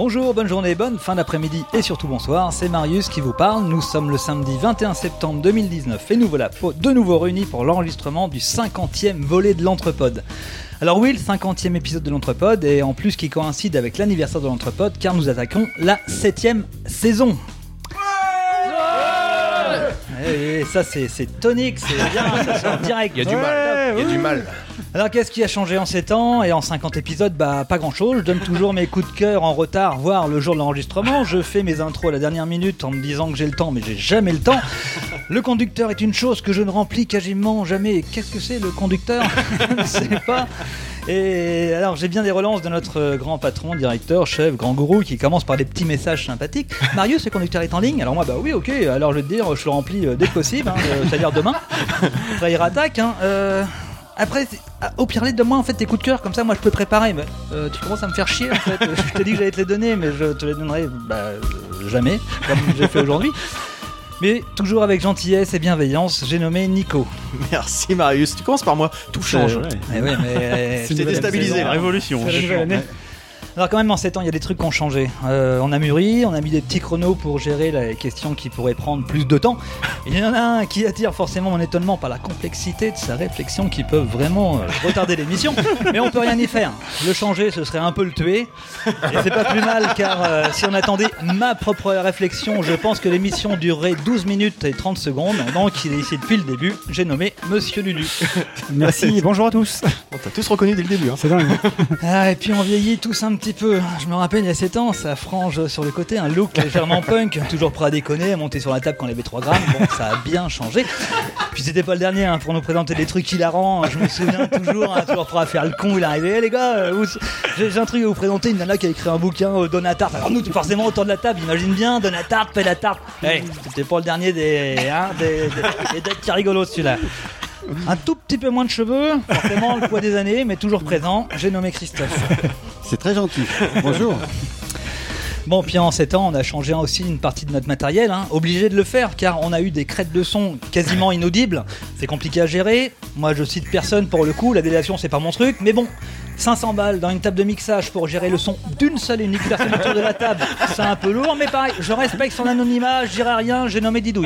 Bonjour, bonne journée, bonne fin d'après-midi et surtout bonsoir, c'est Marius qui vous parle. Nous sommes le samedi 21 septembre 2019 et nous voilà de nouveau réunis pour l'enregistrement du 50e volet de l'Entrepode. Alors oui, le 50e épisode de l'Entrepode et en plus qui coïncide avec l'anniversaire de l'Entrepode car nous attaquons la 7e saison. Et ça c'est tonique, c'est bien, ça sort direct. Il y a du mal. Alors qu'est-ce qui a changé en 7 ans et en 50 épisodes? Bah pas grand chose, je donne toujours mes coups de cœur en retard, voire le jour de l'enregistrement. Je fais mes intros à la dernière minute en me disant que j'ai le temps, mais j'ai jamais le temps. Le conducteur est une chose que je ne remplis quasiment jamais. Qu'est-ce que c'est le conducteur? Je ne sais pas. Et alors j'ai bien des relances de notre grand patron, directeur, chef, grand gourou qui commence par des petits messages sympathiques. Marius, le conducteur est en ligne? Alors moi bah oui, ok, alors je vais te dire, je le remplis dès que possible, c'est-à-dire demain. Après il rattaque. Après, au pire, donne-moi en fait tes coups de cœur, comme ça moi je peux préparer. Mais, tu commences à me faire chier en fait. Je t'ai dit que j'allais te les donner, mais je te les donnerai jamais, comme j'ai fait aujourd'hui. Mais toujours avec gentillesse et bienveillance, j'ai nommé Nico. Merci Marius, tu commences par moi, tout change. Eh oui, mais je t'ai déstabilisé, la révolution. C'est la nouvelle année. Alors quand même en 7 ans il y a des trucs qui ont changé, on a mûri, on a mis des petits chronos pour gérer les questions qui pourraient prendre plus de temps. Il y en a un qui attire forcément mon étonnement par la complexité de sa réflexion qui peuvent vraiment retarder l'émission, mais on peut rien y faire. Le changer ce serait un peu le tuer, et c'est pas plus mal car si on attendait ma propre réflexion, je pense que l'émission durerait 12 minutes et 30 secondes, donc il est ici depuis le début, j'ai nommé Monsieur Lulu. Merci, bonjour à tous. On t'a tous reconnu dès le début. C'est dingue. Et puis on vieillit tous un petit peu. Je me rappelle il y a 7 ans, ça frange sur le côté, un look légèrement punk, toujours prêt à déconner, à monter sur la table quand il avait 3 grammes. Bon, ça a bien changé. Puis c'était pas le dernier pour nous présenter des trucs hilarants. Je me souviens toujours, toujours prêt à faire le con. Il est arrivé, les gars, j'ai un truc à vous présenter. Une nana qui a écrit un bouquin, Donatarte. Alors nous, forcément, autour de la table, imagine bien, Donatarte, fait la tarte. Hey, c'était pas le dernier des dates qui rigolo celui-là. Un tout petit peu moins de cheveux, forcément le poids des années, mais toujours présent. J'ai nommé Christophe. C'est très gentil. Bonjour. Bon, puis en 7 ans, on a changé aussi une partie de notre matériel, obligé de le faire, car on a eu des crêtes de son quasiment inaudibles. C'est compliqué à gérer. Moi, je cite personne pour le coup, la délation, c'est pas mon truc, mais bon, 500 balles dans une table de mixage pour gérer le son d'une seule et unique personne autour de la table, c'est un peu lourd, mais pareil, je respecte son anonymat, je dirai rien, j'ai nommé Didouille.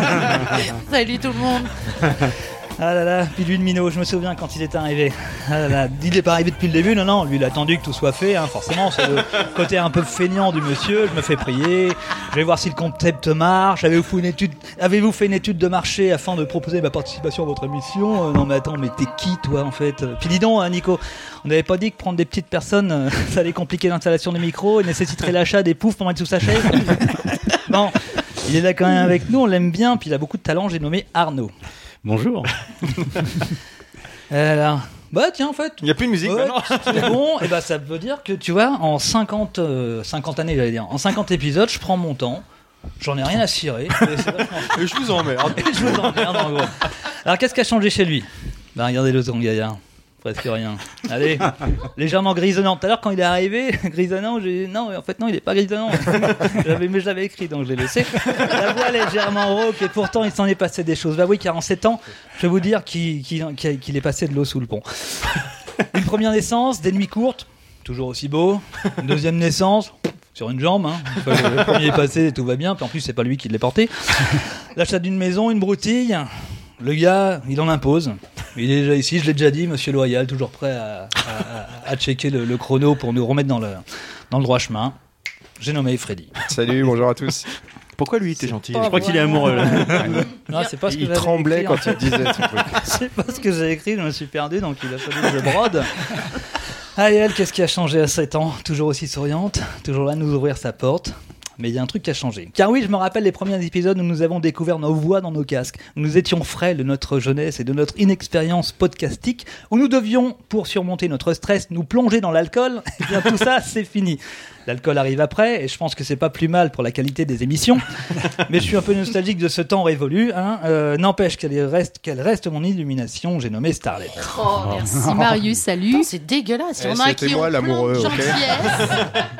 Salut tout le monde. Ah là là, puis lui de minot, je me souviens quand il était arrivé. Ah là là, il n'est pas arrivé depuis le début, non, lui il a attendu que tout soit fait, forcément, c'est le côté un peu feignant du monsieur, je me fais prier, je vais voir si le concept marche, avez-vous fait une étude de marché afin de proposer ma participation à votre émission? Non mais attends, mais t'es qui toi en fait? Puis dis donc Nico, on n'avait pas dit que prendre des petites personnes, ça allait compliquer l'installation des micros et nécessiterait l'achat des poufs pour mettre sous sa chaise? Non, il est là quand même avec nous, on l'aime bien, puis il a beaucoup de talent, j'ai nommé Arnaud. Bonjour. Alors, bah tiens en fait. Il n'y a plus de musique maintenant. C'est bon, et bah ça veut dire que tu vois, en 50 années j'allais dire, en 50 épisodes, je prends mon temps, j'en ai rien à cirer. Et je vous emmerde. En gros. Alors qu'est-ce qui a changé chez lui? Bah regardez le ton gaillard. Presque rien. Allez, légèrement grisonnant. Tout à l'heure, quand il est arrivé, grisonnant, non, en fait, non, il n'est pas grisonnant. Mais je l'avais écrit, donc je l'ai laissé. La voix légèrement rauque, et pourtant, il s'en est passé des choses. Bah oui, 47 ans, je vais vous dire qu'il est passé de l'eau sous le pont. Une première naissance, des nuits courtes, toujours aussi beau. Une deuxième naissance, sur une jambe. Le premier est passé, tout va bien. Puis en plus, c'est pas lui qui l'ait porté. L'achat d'une maison, une broutille. Le gars, il en impose. Il est déjà ici, je l'ai déjà dit, monsieur Loyal, toujours prêt à checker le chrono pour nous remettre dans le droit chemin. J'ai nommé Freddy. Salut, bonjour à tous. Pourquoi lui, t'es gentil? Je crois qu'il est amoureux. Non, c'est pas ce que il tremblait écrit, quand il disait ce truc. C'est pas ce que j'ai écrit, je me suis perdu, donc il a fallu que je brode. Ah, et elle, qu'est-ce qui a changé à 7 ans? Toujours aussi souriante, toujours là nous ouvrir sa porte. Mais il y a un truc qui a changé. Car oui, je me rappelle les premiers épisodes où nous avons découvert nos voix dans nos casques, où nous étions frais de notre jeunesse et de notre inexpérience podcastique, où nous devions, pour surmonter notre stress, nous plonger dans l'alcool. Et bien tout ça, c'est fini. L'alcool arrive après, et je pense que c'est pas plus mal pour la qualité des émissions. Mais je suis un peu nostalgique de ce temps révolu. N'empêche qu'elle reste mon illumination. J'ai nommé Starlet. Oh, merci Marius, salut. Putain, c'est dégueulasse. Il y en a un c'était qui moi, ont plein l'amoureux, de ok. gentillesse.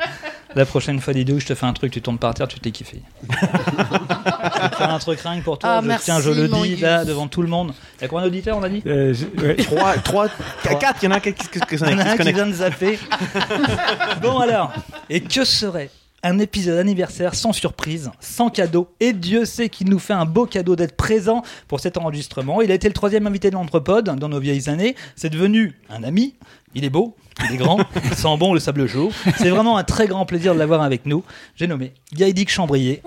La prochaine fois, Didou, je te fais un truc, tu tombes par terre, tu t'es kiffé. Je vais te faire un truc rien que pour toi. Merci, je le mon dis Gus. là devant tout le monde. Il y a combien d'auditeur, on a dit? 4, il y en a un qui se Il y en a un qui connecte. vient de zapper. Bon alors, et que serait un épisode anniversaire sans surprise, sans cadeau, et Dieu sait qu'il nous fait un beau cadeau d'être présent pour cet enregistrement. Il a été le 3e invité de l'Anthropode dans nos vieilles années. C'est devenu un ami. Il est beau, il est grand, il sent bon le sable chaud. C'est vraiment un très grand plaisir de l'avoir avec nous. J'ai nommé Gaëdic Chambrier.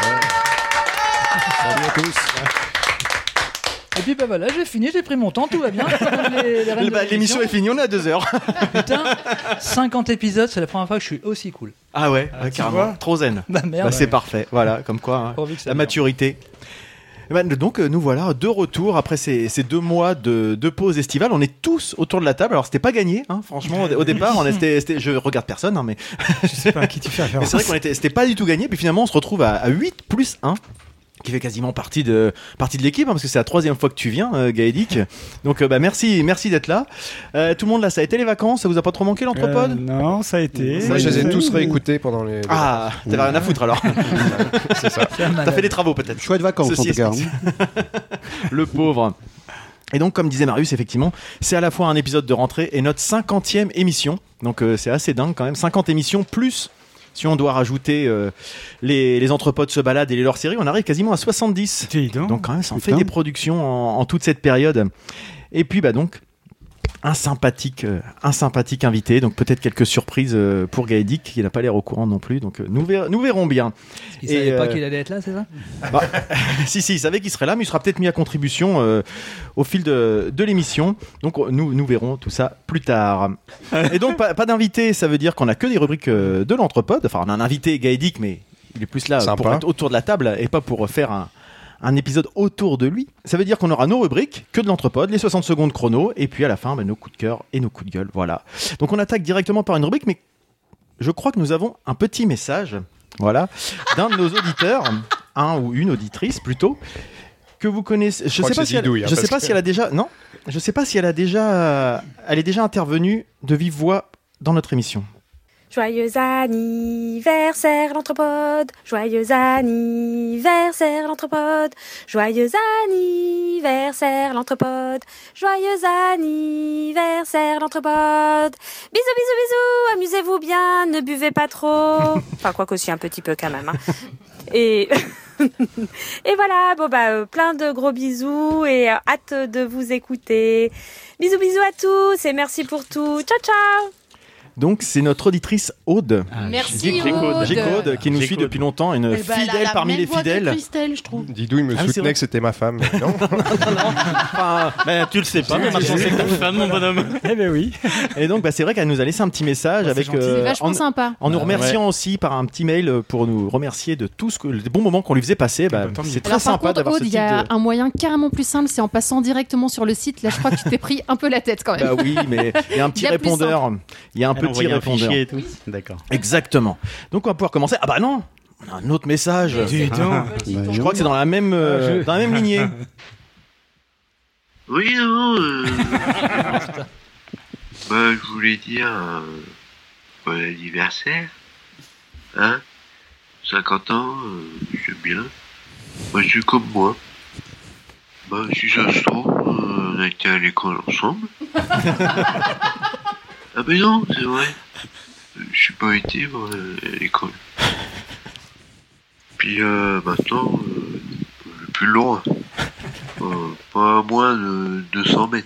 Salut à tous. Et puis bah voilà, j'ai fini, j'ai pris mon temps, tout va bien. Les règles de L'émission est finie, on est à 2 heures. Putain, 50 épisodes, c'est la première fois que je suis aussi cool. Ah ouais, tu carrément. vois Trop zen. Bah merde. C'est parfait. Voilà, comme quoi, hein, Pourvu que ça la dure. maturité. Donc nous voilà de retour après ces 2 mois de pause estivale. On est tous autour de la table. Alors c'était pas gagné, hein, franchement au départ. Je regarde personne, hein, mais Je sais pas à qui tu fais mais référence. c'est vrai c'était pas du tout gagné. Puis finalement on se retrouve à 8 plus 1. Qui fait quasiment partie de l'équipe, hein, parce que c'est la 3e fois que tu viens, Gaëdic. Donc merci d'être là. Tout le monde là, ça a été les vacances, ça vous a pas trop manqué l'Anthropode? Non, ça a été. Moi, je les ai tous réécoutés pendant les. Ah, t'avais rien à foutre alors. C'est ça. C'est un T'as malade. fait des travaux peut-être. Chouette vacances en Ceci tout cas. explique. Le pauvre. Et donc, comme disait Marius, effectivement, c'est à la fois un épisode de rentrée et notre 50e émission. Donc, c'est assez dingue quand même. 50 émissions plus, si on doit rajouter les Anthropodes se baladent et les leurs séries, on arrive quasiment à 70. Dis donc. Donc, quand même, ça en fait Putain. des productions en toute cette période. Et puis, bah donc, un sympathique invité. Donc, peut-être quelques surprises pour Gaëdic, qui n'a pas l'air au courant non plus. Donc, nous verrons bien. Il savait Et, pas qu'il allait être là, c'est ça? Bah, si, il savait qu'il serait là, mais il sera peut-être mis à contribution au fil de l'émission. Donc, nous verrons tout ça plus tard. Et donc, pas d'invité, ça veut dire qu'on a que des rubriques de l'Anthropode. Enfin, on a un invité, Gaëdic, mais il est plus là Sympa. pour être autour de la table et pas pour faire un épisode autour de lui. Ça veut dire qu'on aura nos rubriques, que de l'Anthropode, les 60 secondes chrono, et puis à la fin, nos coups de cœur et nos coups de gueule. Voilà. Donc, on attaque directement par une rubrique, mais je crois que nous avons un petit message. Voilà, d'un de nos auditeurs, un ou une auditrice plutôt, que vous connaissez. Je crois sais que pas c'est si elle, Didouille, hein, je sais parce pas que- si elle a déjà, non, je sais pas si elle a déjà, elle est déjà intervenue de vive voix dans notre émission. Joyeux anniversaire l'Anthropode, joyeux anniversaire l'Anthropode, joyeux anniversaire l'Anthropode, joyeux anniversaire l'Anthropode. Bisous, bisous, bisous, amusez-vous bien, ne buvez pas trop. Enfin, quoi qu'aussi un petit peu quand même. Hein. Et... et voilà, bon bah plein de gros bisous et hâte de vous écouter. Bisous, bisous à tous et merci pour tout. Ciao, ciao. Donc c'est notre auditrice Aude. Merci, G-Code. G-Code, qui nous suit G-Code. depuis longtemps, une Eh ben, elle a fidèle la parmi même les voix que fidèles. Christelle, je trouve. Didou, il me Ah, c'est soutenait vrai. que c'était ma femme, mais non. Bah, tu le sais pas, mais maintenant c'est ta femme, mon bonhomme. Eh ben oui. Et donc c'est vrai qu'elle nous a laissé un petit message c'est avec gentil. C'est vachement en, sympa. en nous Ah, remerciant aussi par un petit mail pour nous remercier de tout les bons moments qu'on lui faisait passer. Bah, tant mieux. c'est très Alors, par sympa contre, d'avoir ce Aude, il type y a de... un moyen carrément plus simple, c'est en passant directement sur le site. Là, je crois que tu t'es pris un peu la tête quand même. Bah oui, mais il y a un petit Bien plus répondeur. Il y a un Elle petit envoyait un répondeur. fichier et tout. D'accord. Exactement. Donc on va pouvoir commencer. Ah bah non, on a un autre message. Dis donc. Je crois que c'est dans la même lignée. Oui, non. Bah, je voulais dire bon anniversaire. Hein 50 ans, j'aime bien. Moi, je suis comme moi. Bah, si ça se trouve, on a été à l'école ensemble. Ah, ben non, c'est vrai. Je suis pas été moi, à l'école. Puis maintenant, le plus loin. Pas à moins de 200 mètres.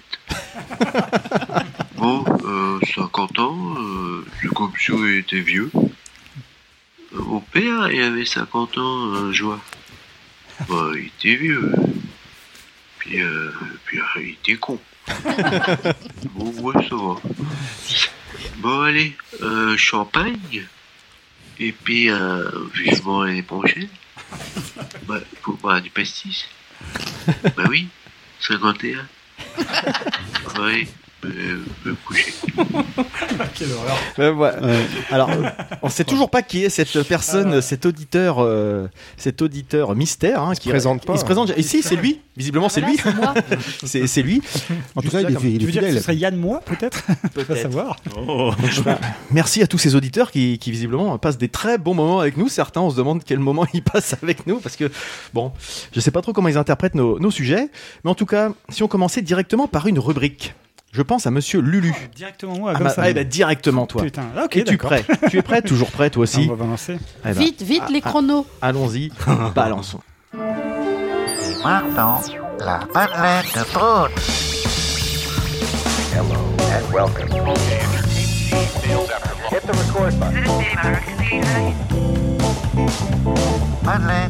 Bon, 50 ans, c'est comme si on était vieux. Mon père, il avait 50 ans un jour. Bah, il était vieux. Puis il était con. Bon, ouais, ça va. Bon, allez, champagne. Et puis, vivement l'année prochaine. Bah, faut boire du pastis. Bah oui, 51. Oui, me coucher. Quelle horreur. Ouais. Alors, on sait toujours pas qui est cette personne, cet auditeur mystère. Hein, qui présente pas. Il se présente. Ici, c'est lui. Visiblement, c'est lui. C'est moi. c'est lui. En tout cas, il est Tu veux dire que fidèle. ce serait Yann Moi, peut-être? On va savoir. Merci à tous ces auditeurs qui visiblement passent des très bons moments avec nous. Certains, on se demande quel moment ils passent avec nous parce que, bon, je sais pas trop comment ils interprètent nos sujets. Mais en tout cas, si on commençait directement par une rubrique. Je pense à Monsieur Lulu. Directement moi, comme ça. Directement toi. Putain, ah, ok, Es-tu d'accord. prêt? Tu es prêt? Toujours prêt, toi aussi? On va balancer. Eh ben, Vite, les chronos. allons-y, balançons. Et maintenant, la Madeleine de Prout. Hello and welcome. Hit the record button. Madeleine.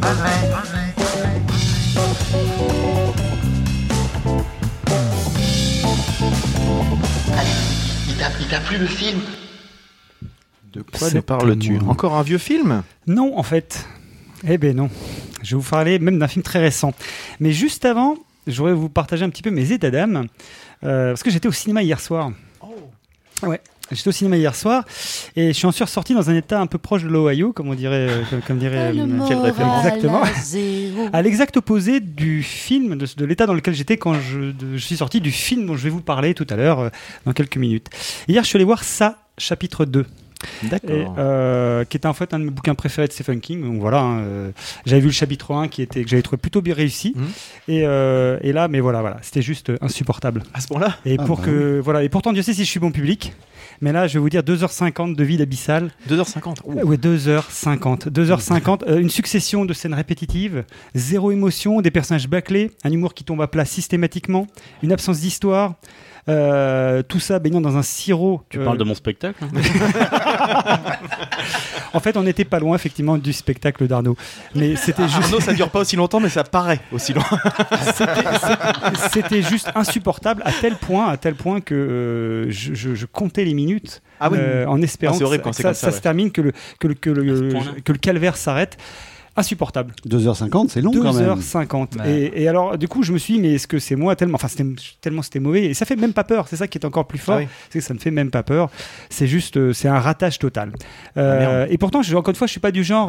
Il t'a plu le film? De quoi nous parles-tu? Encore un vieux film? Non, en fait. Eh ben non. Je vais vous parler même d'un film très récent. Mais juste avant, je voudrais vous partager un petit peu mes états d'âme. Parce que j'étais au cinéma hier soir. Ouais. J'étais au cinéma hier soir et je suis en ressorti dans un état un peu proche de l'Ohio, comme dirait quelle référence. Exactement. À l'exact opposé du film, de l'état dans lequel j'étais quand je suis sorti du film dont je vais vous parler tout à l'heure, dans quelques minutes. Hier, je suis allé voir Ça, chapitre 2. D'accord. Qui était en fait un de mes bouquins préférés de Stephen King. Donc voilà, j'avais vu le chapitre 1 que j'avais trouvé plutôt bien réussi. Et là, mais voilà, c'était juste insupportable. À ce point-là? Et et pourtant Dieu sait si je suis bon public. Mais là, je vais vous dire 2h50 de vide abyssal. 2h50. Ouais, 2h50. 2h50, une succession de scènes répétitives, zéro émotion, des personnages bâclés, un humour qui tombe à plat systématiquement, une absence d'histoire. Tout ça baignant dans un sirop. Tu parles de mon spectacle? En fait, on n'était pas loin effectivement du spectacle d'Arnaud. Mais c'était juste. Arnaud, ça dure pas aussi longtemps, mais ça paraît aussi long. C'était juste insupportable à tel point que je comptais les minutes en espérant que ça se termine, que le calvaire s'arrête. Insupportable. 2h50, c'est long quand même. 2h50. Ouais. Et alors, du coup, je me suis dit, mais est-ce que c'est moi tellement c'était mauvais. Et ça fait même pas peur. C'est ça qui est encore plus fort. C'est que ça ne fait même pas peur. C'est juste, c'est un ratage total. Et pourtant, encore une fois, je suis pas du genre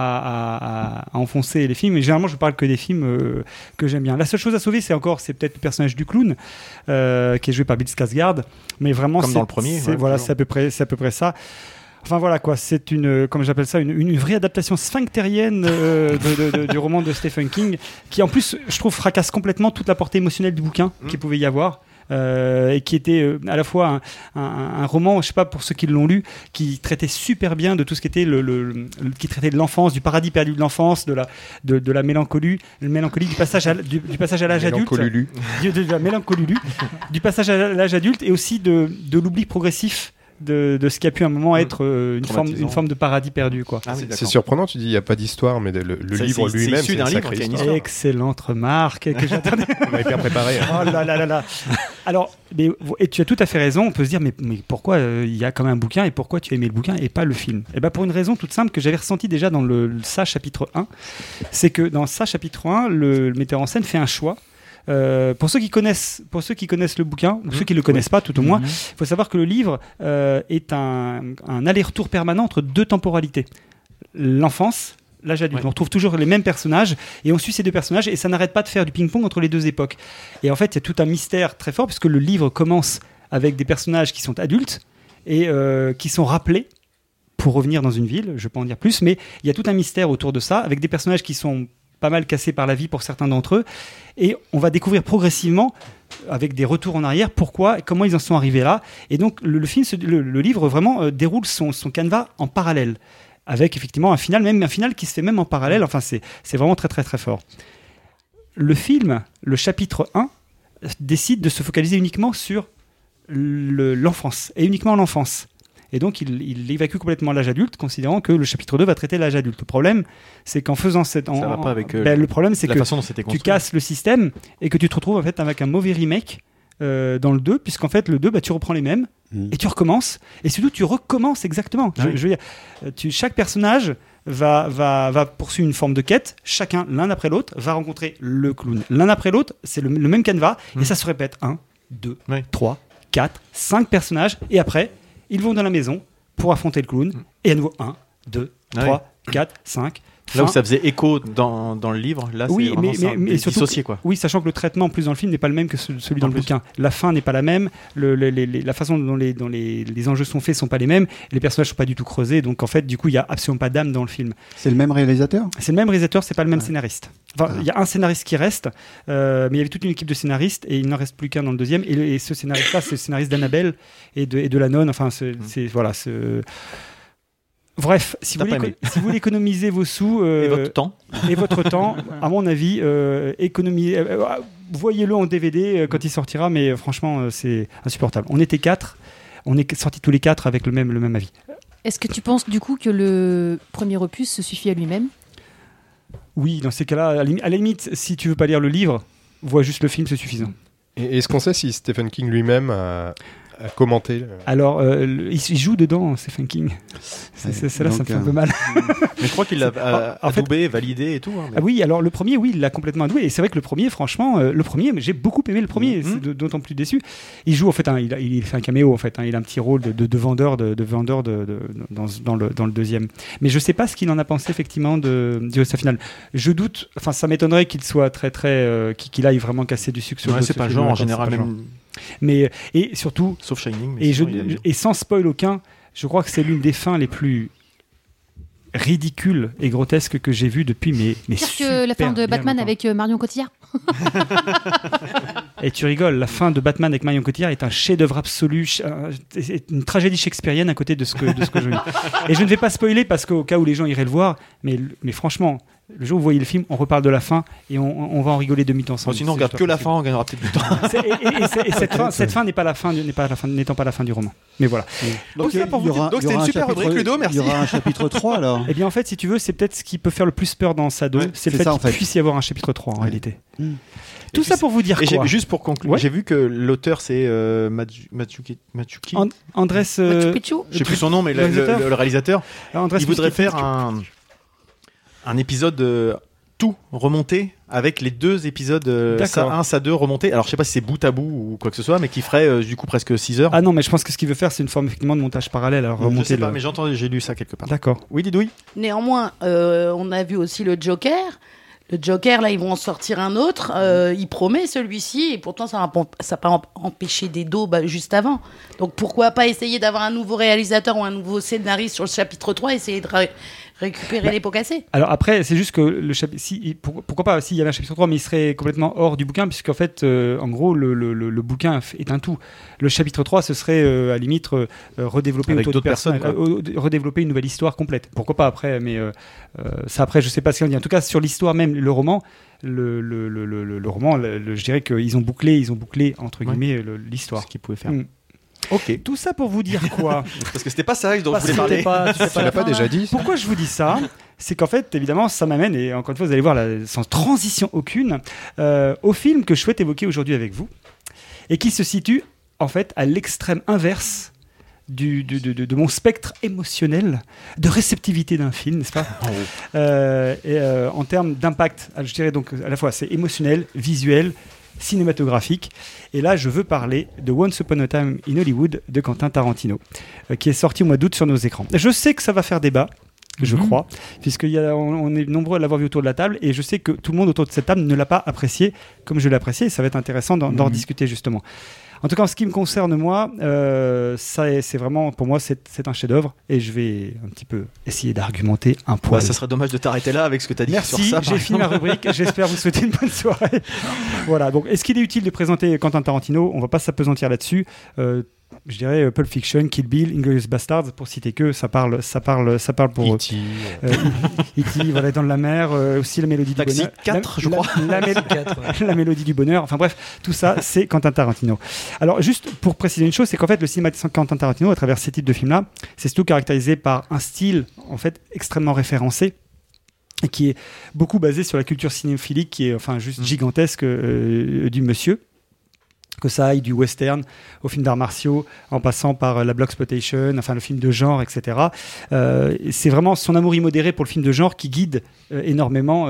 à enfoncer les films. Et généralement, je parle que des films que j'aime bien. La seule chose à sauver, c'est peut-être le personnage du clown, qui est joué par Bill Skarsgård. Mais vraiment, comme dans le premier. C'est à peu près ça. Enfin voilà quoi, c'est comme j'appelle ça, une vraie adaptation sphinctérienne du roman de Stephen King, qui en plus, je trouve, fracasse complètement toute la portée émotionnelle du bouquin qu'il pouvait y avoir. Et qui était à la fois un roman, je sais pas pour ceux qui l'ont lu, qui traitait super bien de tout ce qui était qui traitait de l'enfance, du paradis perdu de l'enfance, de la mélancolie du passage à l'âge adulte, de la mélancolie du passage à l'âge adulte, et aussi de l'oubli progressif de ce qui a pu à un moment être une forme de paradis perdu, quoi. C'est surprenant, tu dis il n'y a pas d'histoire, mais le livre lui-même, c'est une sacrée histoire. Excellente remarque que j'attendais. On m'avait bien préparé. Oh là là là là. Alors, et tu as tout à fait raison, on peut se dire, mais pourquoi il y a quand même un bouquin, et pourquoi tu as aimé le bouquin et pas le film? Et ben pour une raison toute simple que j'avais ressenti déjà dans Ça chapitre 1, c'est que dans Ça chapitre 1, le metteur en scène fait un choix. Pour ceux qui connaissent le bouquin, ou ceux qui ne le connaissent pas tout au moins, il faut savoir que le livre est un aller-retour permanent entre deux temporalités. L'enfance, l'âge adulte. On retrouve toujours les mêmes personnages et on suit ces deux personnages et ça n'arrête pas de faire du ping-pong entre les deux époques. Et en fait, il y a tout un mystère très fort puisque le livre commence avec des personnages qui sont adultes et qui sont rappelés pour revenir dans une ville. Je ne vais pas en dire plus, mais il y a tout un mystère autour de ça avec des personnages qui sont pas mal cassés par la vie pour certains d'entre eux, et on va découvrir progressivement, avec des retours en arrière, pourquoi et comment ils en sont arrivés là. Et donc le livre vraiment déroule son canevas en parallèle, avec effectivement un final qui se fait même en parallèle. Enfin, c'est vraiment très très très fort. Le film, le chapitre 1, décide de se focaliser uniquement sur l'enfance, et uniquement l'enfance. Et donc, il évacue complètement l'âge adulte, considérant que le chapitre 2 va traiter l'âge adulte. Le problème, c'est qu'en faisant ça va pas avec le problème, c'est que tu casses le système et que tu te retrouves en fait avec un mauvais remake dans le 2, puisqu'en fait, le 2, tu reprends les mêmes et tu recommences. Et surtout, tu recommences exactement. Je veux dire, chaque personnage va poursuivre une forme de quête. Chacun, l'un après l'autre, va rencontrer le clown. L'un après l'autre, c'est le même canevas et ça se répète. 1, 2, 3, 4, 5 personnages, et après, ils vont dans la maison pour affronter le clown, et à nouveau 1, 2, 3, 4, 5. Là où ça faisait écho dans le livre, là oui, c'est vraiment mais surtout, dissocié, quoi. Oui, sachant que le traitement en plus dans le film n'est pas le même que celui dans le bouquin. La fin n'est pas la même, la façon dont les enjeux sont faits sont pas les mêmes, et les personnages sont pas du tout creusés, donc en fait du coup il y a absolument pas d'âme dans le film. C'est le même réalisateur ? C'est le même réalisateur, c'est pas le même scénariste. Enfin, il y a un scénariste qui reste, mais il y avait toute une équipe de scénaristes et il n'en reste plus qu'un dans le deuxième. Et ce scénariste-là, c'est le scénariste d'Annabelle et de La Nonne. Enfin, voilà. Bref, si vous voulez économiser vos sous et votre temps, à mon avis, voyez-le en DVD quand il sortira, mais franchement, c'est insupportable. On était 4, on est sortis tous les 4 avec le même avis. Est-ce que tu penses du coup que le premier opus se suffit à lui-même ? Oui, dans ces cas-là, à la limite, si tu veux pas lire le livre, vois juste le film, c'est suffisant. Et est-ce qu'on sait si Stephen King lui-même a commenté Alors, il joue dedans, Stephen King. Celle-là, ça me fait un peu mal. Mais je crois qu'il l'a adoubé, validé et tout. Hein, mais... Ah oui, alors le premier, oui, il l'a complètement adoué. Et c'est vrai que le premier, franchement, mais j'ai beaucoup aimé le premier, c'est d'autant plus déçu. Il joue, en fait, il fait un caméo, en fait. Il a un petit rôle de vendeur, dans le deuxième. Mais je sais pas ce qu'il en a pensé, effectivement, du résultat final. Je doute, enfin, ça m'étonnerait qu'il soit qu'il aille vraiment casser du sucre sur le c'est pas le genre, en général, même. Mais, et surtout, sauf Shining, et sans spoil aucun, je crois que c'est l'une des fins les plus ridicules et grotesques que j'ai vues depuis mes pire que la fin de Batman avec Marion Cotillard. Et tu rigoles, la fin de Batman avec Marion Cotillard est un chef-d'œuvre absolu, c'est une tragédie shakespearienne à côté de ce que je vis. Et je ne vais pas spoiler parce qu'au cas où les gens iraient le voir, mais franchement, le jour où vous voyez le film, on reparle de la fin et on va en rigoler 2 minutes ensemble. Sinon, on regarde que la fin, on gagnera peut-être du temps. Et cette fin n'étant pas la fin du roman. Mais voilà. Donc c'était une super rubrique, Ludo, merci. Il y aura un chapitre 3 alors. Eh bien, en fait, si tu veux, c'est peut-être ce qui peut faire le plus peur dans ça 2, c'est le fait qu'il puisse y avoir un chapitre 3 en réalité. Tout ça pour vous dire quoi ? Juste pour conclure, j'ai vu que l'auteur c'est Matsuki. Andrés. Je sais plus son nom, mais le réalisateur. Il voudrait faire un épisode tout remonté avec les 2 épisodes ça 1, ça 2 remontés. Alors je sais pas si c'est bout à bout ou quoi que ce soit, mais qui ferait du coup presque 6 heures. Ah non, mais je pense que ce qu'il veut faire c'est une forme effectivement de montage parallèle. Alors remonter. Je sais pas, mais j'ai lu ça quelque part. D'accord. Oui, Didouille. Néanmoins, on a vu aussi le Joker. Le Joker, là, ils vont en sortir un autre. Il promet celui-ci, et pourtant, ça n'a pas empêché des dos juste avant. Donc, pourquoi pas essayer d'avoir un nouveau réalisateur ou un nouveau scénariste sur le chapitre 3, essayer de récupérer les pots cassés. Alors après, c'est juste que le chapitre, pourquoi pas s'il y avait un chapitre 3, mais il serait complètement hors du bouquin, puisqu'en fait, en gros, le bouquin est un tout. Le chapitre 3, ce serait à la limite redévelopper avec autour d'autres personnes, redévelopper une nouvelle histoire complète. Pourquoi pas après, mais ça après, je sais pas ce qu'on dit. En tout cas, sur l'histoire même, le roman, le roman, je dirais qu'ils ont bouclé entre guillemets l'histoire. Ce qu'ils pouvaient faire. Ok. Tout ça pour vous dire quoi ? Parce que c'était pas ça dont je voulais parler. Tu l'as pas déjà dit ? Pourquoi je vous dis ça ? C'est qu'en fait, évidemment, ça m'amène, et encore une fois, vous allez voir, sans transition aucune, au film que je souhaite évoquer aujourd'hui avec vous, et qui se situe, en fait, à l'extrême inverse de mon spectre émotionnel, de réceptivité d'un film, n'est-ce pas ? En termes d'impact, je dirais donc à la fois c'est émotionnel, visuel, cinématographique. Et là, je veux parler de Once Upon a Time in Hollywood de Quentin Tarantino, qui est sorti au mois d'août sur nos écrans. Je sais que ça va faire débat, je crois, puisqu'on est nombreux à l'avoir vu autour de la table, et je sais que tout le monde autour de cette table ne l'a pas apprécié comme je l'ai apprécié, et ça va être intéressant d'en rediscuter justement. En tout cas, en ce qui me concerne, moi, c'est vraiment, pour moi, c'est un chef-d'œuvre, et je vais un petit peu essayer d'argumenter un poil. Ça serait dommage de t'arrêter là avec ce que tu as dit sur ça. Merci, j'ai fini ma rubrique. J'espère vous souhaiter une bonne soirée. Voilà. Donc, est-ce qu'il est utile de présenter Quentin Tarantino ? On ne va pas s'appesantir là-dessus. Je dirais Pulp Fiction, Kill Bill, Inglourious Basterds, pour citer que ça parle pour E.T. E.T. voilà, dans la mer, aussi la mélodie Taxi du bonheur. 4, je crois. La mélodie du bonheur. Enfin bref, tout ça, c'est Quentin Tarantino. Alors juste pour préciser une chose, c'est qu'en fait le cinéma de Quentin Tarantino, à travers ces types de films-là, c'est surtout caractérisé par un style en fait extrêmement référencé, et qui est beaucoup basé sur la culture cinéphilique, qui est enfin juste gigantesque du monsieur. Que ça aille du western au film d'arts martiaux, en passant par la blaxploitation, enfin le film de genre, etc. C'est vraiment son amour immodéré pour le film de genre qui guide énormément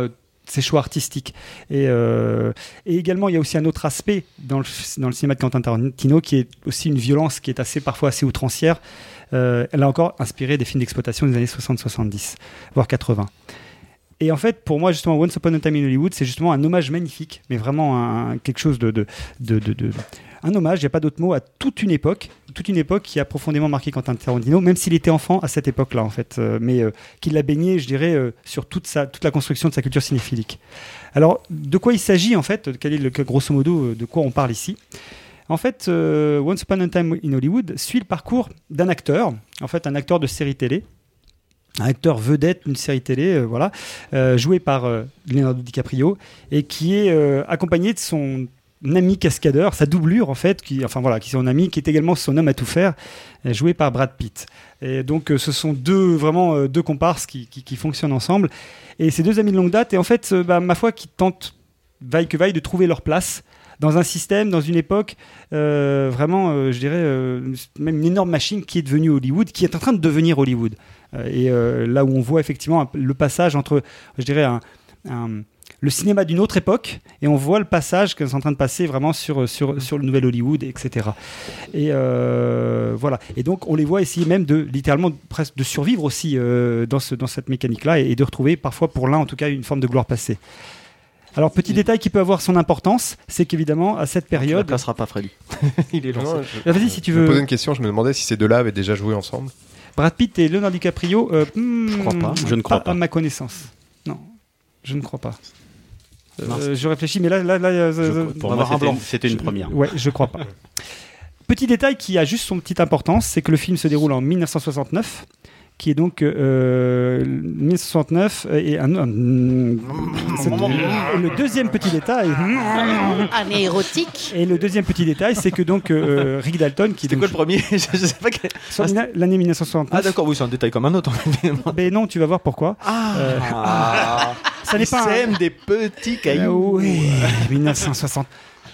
ses choix artistiques. Et également, il y a aussi un autre aspect dans le cinéma de Quentin Tarantino qui est aussi une violence qui est parfois assez outrancière. Elle a encore inspiré des films d'exploitation des années 60-70, voire 80. Et en fait, pour moi, justement, Once Upon a Time in Hollywood, c'est justement un hommage magnifique, mais vraiment quelque chose un hommage, il n'y a pas d'autre mot, à toute une époque qui a profondément marqué Quentin Tarantino, même s'il était enfant à cette époque-là, en fait, mais qui l'a baigné, je dirais, sur toute la construction de sa culture cinéphilique. Alors, de quoi il s'agit, en fait, grosso modo, de quoi on parle ici ? En fait, Once Upon a Time in Hollywood suit le parcours d'un acteur, en fait, un acteur de série télé, un acteur vedette d'une série télé, joué par Leonardo DiCaprio, et qui est accompagné de son ami cascadeur, sa doublure en fait, qui est son ami, qui est également son homme à tout faire, joué par Brad Pitt. Et donc ce sont deux comparses qui fonctionnent ensemble, et ces deux amis de longue date, et en fait, ma foi, qui tentent vaille que vaille de trouver leur place dans un système, dans une époque, je dirais, même une énorme machine qui est devenue Hollywood, qui est en train de devenir Hollywood. Et là où on voit effectivement le passage entre, je dirais, le cinéma d'une autre époque, et on voit le passage qu'ils sont en train de passer vraiment sur le nouvel Hollywood, etc. Et voilà. Et donc on les voit essayer même littéralement presque de survivre aussi dans cette mécanique-là, et de retrouver parfois, pour l'un en tout cas, une forme de gloire passée. Alors, petit détail qui peut avoir son importance, c'est qu'évidemment, à cette période... Tu ne la placeras pas, Freddy. Il est lancé. Vas-y, si tu veux... Je me posais une question, je me demandais si ces deux-là avaient déjà joué ensemble. Brad Pitt et Leonardo DiCaprio, je crois pas. Je ne crois pas. À ma connaissance. Non, je ne crois pas. Je réfléchis, mais là pour moi, c'était une première. Ouais, je crois pas. Petit détail qui a juste son petite importance, c'est que le film se déroule en 1969, qui est donc 1969 et le deuxième petit détail. Année érotique. Et le deuxième petit détail, c'est que donc Rick Dalton, qui c'était quoi le premier? Je sais pas. L'année 1969. Ah d'accord, oui, c'est un détail comme un autre. Ben non, tu vas voir pourquoi. Ça n'est pas. Sème des petits cailloux. Oui, 1960.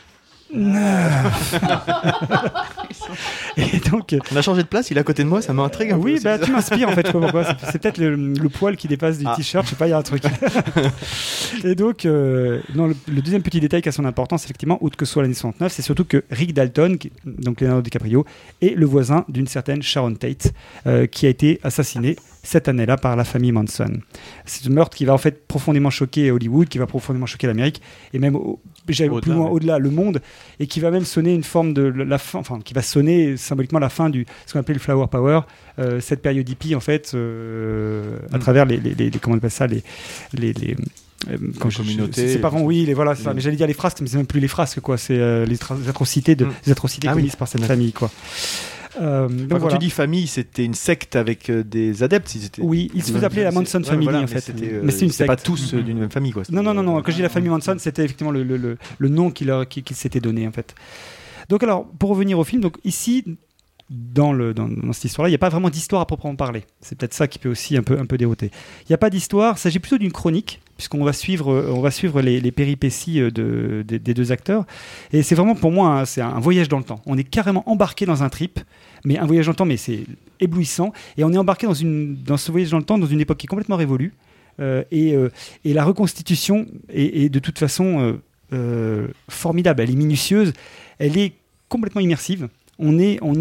Et donc, on a changé de place, il est à côté de moi, ça m'intrigue un peu. Oui, tu m'inspires en fait, je sais pas pourquoi. C'est peut-être le poil qui dépasse du t-shirt, je sais pas, il y a un truc. Et donc, le deuxième petit détail qui a son importance, effectivement, outre que ce soit l'année 69, c'est surtout que Rick Dalton, donc Leonardo DiCaprio, est le voisin d'une certaine Sharon Tate, qui a été assassinée cette année-là par la famille Manson. C'est un meurtre qui va en fait profondément choquer Hollywood, qui va profondément choquer l'Amérique, et même plus loin, au-delà, le monde, et qui va même sonner une forme de la fin, enfin qui va sonner symboliquement la fin du ce qu'on appelle le Flower Power, cette période hippie en fait, à travers les comment on appelle ça, les communautés. C'est pas vraiment, oui, voilà, c'est ça. Mais j'allais dire les frasques, mais c'est même plus les frasques, quoi. C'est les atrocités commises par cette famille, quoi. Donc quand tu dis famille, c'était une secte avec des adeptes. Oui, ils se faisaient appeler la Manson Family, en fait. Mais c'est une secte. Pas tous d'une même famille, quoi. Non. Quand je dis la famille Manson, c'était effectivement le nom qu'ils s'étaient donné, en fait. Donc alors, pour revenir au film, donc ici, dans cette histoire-là, il n'y a pas vraiment d'histoire à proprement parler. C'est peut-être ça qui peut aussi un peu dérouter. Il n'y a pas d'histoire, il s'agit plutôt d'une chronique, puisqu'on va suivre les péripéties des deux acteurs. Et c'est vraiment, pour moi, c'est un voyage dans le temps. On est carrément embarqué dans un trip, mais un voyage dans le temps, mais c'est éblouissant. Et on est embarqué dans ce voyage dans le temps, dans une époque qui est complètement révolue. Et la reconstitution est de toute façon formidable. Elle est minutieuse, elle est complètement immersive. On est en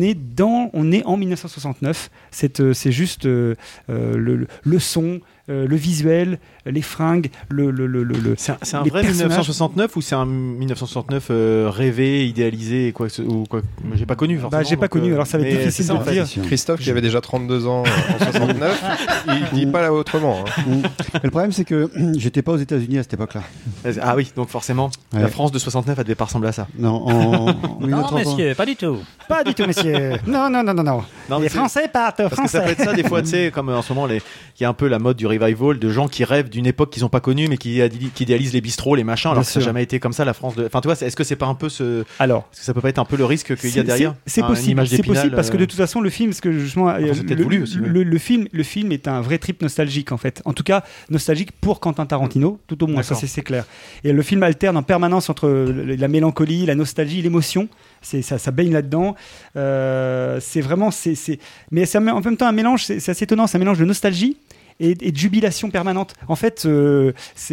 1969. C'est juste le son, le visuel, les fringues, C'est un vrai 1969 ou c'est un 1969 rêvé, idéalisé, quoi, ou quoi? J'ai pas connu forcément. J'ai pas connu, alors ça va être difficile de dire. Christophe, qui avait déjà 32 ans en 69, il dit pas là autrement. Le problème, c'est que j'étais pas aux États-Unis à cette époque-là. Ah oui, donc forcément, la France de 69, elle devait pas ressembler à ça. Non, non, messieurs, pas du tout. Pas du tout, messieurs. Non. Les Français partent. Parce que ça peut être ça des fois, tu sais, comme en ce moment, il y a un peu la mode du revival de gens qui rêvent d'une époque qu'ils n'ont pas connue, mais qui idéalisent les bistrots, les machins, alors que ça n'a jamais été comme ça, la France. Enfin, tu vois, est-ce que c'est pas un peu est-ce que ça peut pas être un peu le risque qu'il y a derrière? C'est possible. C'est possible parce que de toute façon, le film, le film est un vrai trip nostalgique en fait. En tout cas, nostalgique pour Quentin Tarantino, tout au moins. Ça, c'est clair. Et le film alterne en permanence entre la mélancolie, la nostalgie, l'émotion. Ça baigne là-dedans. C'est vraiment, mais c'est en même temps un mélange. C'est assez étonnant. C'est un mélange de nostalgie et de jubilation permanente. En fait, le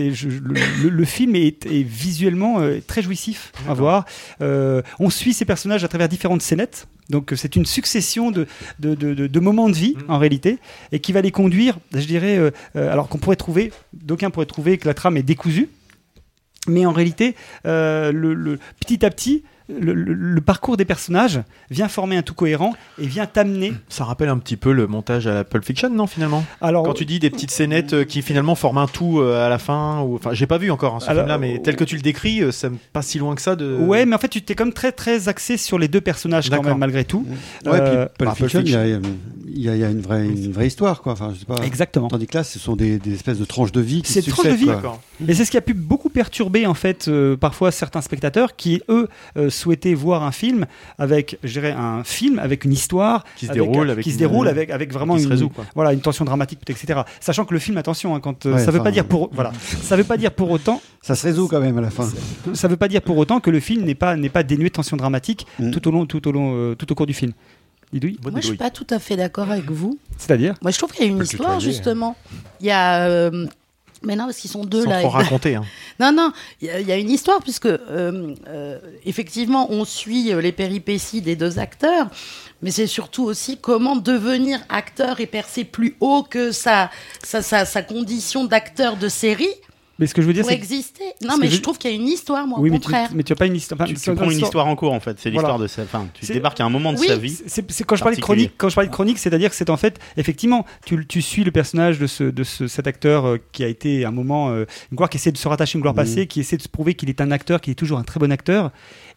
film est visuellement très jouissif à voir. On suit ces personnages à travers différentes scénettes. Donc c'est une succession de moments de vie en réalité, et qui va les conduire, je dirais, alors d'aucuns pourraient trouver que la trame est décousue, mais en réalité, petit à petit, le parcours des personnages vient former un tout cohérent et vient t'amener. Ça rappelle un petit peu le montage à la Pulp Fiction, non, finalement ? Alors, quand tu dis des petites scénettes qui finalement forment un tout à la fin, enfin, j'ai pas vu encore ce film-là, mais tel que tu le décris, ça me passe si loin que ça de. Ouais, mais en fait, tu t'es quand même très très axé sur les deux personnages quand même, malgré tout. Ouais, puis Pulp Fiction, il y a une vraie histoire, quoi. Enfin, je sais pas. Exactement. Tandis que là, ce sont des espèces de tranches de vie qui c'est se succèdent. Tranches de vie. Et c'est ce qui a pu beaucoup perturber en fait parfois certains spectateurs qui eux souhaitaient voir un film avec, je dirais, une histoire qui se déroule avec vraiment une tension dramatique, etc. Sachant que le film, attention, ça veut pas dire ça veut pas dire pour autant. Ça se résout quand même à la fin. Ça veut pas dire pour autant que le film n'est pas dénué de tension dramatique tout au cours du film. Moi, je suis pas tout à fait d'accord avec vous. C'est-à-dire ? Moi, je trouve qu'il y a une histoire, justement. Il y a. Mais non, parce qu'ils sont deux là. Sans trop raconter. Hein. Non, il y a une histoire, puisque effectivement, on suit les péripéties des deux acteurs, mais c'est surtout aussi comment devenir acteur et percer plus haut que sa condition d'acteur de série. Mais ce que je veux dire, pour exister. Non, mais je trouve qu'il y a une histoire, moi, au contraire. Mais tu n'as pas une histoire. Tu prends une histoire en cours, en fait. C'est l'histoire de sa. Enfin, tu débarques à un moment de sa vie. C'est quand je parlais de chronique. Quand je parlais de chronique, c'est-à-dire que c'est en fait, effectivement, tu suis le personnage de cet acteur qui a été à un moment une gloire, qui essaie de se rattacher à une gloire passée, qui essaie de se prouver qu'il est un acteur, qu'il est toujours un très bon acteur.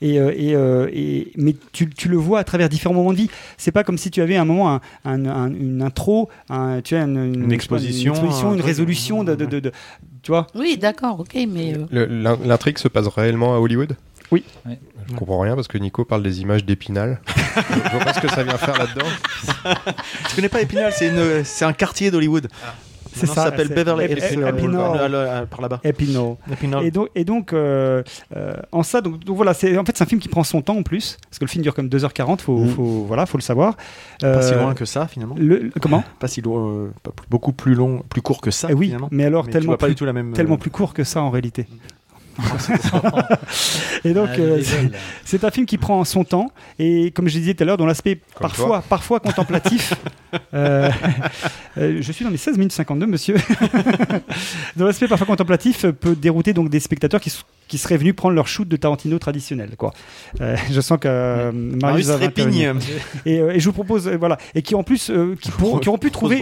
Mais tu le vois à travers différents moments de vie. C'est pas comme si tu avais à un moment une intro, une exposition, une résolution tu vois. Oui, d'accord, ok, mais... L'intrigue se passe réellement à Hollywood ? Oui. Je comprends rien parce que Nico parle des images d'Épinal. Je vois pas ce que ça vient faire là-dedans. Tu connais pas Épinal ? C'est un quartier d'Hollywood. C'est ça s'appelle Beverly Hills par là-bas. Épinal. Et donc en ça, donc voilà, c'est un film qui prend son temps en plus, parce que le film dure comme 2h40, faut le savoir. Pas si loin que ça finalement. Comment ? Pas si loin, beaucoup plus long, plus court que ça. Oui, finalement. mais alors tellement pas du tout la même. Tellement plus court que ça en réalité. Et donc c'est un film qui prend son temps et comme je disais tout à l'heure dans l'aspect parfois contemplatif je suis dans les 16 minutes 52 monsieur dans l'aspect parfois contemplatif peut dérouter donc des spectateurs qui seraient venus prendre leur shoot de Tarantino traditionnel quoi. Je sens que Marius répigne et je vous propose et qui en plus qui auront pu trouver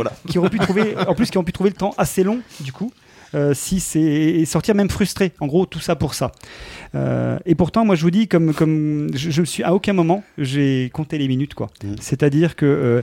le temps assez long du coup. Si c'est sortir même frustré, en gros tout ça pour ça. Et pourtant, moi je vous dis comme je me suis à aucun moment j'ai compté les minutes quoi. C'est-à-dire que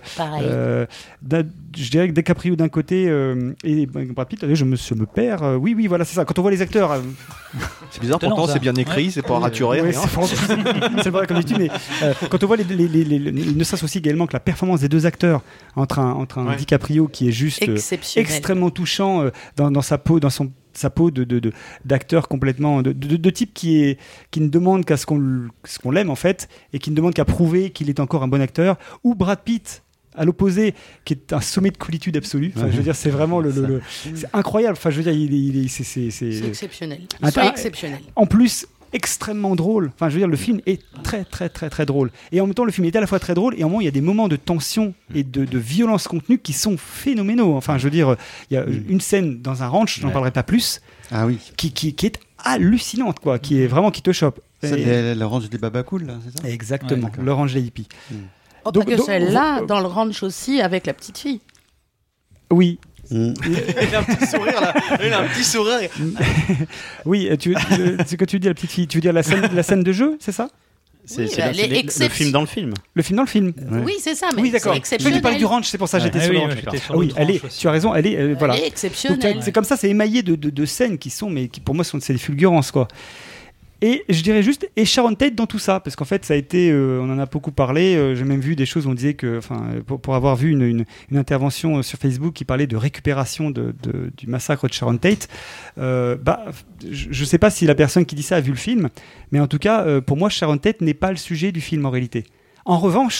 je dirais que DiCaprio d'un côté et Brad Pitt, je me perds. Oui, voilà, c'est ça. Quand on voit les acteurs, c'est bizarre. Pourtant, c'est bien écrit, c'est pas raturé. Ouais, c'est vrai comme tu dis, mais quand on voit ne s'associe également que la performance des deux acteurs entre un DiCaprio qui est juste extrêmement touchant dans sa peau, sa peau d'acteur complètement de type qui ne demande qu'à ce qu'on l'aime en fait et qui ne demande qu'à prouver qu'il est encore un bon acteur, ou Brad Pitt à l'opposé qui est un sommet de coolitude absolue. Enfin, je veux dire c'est vraiment c'est incroyable. Enfin je veux dire c'est exceptionnel. C'est exceptionnel. En plus extrêmement drôle. Enfin, je veux dire, le film est très, très, très, très drôle. Et en même temps, le film est à la fois très drôle et en même temps, il y a des moments de tension et de violence contenue qui sont phénoménaux. Enfin, je veux dire, il y a une scène dans un ranch, je n'en parlerai pas plus, qui est hallucinante, quoi, qui est vraiment qui te chope. C'est le ranch des Babacool, là, c'est ça ? Exactement, le ranch des hippies. Donc celle-là, dans le ranch aussi, avec la petite fille. Oui. Il a un petit sourire là. Il a un petit sourire. Oui, ce que tu dis, la petite fille. Tu veux dire la scène de jeu, c'est ça ? C'est le film dans le film. Le film dans le film. Oui, c'est ça. Mais oui, d'accord. C'est exceptionnel. Tu parles du ranch, c'est pour ça que j'étais sur le ranch. Oui, tu as raison. Elle est voilà. Elle est exceptionnelle. C'est comme ça, c'est émaillé de scènes qui pour moi c'est des fulgurances quoi. Et je dirais juste, et Sharon Tate dans tout ça, parce qu'en fait, ça a été, on en a beaucoup parlé, j'ai même vu des choses où on disait que, pour avoir vu une intervention sur Facebook qui parlait de récupération du massacre de Sharon Tate, je sais pas si la personne qui dit ça a vu le film, mais en tout cas, pour moi, Sharon Tate n'est pas le sujet du film en réalité. En revanche,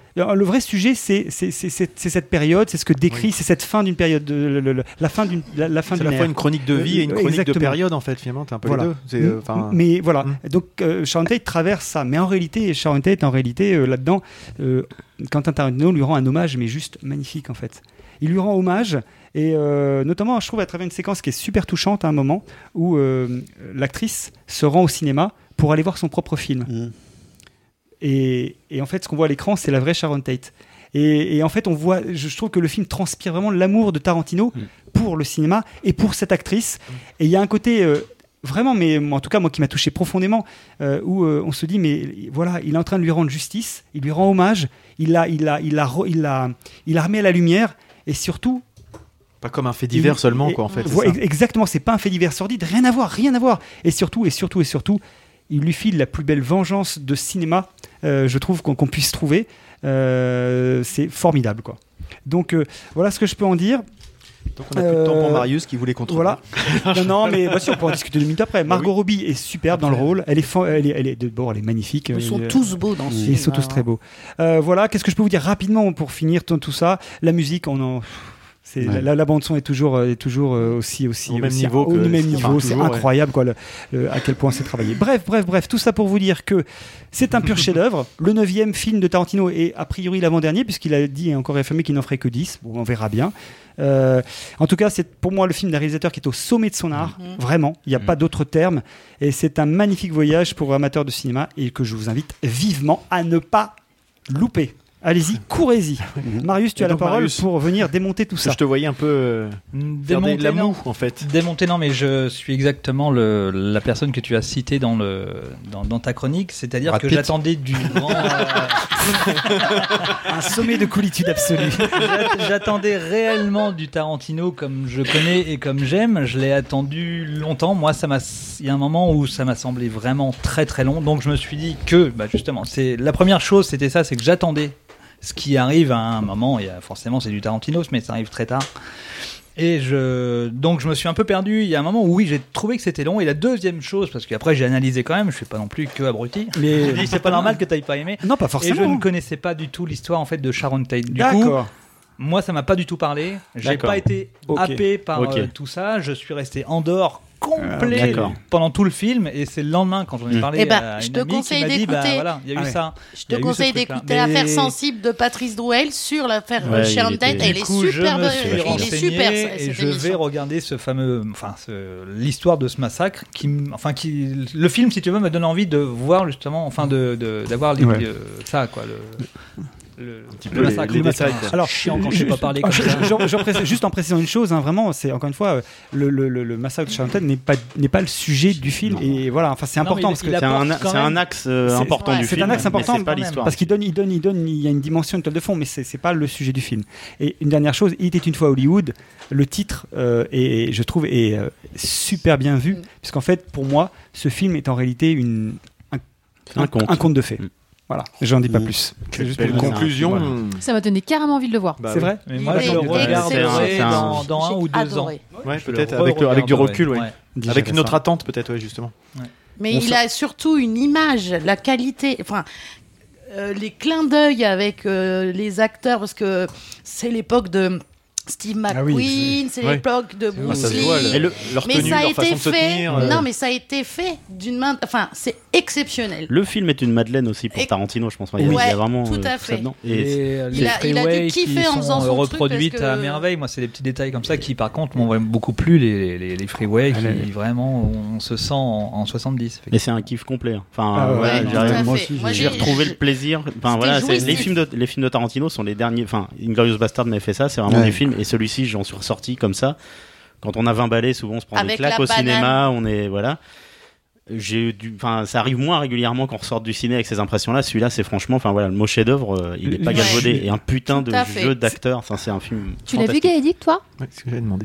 Le vrai sujet, c'est cette période, c'est ce que décrit, c'est cette fin d'une période, la fin d'une C'est à la fois une chronique de vie et une chronique de période, en fait, finalement. T'as un peu voilà. les deux. Mais voilà. Donc, Sharon Tate traverse ça. Mais en réalité, Sharon Tate, là-dedans, Quentin Tarantino lui rend un hommage, mais juste magnifique, en fait. Il lui rend hommage, et notamment, je trouve, à travers une séquence qui est super touchante à un moment, où l'actrice se rend au cinéma pour aller voir son propre film. Et en fait, ce qu'on voit à l'écran, c'est la vraie Sharon Tate. Et en fait, on voit, je trouve que le film transpire vraiment l'amour de Tarantino pour le cinéma et pour cette actrice. Et il y a un côté vraiment, mais en tout cas, moi qui m'a touché profondément, où on se dit, mais voilà, il est en train de lui rendre justice, il lui rend hommage, il l'a remis à la lumière, et surtout. Pas comme un fait divers seulement, quoi, en fait. C'est ça. Exactement, c'est pas un fait divers sordide, rien à voir. Et surtout, il lui file la plus belle vengeance de cinéma, je trouve, qu'on puisse trouver. C'est formidable, quoi. Donc, voilà ce que je peux en dire. Donc, on a plus de temps pour Marius qui voulait contrôler. Voilà. non, mais si, on peut en discuter 2 minutes après. Margot Robbie est superbe dans le rôle. Elle est magnifique. Ils sont tous beaux dans ce film. Ils sont tous très beaux. Voilà, qu'est-ce que je peux vous dire rapidement pour finir tout ça? La musique, la bande son est toujours aussi au même niveau, c'est incroyable quoi, à quel point c'est travaillé. Bref, tout ça pour vous dire que c'est un pur chef-d'œuvre. Le 9e film de Tarantino est a priori l'avant-dernier, puisqu'il a dit et encore affirmé qu'il n'en ferait que 10. Bon, on verra bien. En tout cas, c'est pour moi le film d'un réalisateur qui est au sommet de son art, vraiment, il n'y a pas d'autre terme, et c'est un magnifique voyage pour amateurs de cinéma, et que je vous invite vivement à ne pas louper. Allez-y, courez-y. Marius, tu as la parole pour venir démonter tout ça. Je te voyais un peu démonter la moue, en fait. Démonter, non, mais je suis exactement la personne que tu as citée dans ta chronique, c'est-à-dire que j'attendais du grand... un sommet de coolitude absolue. J'attendais réellement du Tarantino comme je connais et comme j'aime. Je l'ai attendu longtemps. Moi, il y a un moment où ça m'a semblé vraiment très très long. Donc je me suis dit que, justement, la première chose, c'était ça, c'est que j'attendais ce qui arrive à un moment, et forcément c'est du Tarantino, mais ça arrive très tard. Et donc je me suis un peu perdu. Il y a un moment où oui, j'ai trouvé que c'était long. Et la deuxième chose, parce qu'après j'ai analysé quand même, je suis pas non plus que abruti. Mais je dis, c'est pas normal que t'ailles pas aimé. Non, pas forcément. Et je ne connaissais pas du tout l'histoire en fait de Sharon Tate. Du coup, moi ça m'a pas du tout parlé. J'ai pas été happé par tout ça. Je suis resté en dehors complet pendant tout le film, et c'est le lendemain quand j'en ai parlé à une amie qui m'a dit voilà, il y a eu ça. Je te conseille d'écouter l'affaire sensible de Patrice Drouel sur l'affaire Sharon Tate. Elle est superbe, il est super. Et je vais regarder ce fameux, l'histoire de ce massacre le film, si tu veux, me donne envie de voir justement, d'avoir ça quoi, le massacre. Alors, chiant quand je sais pas parler comme ça. Juste en précisant une chose, vraiment, c'est encore une fois le massacre de Sharon Tate n'est pas le sujet du film, et voilà, c'est important parce que c'est un axe important du film. C'est un axe important, c'est pas l'histoire. parce qu'il donne, il y a une dimension, une toile de fond, mais c'est pas le sujet du film. Et une dernière chose, Il était une fois Hollywood, le titre je trouve est super bien vu, puisqu'en fait pour moi ce film est en réalité un conte de fées. Voilà, j'en dis pas plus. C'est juste une conclusion. Voilà. Ça m'a donné carrément envie de le voir. C'est vrai. Mais moi, je le regarderai dans 1 ou 2 ans. Ouais, peut-être avec du recul, avec une autre attente, peut-être, justement. Mais il a surtout une image, la qualité, les clins d'œil avec les acteurs, parce que c'est l'époque de Steve McQueen, c'est l'époque de Bruce Lee. Mais ça a été fait. Non, mais ça a été fait d'une main. C'est exceptionnel. Le film est une madeleine aussi pour Tarantino, je pense. Il y a vraiment tout à fait. Et les freeways qui sont reproduites à merveille. Moi, c'est des petits détails comme ça qui, par contre, m'ont beaucoup plu. Les freeways qui vraiment, on se sent en 70. Et c'est un kiff complet. Moi aussi, j'ai retrouvé le plaisir. Les films de Tarantino sont les derniers. Inglourious Bastard m'avait fait ça. C'est vraiment des films. Et celui-ci, j'en suis ressorti comme ça. Quand on a 20 balais, souvent on se prend des claques au cinéma. On est ça arrive moins régulièrement qu'on ressorte du ciné avec ces impressions-là. Celui-là, c'est franchement, le mot chef-d'œuvre, il est pas galvaudé, et un putain de jeu d'acteur. C'est un film. Tu l'as vu, Gaëdic, toi? Ouais, c'est ce que j'avais demandé.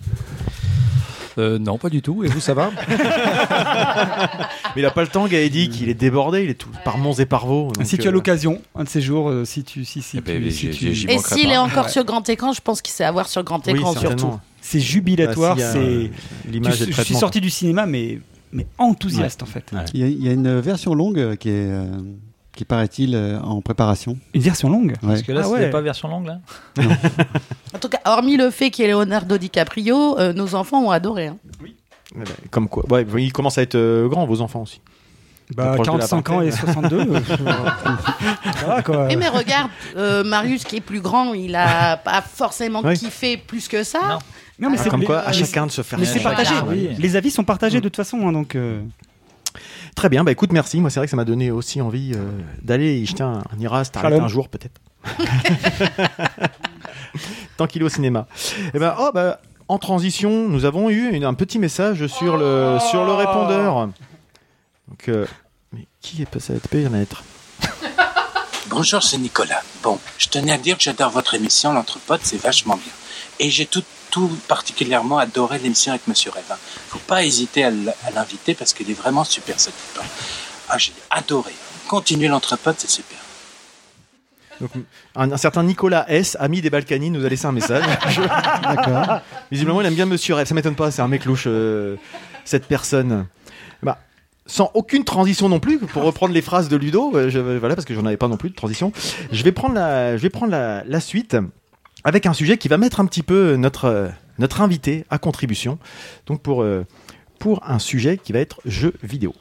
Non, pas du tout. Et vous, ça va? Mais il a pas le temps, Gaëdic. Il est débordé. Il est tout par Mons et par Vaux. Si tu as l'occasion, un de ces jours, et s'il est encore sur grand écran, je pense qu'il sait avoir sur grand écran surtout. C'est jubilatoire. L'image est Je suis sorti du cinéma, mais enthousiaste en fait. Il y a une version longue qui est qui paraît-il en préparation. Une version longue. Ouais. Parce que là, c'est pas version longue là. En tout cas, hormis le fait qu'il y ait Leonardo DiCaprio, nos enfants ont adoré. Hein. Oui. Comme quoi, ouais, ils commencent à être grands, vos enfants aussi. 45 ans et 62. Ça va, quoi. Mais regarde, Marius qui est plus grand, il a pas forcément kiffé plus que ça. Non, mais c'est comme quoi, à chacun de se faire. Mais c'est partagé. Oui. Les avis sont partagés de toute façon, hein, donc. Très bien, bah écoute, merci. Moi, c'est vrai que ça m'a donné aussi envie d'aller y jeter un ira, t'arrêtes un jour peut-être. Tant qu'il est au cinéma. Et ben, en transition, nous avons eu un petit message sur le répondeur. Donc, mais qui peut ça être Bonjour, c'est Nicolas. Bon, je tenais à dire que j'adore votre émission, l'Entrepode, c'est vachement bien. Et j'ai tout particulièrement adoré l'émission avec Monsieur Rêve. Faut pas hésiter à l'inviter parce qu'il est vraiment super, ce type. Ah, j'ai adoré. Continuez l'Entrepode, c'est super. Donc, un certain Nicolas S, ami des Balkany, nous a laissé un message. D'accord. Visiblement, il aime bien Monsieur Rêve. Ça m'étonne pas, c'est un mec louche, cette personne. Bah, sans aucune transition non plus, pour reprendre les phrases de Ludo, voilà, parce que j'en avais pas non plus de transition. Je vais prendre la suite avec un sujet qui va mettre un petit peu notre invité à contribution. Donc pour un sujet qui va être jeux vidéo.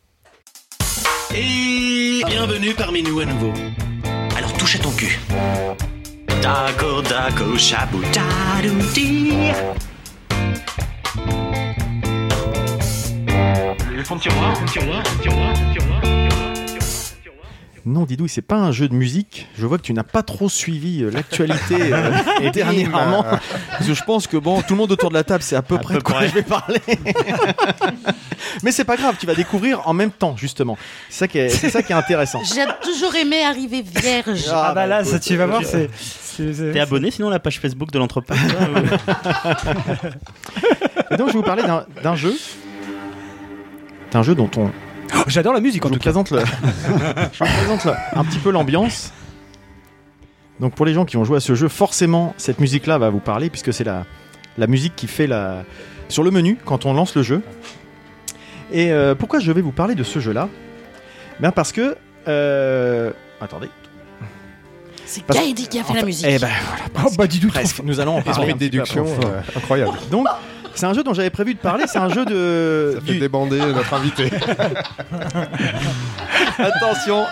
Et bienvenue parmi nous à nouveau. Alors touche à ton cul. Dago dago shabu dadoudi. Le fond de tiroir. Non, Didouille, c'est pas un jeu de musique. Je vois que tu n'as pas trop suivi l'actualité et dernièrement. Parce que je pense que tout le monde autour de la table, c'est à peu près de quoi je vais parler. Mais c'est pas grave, tu vas découvrir en même temps, justement. C'est ça qui est intéressant. J'ai toujours aimé arriver vierge. Ah bah là, ça, tu vas voir, c'est... T'es abonné sinon à la page Facebook de l'Entrepode? Et donc, je vais vous parler d'un jeu. C'est un jeu dont on... J'adore la musique en tout cas. Je vous présente un petit peu l'ambiance. Donc pour les gens qui ont joué à ce jeu, forcément cette musique-là va vous parler puisque c'est la musique qui fait sur le menu quand on lance le jeu. Et pourquoi je vais vous parler de ce jeu-là? Parce que... attendez. C'est Gaëdi qui a fait la musique. Eh ben voilà. dis-donc. Presque. Nous allons en parler. Une déduction incroyable. Donc... C'est un jeu dont j'avais prévu de parler, c'est un jeu de... Ça fait débander notre invité. Attention.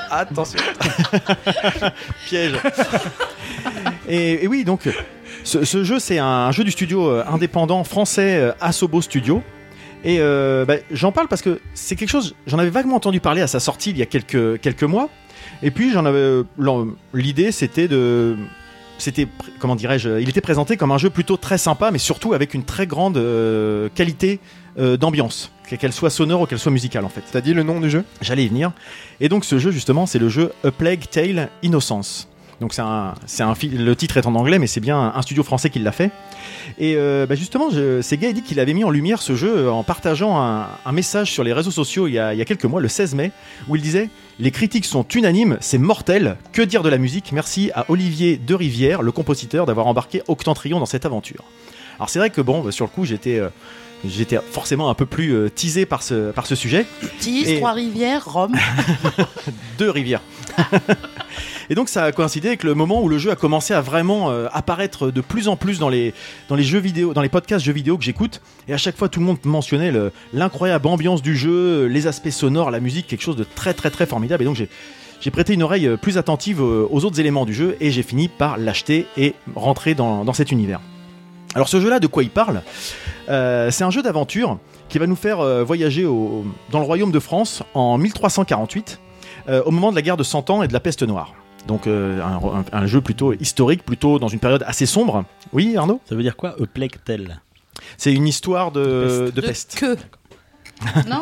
Piège. Et oui, donc, ce jeu, c'est un jeu du studio indépendant français Asobo Studio. Et j'en parle parce que c'est quelque chose, j'en avais vaguement entendu parler à sa sortie il y a quelques mois. Et puis, l'idée, comment dirais-je, il était présenté comme un jeu plutôt très sympa, mais surtout avec une très grande qualité d'ambiance, qu'elle soit sonore ou qu'elle soit musicale en fait. T'as dit le nom du jeu ? J'allais y venir. Et donc ce jeu justement, c'est le jeu A Plague Tale Innocence. Donc le titre est en anglais, mais c'est bien un studio français qui l'a fait. Et justement, c'est Gaëdi qui l'avait mis en lumière ce jeu en partageant un message sur les réseaux sociaux il y a quelques mois, le 16 mai, où il disait « Les critiques sont unanimes, c'est mortel, que dire de la musique ? Merci à Olivier de Rivière, le compositeur, d'avoir embarqué Octantrion dans cette aventure. » Alors c'est vrai que sur le coup, j'étais forcément un peu plus teasé par ce sujet. Tease, 3 rivières, Rome. 2 rivières. Et donc ça a coïncidé avec le moment où le jeu a commencé à vraiment apparaître de plus en plus dans les jeux vidéo, dans les podcasts jeux vidéo que j'écoute. Et à chaque fois, tout le monde mentionnait l'incroyable ambiance du jeu, les aspects sonores, la musique, quelque chose de très très très formidable. Et donc j'ai prêté une oreille plus attentive aux autres éléments du jeu et j'ai fini par l'acheter et rentrer dans cet univers. Alors ce jeu-là, de quoi il parle ? C'est un jeu d'aventure qui va nous faire voyager dans le royaume de France en 1348, au moment de la guerre de 100 ans et de la peste noire. Donc un jeu plutôt historique, plutôt dans une période assez sombre. Oui, Arnaud ? Ça veut dire quoi, A Plague Tale ? C'est une histoire de peste. Que non ?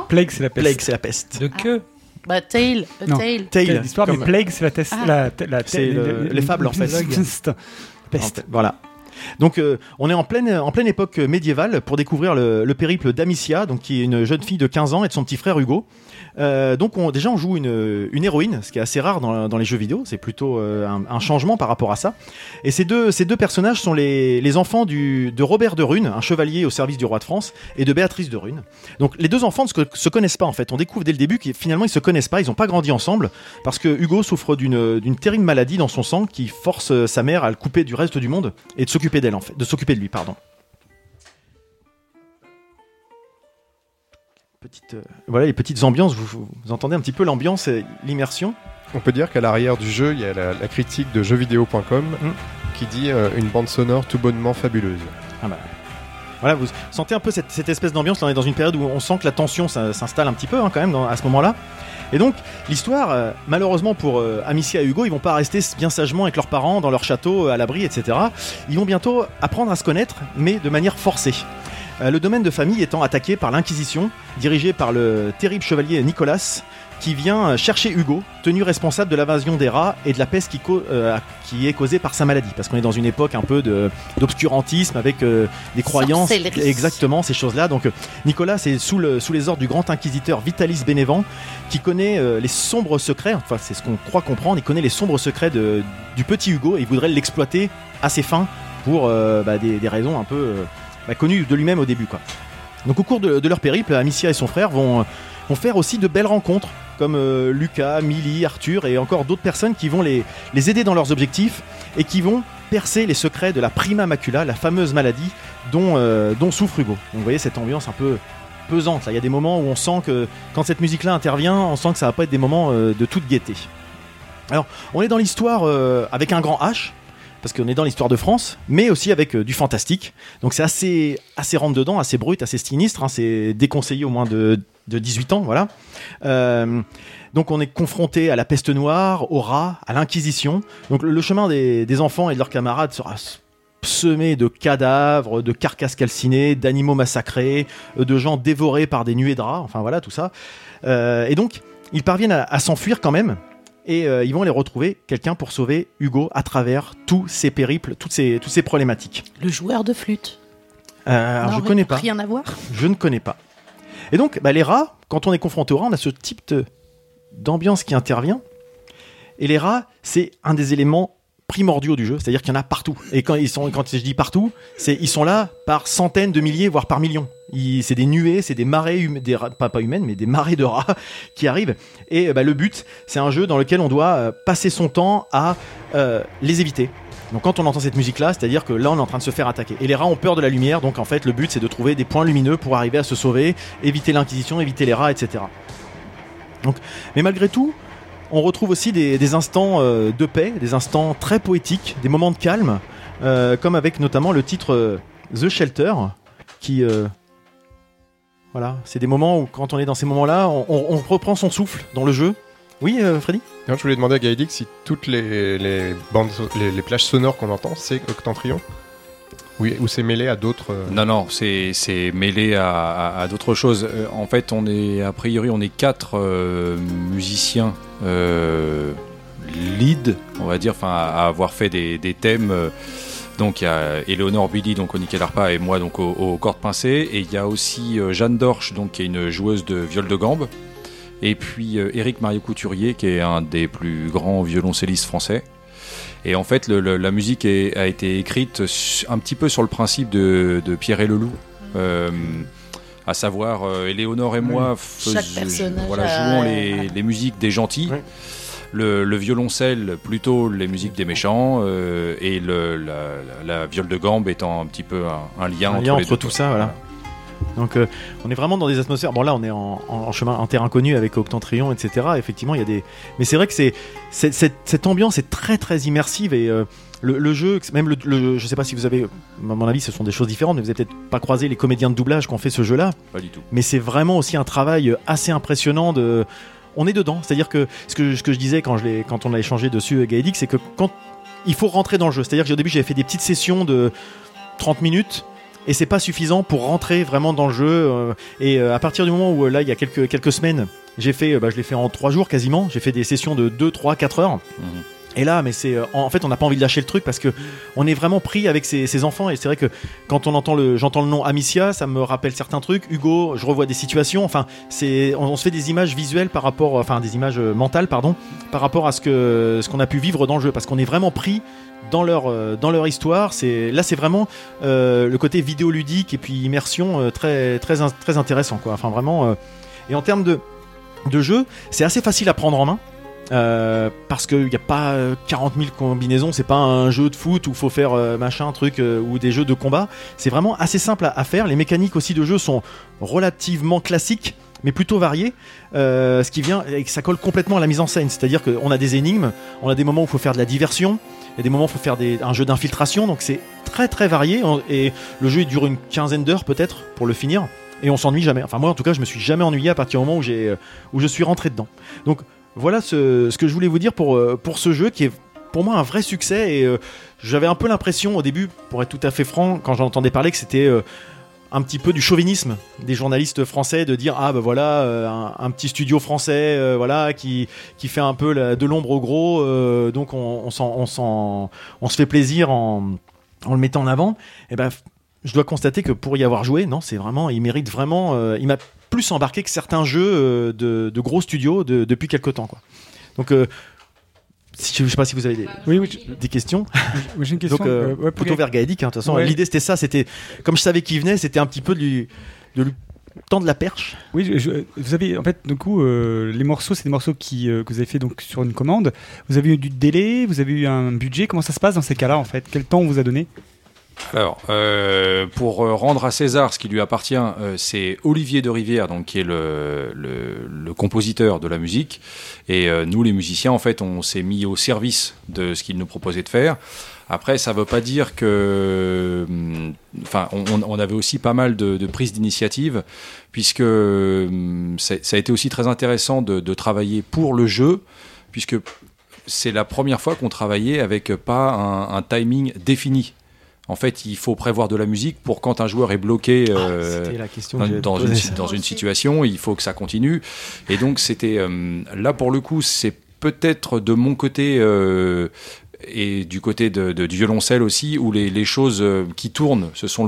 Plague, c'est la peste. Plague, c'est la peste. De que Bah, Tale. Tale. L'histoire, mais Plague, c'est la peste. C'est les fables, en fait. Peste. Voilà. Donc on est en pleine époque médiévale pour découvrir le périple d'Amicia, donc qui est une jeune fille de 15 ans et de son petit frère Hugo. Donc on joue une héroïne, ce qui est assez rare dans les jeux vidéo. C'est plutôt un changement par rapport à ça. Et ces deux personnages sont les enfants de Robert de Rune, un chevalier au service du roi de France, et de Béatrice de Rune. Donc les deux enfants ne se connaissent pas en fait. On découvre dès le début qu'ils finalement ils se connaissent pas, ils n'ont pas grandi ensemble parce que Hugo souffre d'une terrible maladie dans son sang qui force sa mère à le couper du reste du monde et de s'occuper d'elle en fait, de s'occuper de lui, pardon. Voilà les petites ambiances, vous entendez un petit peu l'ambiance et l'immersion. On peut dire qu'à l'arrière du jeu, il y a la critique de jeuxvideo.com qui dit une bande sonore tout bonnement fabuleuse. Ah bah. Voilà, vous sentez un peu cette espèce d'ambiance. Là, on est dans une période où on sent que la tension s'installe un petit peu quand même à ce moment-là. Et donc, l'histoire, malheureusement pour Amicia et Hugo, ils vont pas rester bien sagement avec leurs parents dans leur château, à l'abri, etc. Ils vont bientôt apprendre à se connaître, mais de manière forcée. Le domaine de famille étant attaqué par l'Inquisition, dirigée par le terrible chevalier Nicolas, qui vient chercher Hugo, tenu responsable de l'invasion des rats et de la peste qui est causée par sa maladie. Parce qu'on est dans une époque un peu d'obscurantisme avec des croyances. Sorcellerie. Exactement, ces choses-là. Donc Nicolas est sous les ordres du grand inquisiteur Vitalis Bénévent, qui connaît les sombres secrets, enfin c'est ce qu'on croit comprendre, il connaît les sombres secrets du petit Hugo et il voudrait l'exploiter à ses fins pour des raisons un peu connues de lui-même au début, quoi. Donc au cours de leur périple, Amicia et son frère vont faire aussi de belles rencontres, comme Lucas, Millie, Arthur et encore d'autres personnes qui vont les aider dans leurs objectifs et qui vont percer les secrets de la prima macula, la fameuse maladie dont souffre Hugo. Donc vous voyez cette ambiance un peu pesante. Là. Il y a des moments où on sent que quand cette musique-là intervient, on sent que ça va pas être des moments de toute gaieté. Alors on est dans l'histoire avec un grand H, parce qu'on est dans l'histoire de France, mais aussi avec du fantastique. Donc c'est assez rentre-dedans, assez brut, assez sinistre. Hein, c'est déconseillé au moins de 18 ans, voilà. Donc on est confronté à la peste noire, aux rats, à l'Inquisition. Donc le chemin des enfants et de leurs camarades sera semé de cadavres, de carcasses calcinées, d'animaux massacrés, de gens dévorés par des nuées de rats, enfin voilà, tout ça. Et donc ils parviennent à s'enfuir quand même. Et ils vont aller retrouver quelqu'un pour sauver Hugo à travers tous ces périples, toutes ces problématiques. Le joueur de flûte. Alors je connais pas. Rien à voir. Je ne connais pas. Et donc les rats, quand on est confronté aux rats, on a ce type d'ambiance qui intervient. Et les rats, c'est un des éléments primordiaux du jeu, c'est-à-dire qu'il y en a partout. Et quand je dis partout, ils sont là par centaines de milliers, voire par millions. C'est des nuées, c'est des marées, pas humaines, mais des marées de rats qui arrivent. Et le but, c'est un jeu dans lequel on doit passer son temps à les éviter. Donc quand on entend cette musique-là, c'est-à-dire que là, on est en train de se faire attaquer. Et les rats ont peur de la lumière, donc en fait, le but, c'est de trouver des points lumineux pour arriver à se sauver, éviter l'Inquisition, éviter les rats, etc. Donc, mais malgré tout, on retrouve aussi des instants de paix, des instants très poétiques, des moments de calme, comme avec notamment le titre The Shelter, qui... voilà, c'est des moments où quand on est dans ces moments-là, on reprend son souffle dans le jeu. Oui, Freddy ? Non, je voulais demander à Gaëdic si toutes les plages sonores qu'on entend, c'est Octantrion ? Oui, ou c'est mêlé à d'autres... Non, c'est mêlé à d'autres choses. En fait, on est 4 musiciens lead, on va dire, à avoir fait des thèmes. Donc il y a Éléonore Billy donc au nickel harpa et moi donc aux cordes pincées, et il y a aussi Jeanne Dorche donc qui est une joueuse de viol de gambe, et puis Éric Mario Couturier qui est un des plus grands violoncellistes français. Et en fait la musique a été écrite un petit peu sur le principe de Pierre et Leloup, à savoir Éléonore et moi jouons les musiques des gentils. Oui. Le violoncelle plutôt les musiques des méchants, et la viole de gambe étant un petit peu un lien entre tout ça, voilà. Donc on est vraiment dans des atmosphères. Bon là on est en terrain connu avec Octantrion, etc. Effectivement il y a des. Mais c'est vrai que cette ambiance est très très immersive, et le jeu, même je sais pas si vous avez, à mon avis ce sont des choses différentes, mais vous avez peut-être pas croisé les comédiens de doublage qui ont fait ce jeu-là. Pas du tout. Mais c'est vraiment aussi un travail assez impressionnant de. On est dedans, c'est-à-dire que ce que je disais quand on a échangé dessus, Gaëdic, c'est que quand il faut rentrer dans le jeu, c'est-à-dire qu'au début j'avais fait des petites sessions de 30 minutes et c'est pas suffisant pour rentrer vraiment dans le jeu, et à partir du moment où là il y a quelques semaines, je l'ai fait en 3 jours quasiment, j'ai fait des sessions de 2, 3, 4 heures. Et là, mais c'est en fait, on n'a pas envie de lâcher le truc parce que on est vraiment pris avec ces enfants. Et c'est vrai que quand j'entends le nom Amicia, ça me rappelle certains trucs. Hugo, je revois des situations. Enfin, on se fait des images visuelles des images mentales, pardon, par rapport à ce qu'on a pu vivre dans le jeu, parce qu'on est vraiment pris dans leur histoire. C'est vraiment le côté vidéoludique et puis immersion très très très intéressant, quoi. Enfin vraiment. Et en termes de jeu, c'est assez facile à prendre en main. Parce qu'il n'y a pas 40 000 combinaisons, c'est pas un jeu de foot où il faut faire machin, truc, ou des jeux de combat. C'est vraiment assez simple à faire. Les mécaniques aussi de jeu sont relativement classiques, mais plutôt variées. Ce qui vient et que ça colle complètement à la mise en scène. C'est-à-dire qu'on a des énigmes, on a des moments où il faut faire de la diversion, il y a des moments où il faut faire un jeu d'infiltration. Donc c'est très très varié. Et le jeu il dure une quinzaine d'heures peut-être pour le finir. Et on s'ennuie jamais. Enfin moi en tout cas je me suis jamais ennuyé à partir du moment où je suis rentré dedans. Donc voilà ce que je voulais vous dire pour ce jeu qui est pour moi un vrai succès. Et j'avais un peu l'impression au début, pour être tout à fait franc, quand j'en entendais parler, que c'était un petit peu du chauvinisme des journalistes français de dire un petit studio français qui fait un peu de l'ombre au gros, donc on se fait plaisir en le mettant en avant. Et ben je dois constater que pour y avoir joué, non, c'est vraiment, il mérite vraiment, il m'a plus embarqué que certains jeux de gros studios depuis quelques temps, quoi. Donc je sais pas si vous avez des questions. Oui, j'ai une question. Donc plutôt vers Gaëdic, hein, de toute façon. Ouais. L'idée c'était ça, c'était comme je savais qu'il venait, c'était un petit peu de lui tendre la perche. Oui, vous avez en fait du coup les morceaux, c'est des morceaux que vous avez fait donc sur une commande. Vous avez eu du délai, vous avez eu un budget. Comment ça se passe dans ces cas-là en fait? Quel temps on vous a donné? Alors, pour rendre à César ce qui lui appartient, c'est Olivier de Rivière, donc qui est le compositeur de la musique, et nous les musiciens en fait on s'est mis au service de ce qu'il nous proposait de faire. Après ça veut pas dire que, enfin on avait aussi pas mal de prises d'initiative, puisque ça a été aussi très intéressant de travailler pour le jeu, puisque c'est la première fois qu'on travaillait avec pas un timing défini. En fait, il faut prévoir de la musique pour quand un joueur est bloqué dans une situation, il faut que ça continue. Et donc, c'était là pour le coup, c'est peut-être de mon côté et du côté du violoncelle aussi, où les choses qui tournent, ce sont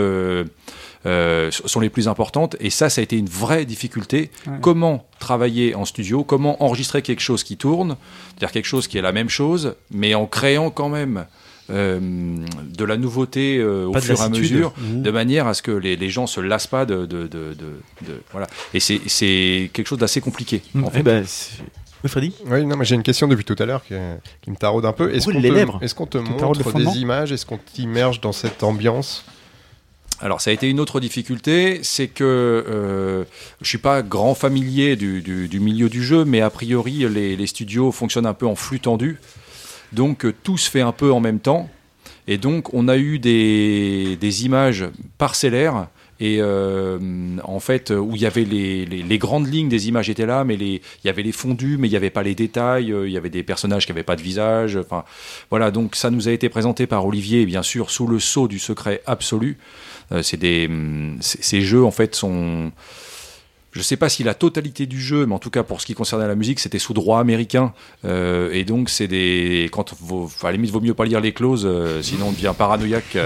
sont les plus importantes. Et ça a été une vraie difficulté. Ouais. Comment travailler en studio, comment enregistrer quelque chose qui tourne, c'est-à-dire quelque chose qui est la même chose, mais en créant quand même de la nouveauté au fur et à mesure, de manière à ce que les gens se lassent pas voilà. Et c'est quelque chose d'assez compliqué. En fait. Oui, Freddy. Oui, non, mais j'ai une question depuis tout à l'heure qui me taraude un peu. Est-ce qu'on te montre des images? Est-ce qu'on t'immerge dans cette ambiance? Alors ça a été une autre difficulté, c'est que je suis pas grand familier du milieu du jeu, mais a priori les studios fonctionnent un peu en flux tendu. Donc tout se fait un peu en même temps, et donc on a eu des images parcellaires, et en fait où il y avait les grandes lignes des images étaient là, mais il y avait les fondus, mais il n'y avait pas les détails, il y avait des personnages qui n'avaient pas de visage, enfin voilà. Donc ça nous a été présenté par Olivier, bien sûr sous le sceau du secret absolu. Ces jeux en fait sont... Je ne sais pas si la totalité du jeu, mais en tout cas pour ce qui concernait la musique, c'était sous droit américain. Et donc, c'est des. À la limite, il vaut mieux pas lire les clauses, sinon on devient paranoïaque.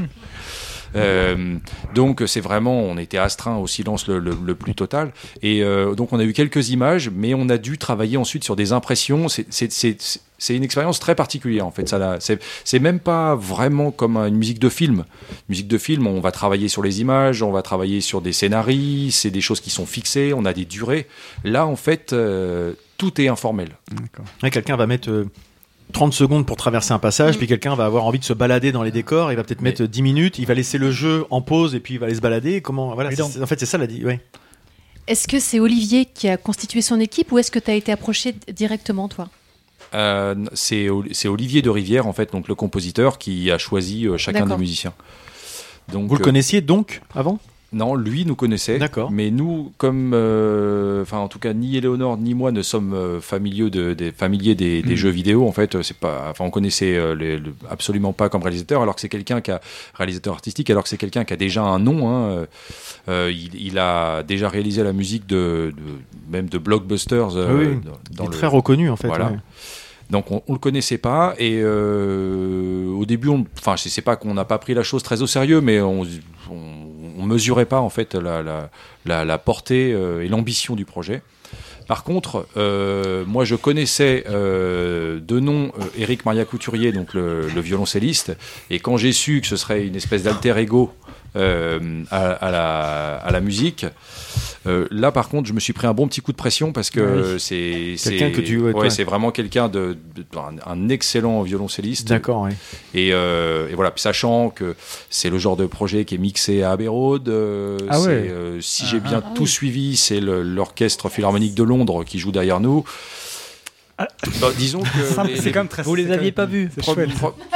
Donc, c'est vraiment. On était astreint au silence le plus total. Et donc, on a eu quelques images, mais on a dû travailler ensuite sur des impressions. C'est une expérience très particulière en fait. C'est même pas vraiment comme une musique de film. Musique de film, on va travailler sur les images, on va travailler sur des scénarios, c'est des choses qui sont fixées, on a des durées. Là en fait, tout est informel. D'accord. Ouais, quelqu'un va mettre 30 secondes pour traverser un passage, puis quelqu'un va avoir envie de se balader dans les décors, il va peut-être mettre 10 minutes, il va laisser le jeu en pause et puis il va aller se balader. Voilà, en fait c'est ça la dit. Ouais. Est-ce que c'est Olivier qui a constitué son équipe ou est-ce que tu as été approché directement toi? C'est Olivier de Rivière en fait, donc le compositeur qui a choisi chacun des musiciens. Donc, vous le connaissiez donc avant? Non, lui nous connaissait. D'accord. Mais nous, comme, en tout cas, ni Éléonore ni moi ne sommes familiers des jeux vidéo. En fait, c'est pas, on connaissait absolument pas comme réalisateur, alors que c'est quelqu'un qui a réalisateur artistique, alors que c'est quelqu'un qui a déjà un nom. Hein. Il a déjà réalisé la musique même de blockbusters. Il est très reconnu en fait. Voilà. Ouais. Donc on le connaissait pas et au début, c'est pas qu'on n'a pas pris la chose très au sérieux, mais on mesurait pas en fait la portée et l'ambition du projet. Par contre, moi je connaissais de nom Éric Maria Couturier, donc le violoncelliste, et quand j'ai su que ce serait une espèce d'alter ego à la musique, là par contre je me suis pris un bon petit coup de pression parce que c'est quelqu'un que tu c'est vraiment quelqu'un un excellent violoncelliste. D'accord, ouais. Et voilà, sachant que c'est le genre de projet qui est mixé à Abbey Road, si j'ai bien tout suivi, c'est l'orchestre philharmonique de Londres qui joue derrière nous. Disons que c'est quand même très. Vous les aviez pas vus. C'est chouette.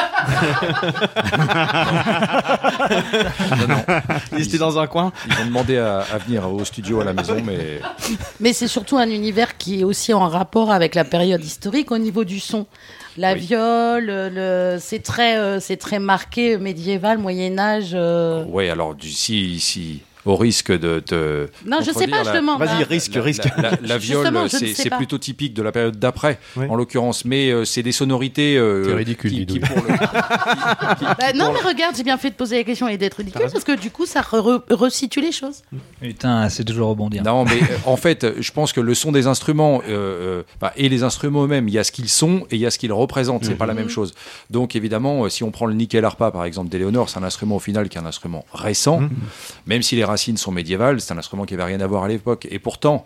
Non. Ils étaient dans un coin. Ils ont demandé à venir au studio à la maison, mais. Mais c'est surtout un univers qui est aussi en rapport avec la période historique au niveau du son. La viole, c'est très marqué médiéval, Moyen Âge. Ouais, alors si au risque de te. Non, je sais pas, je demande. Vas-y, risque. La viole, c'est plutôt typique de la période d'après, en l'occurrence, mais c'est des sonorités. C'est ridicule, non, mais regarde, j'ai bien fait de poser la question et d'être ridicule, parce que du coup, ça resitue les choses. Putain, c'est toujours rebondir. Non, mais en fait, je pense que le son des instruments et les instruments eux-mêmes, il y a ce qu'ils sont et il y a ce qu'ils représentent. C'est pas la même chose. Donc, évidemment, si on prend le nickel harpa, par exemple, d'Éléonore, c'est un instrument au final qui est un instrument récent, même si les racines sont médiévales, c'est un instrument qui n'avait rien à voir à l'époque. Et pourtant,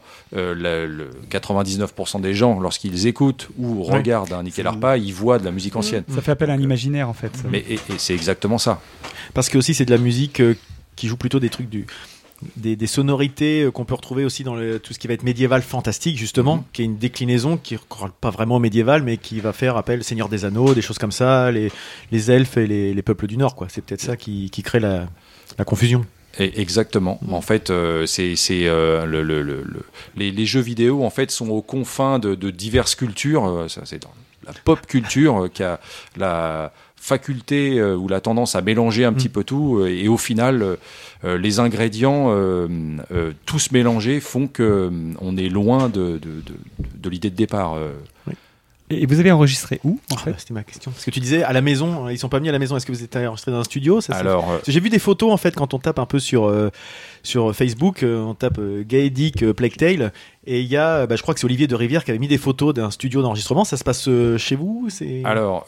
99% des gens, lorsqu'ils écoutent ou regardent un nickel harpa, ils voient de la musique ancienne. Ça fait appel à un imaginaire, en fait. Mais et c'est exactement ça. Parce que aussi, c'est de la musique qui joue plutôt des trucs des sonorités qu'on peut retrouver aussi dans tout ce qui va être médiéval fantastique, justement, qui est une déclinaison qui ne parle pas vraiment médiéval, mais qui va faire appel Seigneur des Anneaux, des choses comme ça, les elfes et les peuples du Nord, quoi. C'est peut-être ça qui crée la confusion. Exactement. En fait, les jeux vidéo en fait sont aux confins de diverses cultures. Ça, c'est dans la pop culture qui a la faculté ou la tendance à mélanger un petit peu tout, et au final, les ingrédients tous mélangés font que on est loin de l'idée de départ. Et vous avez enregistré où, en fait ? C'était ma question. Parce que tu disais à la maison, ils sont pas mis à la maison. Est-ce que vous êtes enregistré dans un studio ? Alors, j'ai vu des photos en fait quand on tape un peu sur Facebook, on tape Gaedic Plague Tale, et il y a, je crois que c'est Olivier de Rivière qui avait mis des photos d'un studio d'enregistrement. Ça se passe chez vous ? Alors,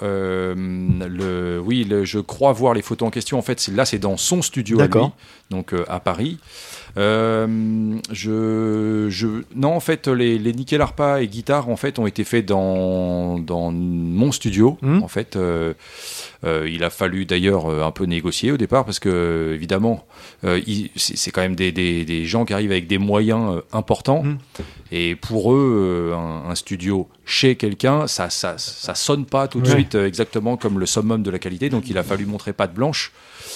je crois voir les photos en question. En fait, c'est dans son studio à lui, donc à Paris. Non, en fait, les nickel harpa et guitare en fait ont été faits dans mon studio. En fait, il a fallu d'ailleurs un peu négocier au départ parce que évidemment, c'est quand même des gens qui arrivent avec des moyens importants. Et pour eux, un studio chez quelqu'un, ça sonne pas tout de suite exactement comme le summum de la qualité. Donc, il a fallu montrer patte blanche.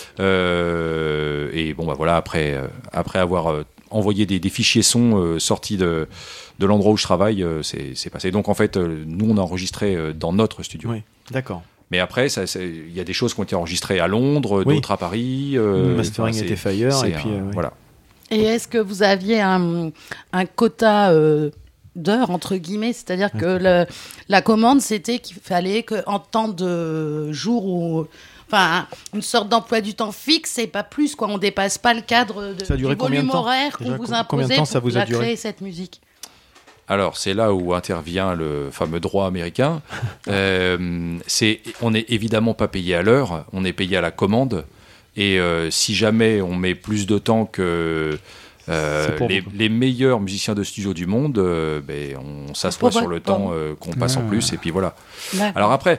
Et bon, voilà, après avoir envoyé des fichiers son sortis de l'endroit où je travaille, c'est passé. Donc, en fait, nous, on a enregistré dans notre studio. Oui, d'accord. Mais après, il y a des choses qui ont été enregistrées à Londres, d'autres à Paris. Mastering était Fire, et puis voilà. Et est-ce que vous aviez un quota d'heures, entre guillemets, c'est-à-dire que la commande, c'était qu'il fallait qu'en temps de jour ou... Enfin, une sorte d'emploi du temps fixe et pas plus, quoi. On dépasse pas le cadre du volume horaire qu'on vous imposait pour créer cette musique. Alors, c'est là où intervient le fameux droit américain. On n'est évidemment pas payé à l'heure, on est payé à la commande. Et si jamais on met plus de temps que les meilleurs musiciens de studio du monde, on s'assoit sur le temps qu'on passe en plus, et puis voilà. Alors après,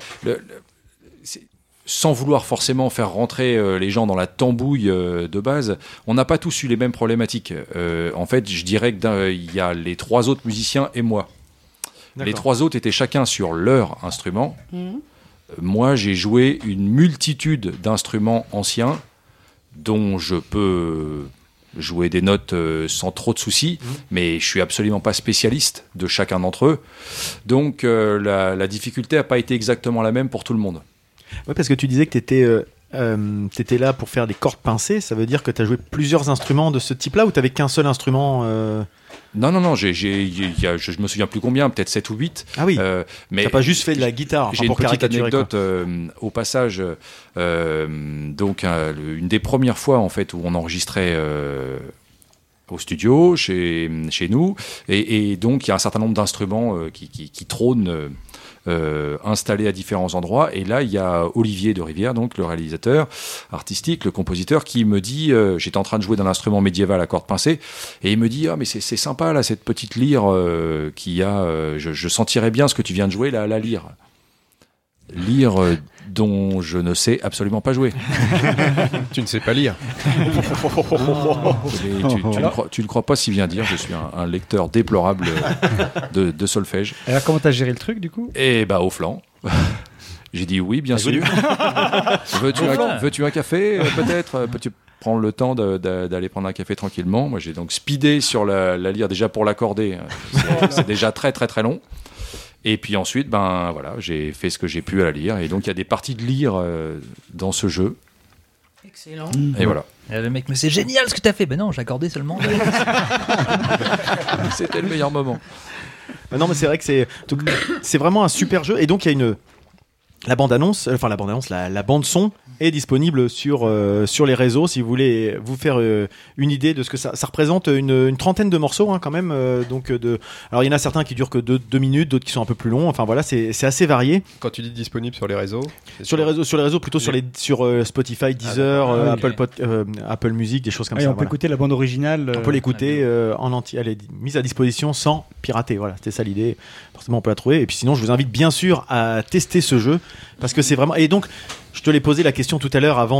sans vouloir forcément faire rentrer les gens dans la tambouille de base, on n'a pas tous eu les mêmes problématiques. En fait, je dirais qu'il y a les 3 autres musiciens et moi. D'accord. Les 3 autres étaient chacun sur leur instrument. Moi, j'ai joué une multitude d'instruments anciens dont je peux jouer des notes sans trop de soucis, mais je suis absolument pas spécialiste de chacun d'entre eux. Donc, la difficulté n'a pas été exactement la même pour tout le monde. Oui, parce que tu disais que tu étais t'étais là pour faire des cordes pincées, ça veut dire que t'as joué plusieurs instruments de ce type-là ou t'avais qu'un seul instrument Non, je me souviens plus combien, peut-être 7 ou 8. Ah oui, mais t'as pas juste fait de la guitare. J'ai une petite anecdote au passage. Donc, une des premières fois en fait, où on enregistrait au studio, chez nous, et donc il y a un certain nombre d'instruments qui trônent installés à différents endroits, et là il y a Olivier de Rivière, donc le réalisateur artistique, le compositeur, qui me dit, j'étais en train de jouer d'un instrument médiéval à cordes pincées, et il me dit mais c'est sympa là, cette petite lyre qu'il y a, je sentirais bien ce que tu viens de jouer là, la lyre dont je ne sais absolument pas jouer. Tu ne sais pas lire. Tu ne crois pas si bien dire, je suis un lecteur déplorable de solfège. Alors comment t'as géré le truc du coup ? Et au flanc. J'ai dit oui, bien sûr. Veux-tu un café peut-être ? Peux-tu prendre le temps d'aller prendre un café tranquillement ? Moi j'ai donc speedé sur la lyre, déjà pour l'accorder. C'est déjà très très très long. Et puis ensuite, j'ai fait ce que j'ai pu à la lyre. Et donc, il y a des parties de lyre dans ce jeu. Excellent. Et voilà. Et le mec, mais c'est génial ce que t'as fait. Ben non, j'accordais seulement. C'était le meilleur moment. Non, mais c'est vrai que c'est vraiment un super jeu. Et donc, il y a la bande-annonce, la bande-son est disponible sur les réseaux si vous voulez vous faire une idée de ce que ça représente. Une trentaine de morceaux quand même. Alors il y en a certains qui durent que 2 minutes, d'autres qui sont un peu plus longs. Enfin voilà, c'est assez varié. Quand tu dis disponible sur les réseaux, sur les réseaux plutôt sur Spotify, Deezer, Apple Music, des choses comme ça. On peut écouter la bande originale. On peut l'écouter en entier. Elle est mise à disposition sans pirater. Voilà, c'était ça l'idée. Forcément, on peut la trouver. Et puis sinon, je vous invite bien sûr à tester ce jeu parce que c'est vraiment. Et donc, je te l'ai posé la question tout à l'heure avant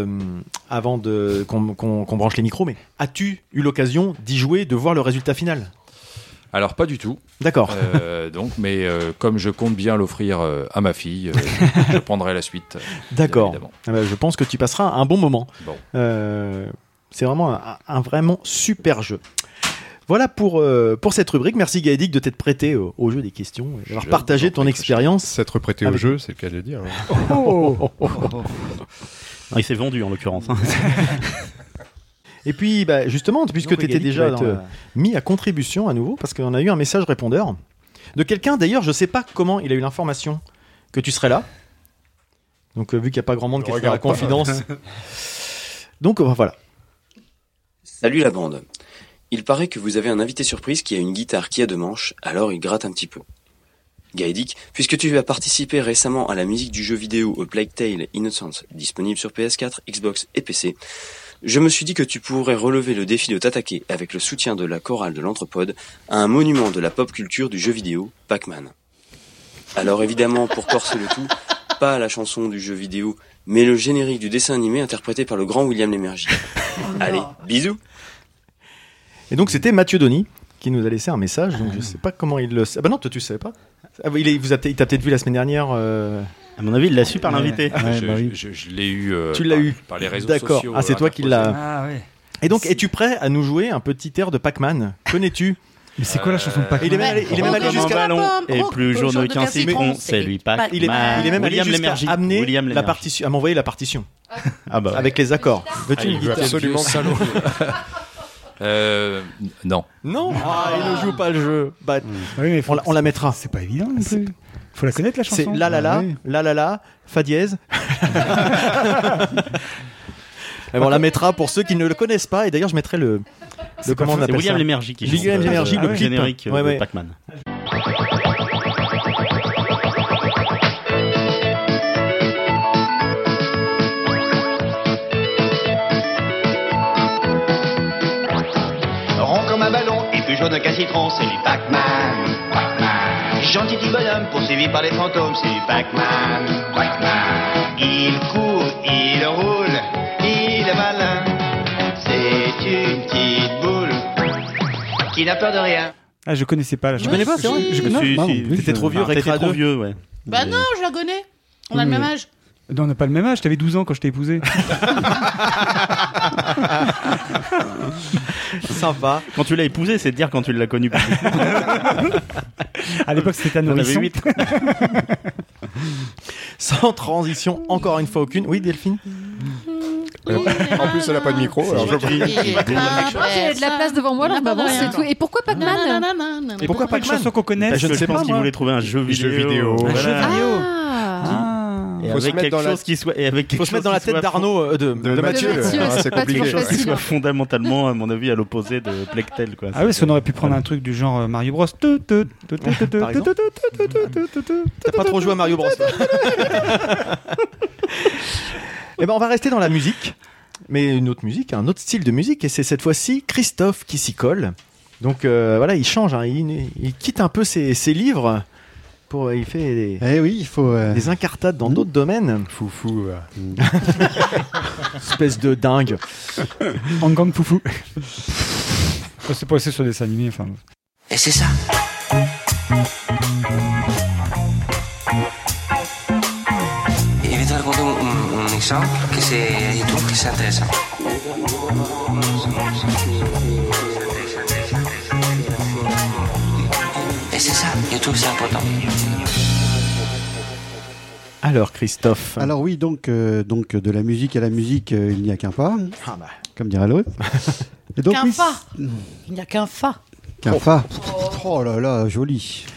qu'on branche les micros. Mais as-tu eu l'occasion d'y jouer, de voir le résultat final ? Alors pas du tout. D'accord. Mais comme je compte bien l'offrir à ma fille, je prendrai la suite. D'accord. Je pense que tu passeras un bon moment. Bon. C'est vraiment un vraiment super jeu. Voilà pour cette rubrique. Merci Gaëdic de t'être prêté au jeu des questions et d'avoir partagé ton expérience. S'être prêté au jeu, c'est le cas de le dire. Il s'est vendu en l'occurrence. Et puis, justement, puisque tu étais déjà mis à contribution à nouveau, parce qu'on a eu un message répondeur de quelqu'un, d'ailleurs, je ne sais pas comment il a eu l'information que tu serais là. Donc, vu qu'il n'y a pas grand monde qui est dans la confidence. Donc, voilà. Salut la bande. Il paraît que vous avez un invité surprise qui a une guitare qui a 2 manches, alors il gratte un petit peu. Gaëdic, puisque tu as participé récemment à la musique du jeu vidéo A Plague Tale Innocence, disponible sur PS4, Xbox et PC, je me suis dit que tu pourrais relever le défi de t'attaquer, avec le soutien de la chorale de l'Anthropode, à un monument de la pop culture du jeu vidéo, Pac-Man. Alors évidemment, pour corser le tout, pas la chanson du jeu vidéo, mais le générique du dessin animé interprété par le grand William Lémergie. Allez, bisous. Et donc c'était Mathieu Donny qui nous a laissé un message, donc je sais pas comment il le sait. Ah bah non, toi tu savais pas. Il t'a peut-être vu la semaine dernière. À mon avis, il l'a su par l'invité. Je l'ai eu. Tu l'as eu par les réseaux D'accord. sociaux. Ah, c'est toi qui l'as. Ah ouais. Et donc, es-tu prêt à nous jouer un petit air de Pac-Man ? Connais-tu ? Mais c'est quoi la chanson de Pac-Man ? Il est même allé jusqu'à ballon et plus jaune qu'un citron, c'est lui Pac-Man. Il est même allé jusqu'à amener la partition, à m'envoyer la partition. Avec les accords. Veux-tu une guitare ? Absolument salaud. Non. Non. Il ne joue pas le jeu. Oui, mais on la mettra. C'est pas évident non plus. Faut la connaître la chanson. C'est la fa dièse. On la mettra pour ceux qui ne le connaissent pas. Et d'ailleurs, je mettrai le comment on appelle ça ? William Lémergie qui joue William Lémergie, le clip. générique de Pac-Man. Rond comme un ballon et plus jaune qu'un citron, c'est du Pac-Man. Pac-Man. Gentil petit bonhomme poursuivi par les fantômes, c'est du Pac-Man. Pac-Man. Il court, il roule, il est malin. C'est une petite boule qui n'a peur de rien. Ah, je connaissais pas la chanson. Tu connais pas, c'est vrai ? Je connais. T'étais trop vieux, Récréa 2. Trop vieux, ouais. Bah non, je la connais. On a le même âge. Non, on n'a pas le même âge. T'avais 12 ans quand je t'ai épousé. Sympa. Quand tu l'as épousé, c'est de dire quand tu l'as connu. À l'époque, c'était un nourrisson. 8. Sans transition, encore une fois aucune. Oui, Delphine ? En plus, elle n'a pas de micro. Alors J'ai de la place devant moi, alors je m'avance, c'est tout. Et pourquoi Pac-Man? Et pourquoi pas une chanson qu'on connaît? Je pense qu'il voulait trouver un jeu vidéo. Un jeu vidéo. Et Faut se avec mettre quelque dans chose qui soit, et avec quelque Faut se mettre dans la tête d'Arnaud, de Mathieu. C'est compliqué. Quelque chose qui soit fondamentalement, à mon avis, à l'opposé de Plectel, quoi. Ah oui, parce qu'on aurait pu prendre un truc du genre Mario Bros. T'as pas trop joué à Mario Bros. Eh ben, on va rester dans la musique, mais une autre musique, un autre style de musique, et c'est cette fois-ci Christophe qui s'y colle. Donc voilà, il change, hein, il quitte un peu ses livres. Il fait des incartades dans d'autres domaines. Foufou. Espèce de dingue. Gang foufou. C'est passé sur des animés. Enfin. Et c'est ça. Et je vais te raconter un exemple que je trouve que c'est intéressant. Et c'est ça, je trouve que c'est important. Alors Christophe. Alors oui, donc de la musique à la musique, il n'y a qu'un pas, comme dirait l'autre. Et donc, qu'un fa. Il n'y a qu'un fa. Qu'un fa. Oh là là, joli.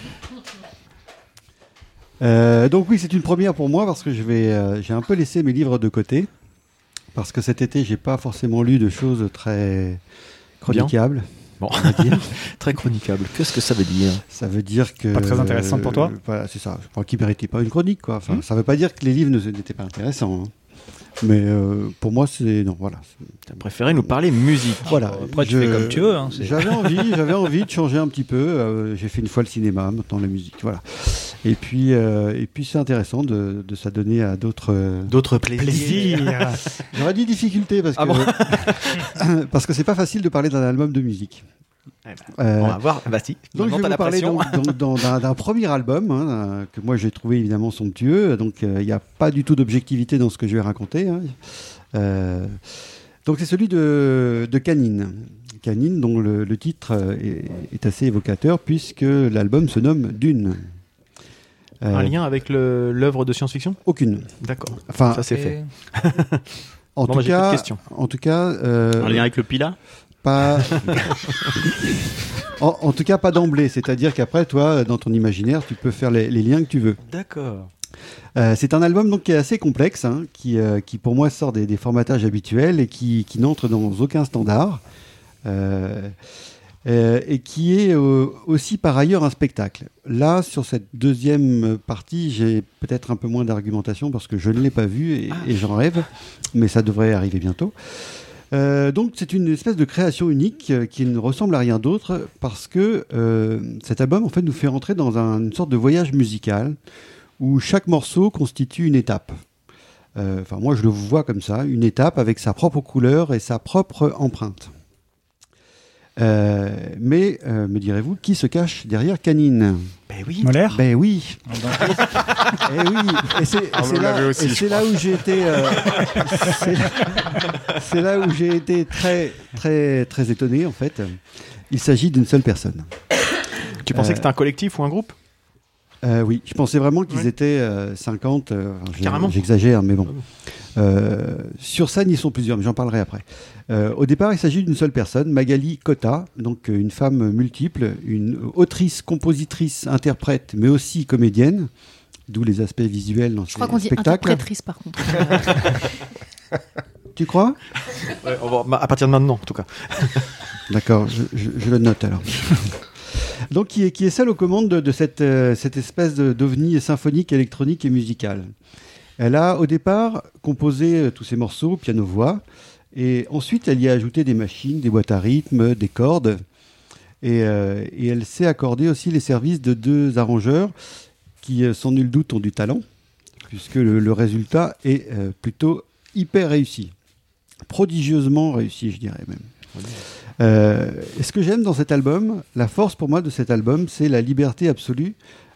Donc oui, c'est une première pour moi parce que j'ai un peu laissé mes livres de côté parce que cet été, j'ai pas forcément lu de choses très chroniquables. Bon, très chroniquable. Qu'est-ce que ça veut dire? Ça veut dire que... Pas très intéressant pour toi? Voilà, c'est ça. Je crois qu'ils ne méritaient pas une chronique, quoi. Enfin, ça ne veut pas dire que les livres n'étaient pas intéressants. Hein. Mais pour moi, c'est... Non, voilà. Tu as préféré nous parler musique. Voilà. Après, tu fais comme tu veux. Hein, j'avais envie de changer un petit peu. J'ai fait une fois le cinéma, maintenant la musique. Voilà. Et puis c'est intéressant de s'adonner à d'autres plaisirs. J'aurais dit difficulté parce que parce que c'est pas facile de parler d'un album de musique. On va voir. Bah si. Donc je vais vous parler d'un premier album que moi j'ai trouvé évidemment somptueux. Donc il n'y a pas du tout d'objectivité dans ce que je vais raconter. Donc c'est celui de Canine. Canine, dont le titre est assez évocateur puisque l'album se nomme Dune. Un lien avec l'œuvre de science-fiction? Aucune. D'accord. Enfin, ça c'est fait. En tout cas, un lien avec le Pila? Pas. en tout cas, pas d'emblée. C'est-à-dire qu'après, toi, dans ton imaginaire, tu peux faire les liens que tu veux. D'accord. C'est un album donc qui est assez complexe, hein, qui pour moi sort des formatages habituels et qui n'entre dans aucun standard. Et qui est aussi par ailleurs un spectacle. Là, sur cette deuxième partie, j'ai peut-être un peu moins d'argumentation parce que je ne l'ai pas vu et j'en rêve, mais ça devrait arriver bientôt. Donc c'est une espèce de création unique qui ne ressemble à rien d'autre parce que cet album en fait nous fait rentrer dans une sorte de voyage musical où chaque morceau constitue une étape. Enfin moi je le vois comme ça, une étape avec sa propre couleur et sa propre empreinte. Mais, me direz-vous, qui se cache derrière Canine? Ben oui. Molaire? Ben oui. Et oui. Et c'est là où j'ai été. C'est là où j'ai été très, très, très étonné en fait. Il s'agit d'une seule personne. Tu pensais que c'était un collectif ou un groupe? Oui, je pensais vraiment qu'ils étaient 50. Carrément. J'exagère, mais bon. Sur scène, ils sont plusieurs, mais j'en parlerai après. Au départ, il s'agit d'une seule personne, Magali Cotta, donc une femme multiple, une autrice, compositrice, interprète, mais aussi comédienne, d'où les aspects visuels dans ce spectacle. Je crois qu'on dit interprétrice, par contre. Tu crois? Ouais, à partir de maintenant, en tout cas. D'accord, je le note alors. Donc, qui est seule aux commandes de cette espèce d'ovni symphonique, électronique et musicale. Elle a, au départ, composé tous ces morceaux, piano-voix, et ensuite, elle y a ajouté des machines, des boîtes à rythme, des cordes, et elle s'est accordé aussi les services de deux arrangeurs qui, sans nul doute, ont du talent, puisque le résultat est plutôt hyper réussi. Prodigieusement réussi, je dirais même. Et ce que j'aime dans cet album, la force pour moi de cet album, c'est la liberté absolue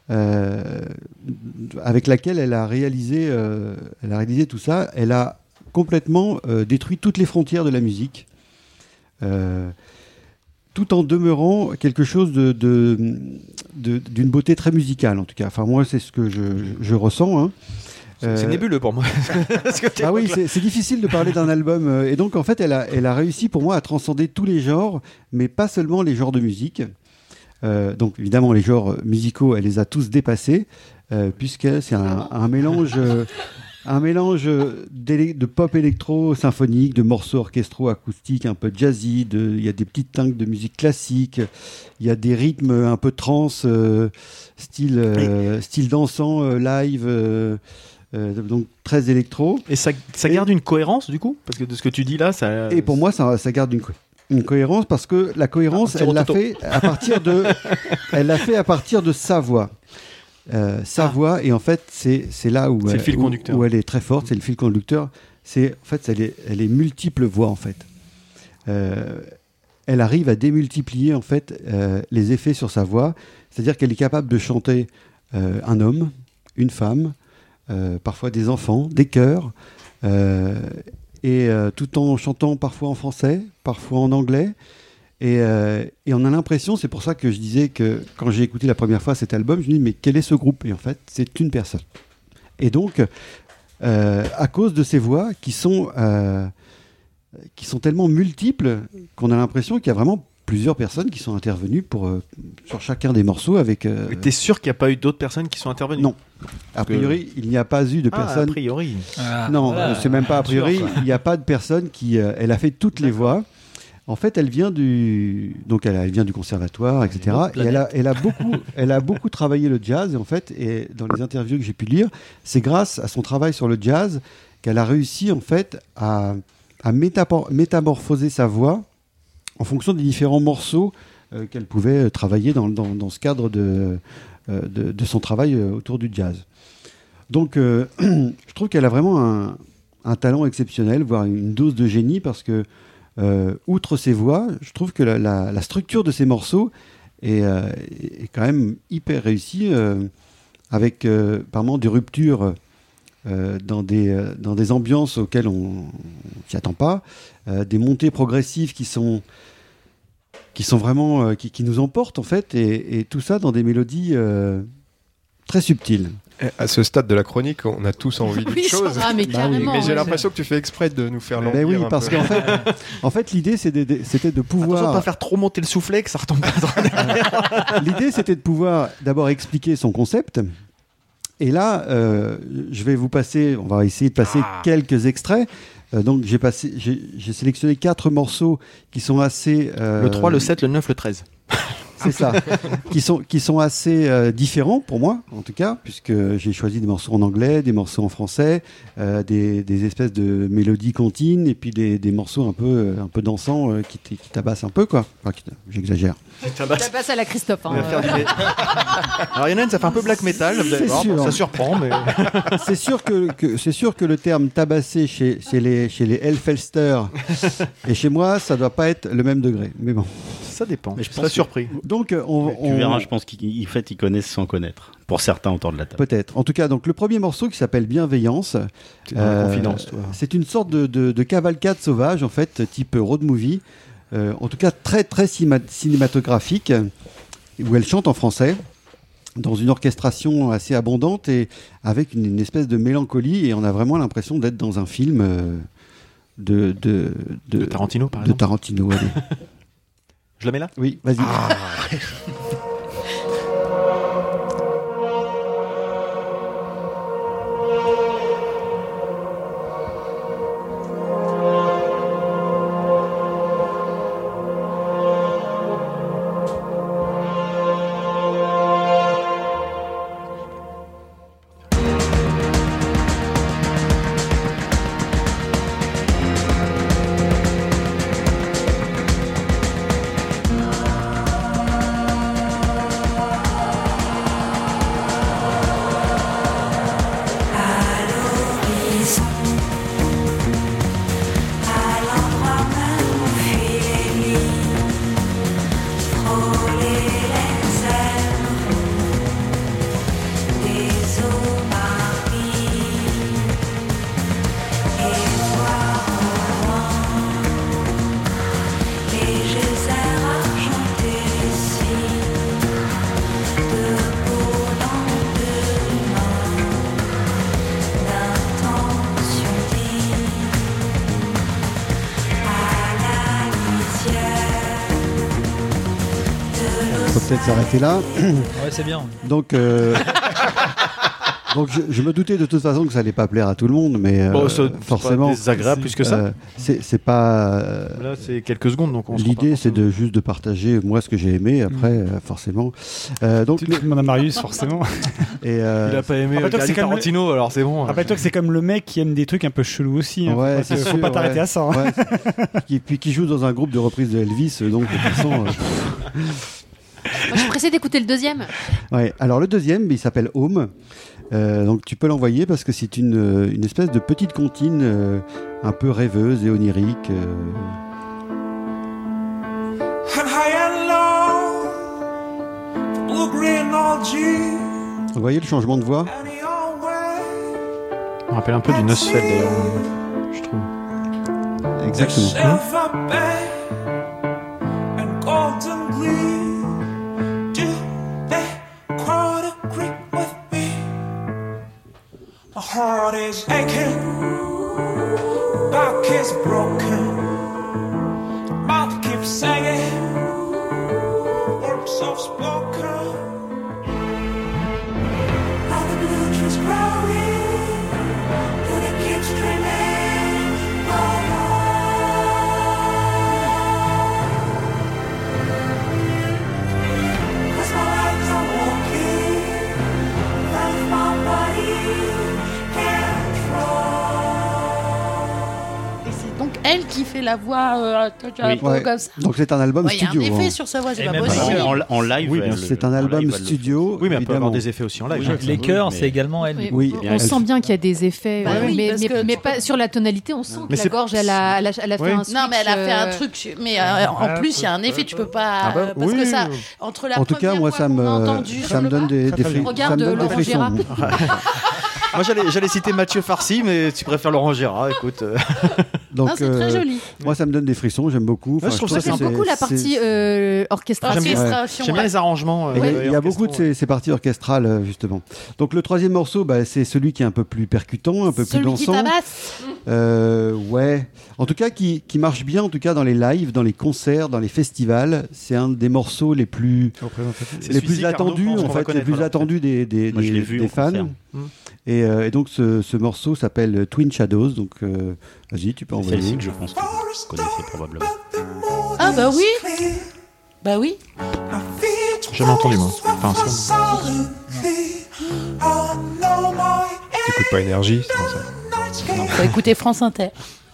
avec laquelle elle a réalisé tout ça. Elle a complètement détruit toutes les frontières de la musique, tout en demeurant quelque chose d'une beauté très musicale, en tout cas. Enfin, moi, c'est ce que je ressens. Hein. C'est nébuleux pour moi. Ah oui, c'est difficile de parler d'un album. Et donc, en fait, elle a réussi pour moi à transcender tous les genres, mais pas seulement les genres de musique. Donc, évidemment, les genres musicaux, elle les a tous dépassés, puisque c'est un mélange... Un mélange de pop électro symphonique, de morceaux orchestraux acoustiques un peu jazzy, il y a des petites teintes de musique classique, il y a des rythmes un peu trance, style dansant, live, donc très électro. Et ça garde une cohérence du coup? Parce que de ce que tu dis là, ça... Et pour moi, ça garde une cohérence, parce que la cohérence, elle l'a fait à partir de sa voix. Sa voix, et en fait c'est là où c'est le fil conducteur. Où elle est très forte, c'est le fil conducteur. Elle est multiple voix en fait. Elle arrive à démultiplier en fait les effets sur sa voix, c'est-à-dire qu'elle est capable de chanter un homme, une femme, parfois des enfants, des chœurs, et tout en chantant parfois en français, parfois en anglais. Et on a l'impression, c'est pour ça que je disais que quand j'ai écouté la première fois cet album, je me dis mais quel est ce groupe? Et en fait, c'est une personne. Et donc, à cause de ces voix qui sont tellement multiples qu'on a l'impression qu'il y a vraiment plusieurs personnes qui sont intervenues sur chacun des morceaux avec... Mais t'es sûr qu'il n'y a pas eu d'autres personnes qui sont intervenues? Non. A priori, il n'y a pas eu de personnes... a priori. Non, voilà, c'est même pas a priori. Il n'y a pas de personne qui... elle a fait toutes les voix. En fait, elle vient du conservatoire, etc. Et elle a beaucoup travaillé le jazz. Et en fait, et dans les interviews que j'ai pu lire, c'est grâce à son travail sur le jazz qu'elle a réussi en fait à métamorphoser sa voix en fonction des différents morceaux qu'elle pouvait travailler dans ce cadre de son travail autour du jazz. Donc, je trouve qu'elle a vraiment un talent exceptionnel, voire une dose de génie, parce que outre ses voix, je trouve que la structure de ces morceaux est quand même hyper réussie, avec par moments des ruptures dans des ambiances auxquelles on s'y attend pas, des montées progressives qui sont vraiment qui nous emportent en fait, et tout ça dans des mélodies très subtiles. À ce stade de la chronique, on a tous envie d'une chose. Mais carrément. Mais j'ai l'impression que tu fais exprès de nous faire languir. Oui, parce qu'en fait, l'idée c'était de pouvoir. Attention de pas faire trop monter le soufflet, que ça retombe pas trop derrière. L'idée c'était de pouvoir d'abord expliquer son concept. Et là, on va essayer de passer quelques extraits. Donc j'ai sélectionné 4 morceaux qui sont assez. Le 3, le 7, le 9, le 13. C'est ça, qui sont assez différents pour moi, en tout cas, puisque j'ai choisi des morceaux en anglais, des morceaux en français, des espèces de mélodies cantines, et puis des morceaux un peu dansants qui tabassent un peu, quoi. Enfin, j'exagère. Tabasse à la Christophe. Hein, Alors, il y en a une, ça fait un peu black metal, vous allez voir, ça surprend, mais... c'est sûr que le terme tabasser chez les Hellfelster et chez moi, ça doit pas être le même degré, mais bon. Ça dépend, mais je suis surpris. Donc, tu verras, je pense qu'ils connaissent sans connaître, pour certains autour de la table. Peut-être. En tout cas, donc, le premier morceau qui s'appelle Bienveillance, confidence, toi. C'est une sorte de cavalcade sauvage, en fait, type road movie, en tout cas très, très cinématographique, où elle chante en français, dans une orchestration assez abondante et avec une espèce de mélancolie, et on a vraiment l'impression d'être dans un film de Tarantino, par exemple. De Tarantino, allez. Je la mets là? Oui, vas-y. peut-être s'arrêter là. Ouais, c'est bien. Donc, donc je me doutais de toute façon que ça allait pas plaire à tout le monde, mais forcément, pas désagréable plus que ça. C'est pas. Là, c'est quelques secondes, donc l'idée, c'est juste de partager moi ce que j'ai aimé. Après, forcément. Donc tu demandes à Marius, forcément. Et il a pas aimé Tarantino, alors c'est bon. Rappelle-toi que c'est comme le mec qui aime des trucs un peu chelous aussi. Hein. Ouais, faut pas t'arrêter à ça. Hein. Ouais. Puis qui joue dans un groupe de reprise de Elvis, donc de toute façon. Moi, je suis pressée d'écouter le deuxième. Ouais. Alors le deuxième, il s'appelle Home. Donc tu peux l'envoyer parce que c'est une espèce de petite comptine un peu rêveuse et onirique. Vous voyez le changement de voix? On rappelle un peu du Nosfeld d'ailleurs, je trouve. Exactement. My heart is aching, back is broken, mouth keeps singing, words soft spoken. All the blue trees growing, and it keeps dreaming, oh, cause my legs are walking, and my body. Donc elle qui fait la voix comme ça. Donc c'est un album studio. Il y a un effet sur sa voix, c'est pas possible. En live, oui, c'est un album studio. Oui, mais elle peut avoir des effets aussi en live. Les chœurs, c'est également elle. Oui, on sent bien qu'il y a des effets, mais pas sur la tonalité. On sent que la gorge, elle a fait un switch. Non, mais elle a fait un truc. Mais en plus, il y a un effet. Tu peux pas parce que ça entre la. En tout cas, moi, ça me donne des frissons. Regarde Laurent Gérard. Moi, j'allais citer Mathieu Farcy, mais tu préfères Laurent Gérard, écoute. Donc, c'est très joli. Moi, ça me donne des frissons, j'aime beaucoup. Enfin, je trouve j'aime beaucoup la partie orchestrale. J'aime bien les arrangements. Il y a beaucoup de ces parties orchestrales, justement. Donc, le troisième morceau, c'est celui qui est un peu plus percutant, un peu plus dansant. Celui qui tabasse. Ouais. En tout cas, qui marche bien, en tout cas, dans les lives, dans les concerts, dans les festivals. C'est un des morceaux les plus attendus, en fait, les plus attendus des fans. Et donc ce morceau s'appelle Twin Shadows, donc vas-y, tu peux envoyer. C'est celle-ci que je pense que vous connaissez probablement. Ah bah oui. Bah oui. J'ai jamais entendu moi. Enfin, t'écoutes pas Énergie, c'est pour ça. Non, faut écouter France Inter.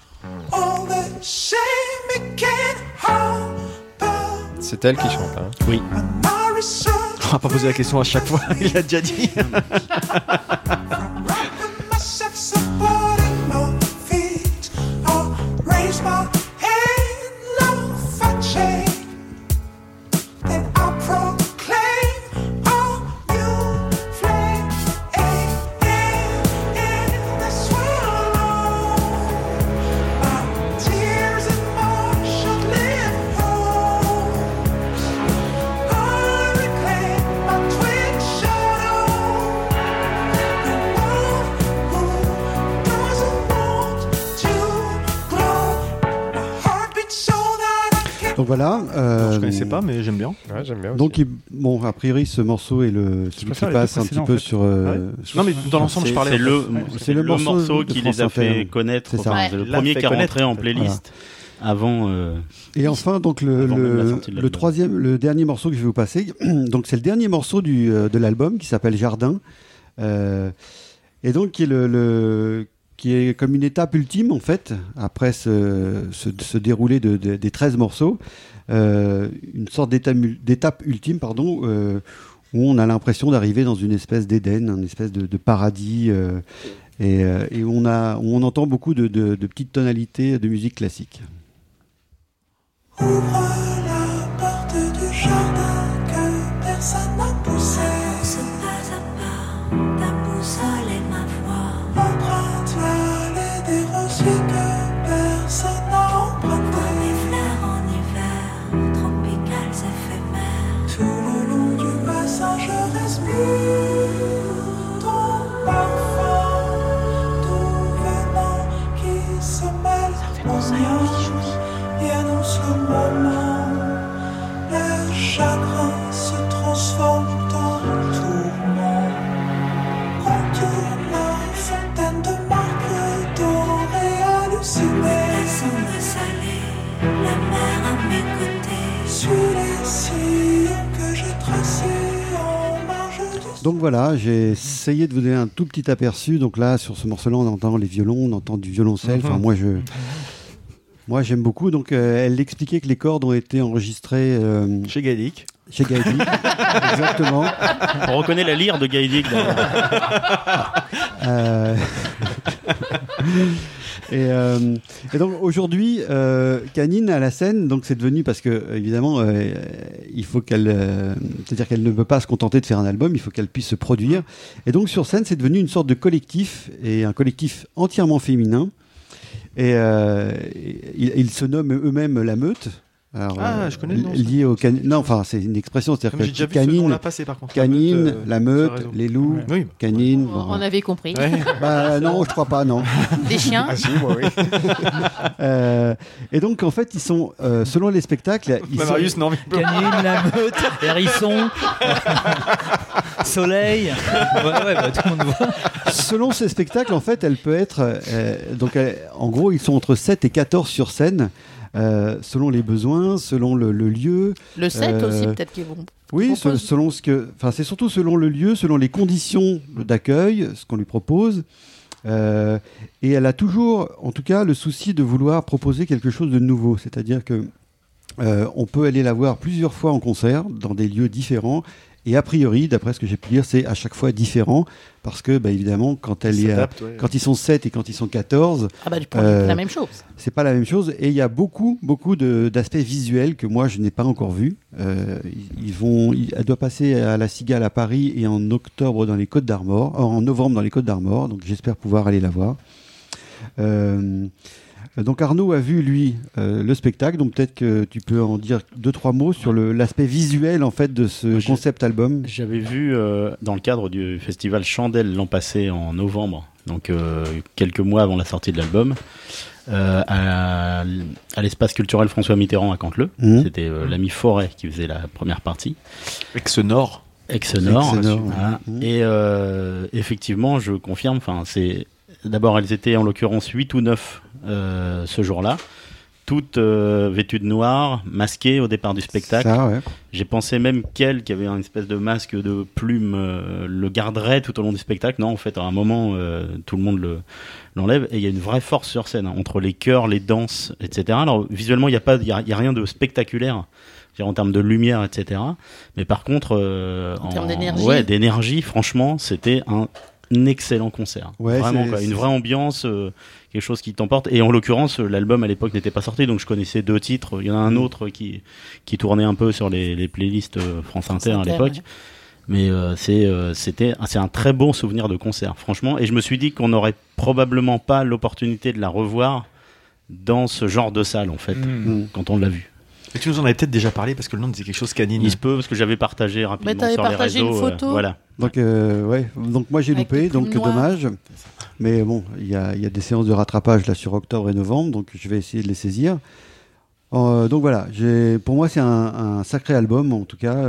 C'est elle qui chante, hein. Oui. On va pas poser la question à chaque fois, il l'a déjà dit. Donc voilà. Je connaissais pas, mais j'aime bien. Ouais, j'aime bien. Donc, a priori, ce morceau est celui qui passe un petit peu sur. Non, mais dans l'ensemble, je parlais. C'est le morceau qui les a fait connaître. C'est le premier qui est rentré en playlist. Avant. Et enfin, donc le dernier morceau que je vais vous passer. Donc c'est le dernier morceau de l'album qui s'appelle Jardin, et donc qui est comme une étape ultime en fait après ce déroulé des 13 morceaux, une sorte d'étape ultime où on a l'impression d'arriver dans une espèce d'Éden, une espèce de paradis, et où on entend beaucoup de petites tonalités de musique classique. Ouvre la porte du jardin que personne n'a poussé. Ce pas à pas, ta boussole et ma voix. Emprunte l'allée des rosiers que personne n'a emprunté. Comme les fleurs en hiver, tropicales éphémères. Tout le long du bassin, je respire ton parfum, tout venant qui se mêle au mien. Et annonce le moment. suis les sillons que j'ai tracés en marge du... Donc voilà, j'ai essayé de vous donner un tout petit aperçu. Donc là, sur ce morceau-là, on entend les violons, on entend du violoncelle. Enfin, moi, j'aime beaucoup. Donc, elle expliquait que les cordes ont été enregistrées chez Gaëdic. Chez Gaëdic, exactement. On reconnaît la lyre de Gaëdic. Et donc aujourd'hui, Canine à la scène, donc c'est devenu parce que évidemment, il faut qu'elle, c'est-à-dire qu'elle ne peut pas se contenter de faire un album, il faut qu'elle puisse se produire. Et donc sur scène, c'est devenu une sorte de collectif et un collectif entièrement féminin. Et ils se nomment eux-mêmes la Meute. Alors, je connais le nom. Lié au non, enfin c'est une expression, c'est-à-dire que j'ai déjà vu Canine, ce nom-là passer, par contre. Canine, la Meute, les loups, oui. Canine. Bon, on avait compris. Ouais. Bah non, je crois pas, non. Des chiens. Ah si, moi oui. Et donc en fait, ils sont selon les spectacles, ils sont... Marius, non, mais... Canine, la Meute, hérisson, soleil. Ouais, bah, tout le monde voit. Selon ces spectacles, en fait, elle peut être en gros, ils sont entre 7 et 14 sur scène. Selon les besoins, selon le lieu. Le set aussi, peut-être qu'ils vont. Oui, selon ce que. Enfin, c'est surtout selon le lieu, selon les conditions d'accueil, ce qu'on lui propose. Et elle a toujours, en tout cas, le souci de vouloir proposer quelque chose de nouveau. C'est-à-dire que on peut aller la voir plusieurs fois en concert dans des lieux différents. Et a priori, d'après ce que j'ai pu lire, c'est à chaque fois différent. Parce que, bah, évidemment, quand quand ils sont 7 et quand ils sont 14... c'est pas la même chose. C'est pas la même chose. Et il y a beaucoup d'aspects visuels que moi, je n'ai pas encore vus. Elle doit passer à la Cigale à Paris et en octobre dans les Côtes d'Armor. En novembre dans les Côtes d'Armor. Donc j'espère pouvoir aller la voir. Donc Arnaud a vu, lui, le spectacle, donc peut-être que tu peux en dire 2-3 mots sur l'aspect visuel en fait, de ce concept album. J'avais vu dans le cadre du festival Chandelle l'an passé en novembre, donc quelques mois avant la sortie de l'album, à l'espace culturel François Mitterrand à Canteleu. C'était l'ami Forêt qui faisait la première partie. Ex-Nord. Voilà. Et effectivement, je confirme, c'est... D'abord, elles étaient en l'occurrence 8 ou 9 ce jour-là, toutes vêtues de noir, masquées au départ du spectacle. Ça, ouais. J'ai pensé même qu'elle, qui avait une espèce de masque de plume, le garderait tout au long du spectacle. Non, en fait, à un moment, tout le monde l'enlève. Et il y a une vraie force sur scène, entre les chœurs, les danses, etc. Alors, visuellement, il n'y a rien de spectaculaire. En termes de lumière, etc. Mais par contre, en termes d'énergie, franchement, c'était un excellent concert. Vraiment, une vraie ambiance, quelque chose qui t'emporte. Et en l'occurrence, l'album à l'époque n'était pas sorti, donc je connaissais 2 titres. Il y en a un autre qui tournait un peu sur les playlists France Inter à l'époque. Ouais. Mais c'est un très bon souvenir de concert, franchement. Et je me suis dit qu'on n'aurait probablement pas l'opportunité de la revoir dans ce genre de salle, en fait, quand on l'a vue. Et tu nous en avais peut-être déjà parlé parce que le nom disait quelque chose Canine. Il se peut parce que j'avais partagé rapidement sur les réseaux. Une photo. Voilà. Donc donc moi j'ai loupé, donc dommage. Mais bon, il y a des séances de rattrapage là sur octobre et novembre, donc je vais essayer de les saisir. Donc voilà, pour moi c'est un sacré album en tout cas,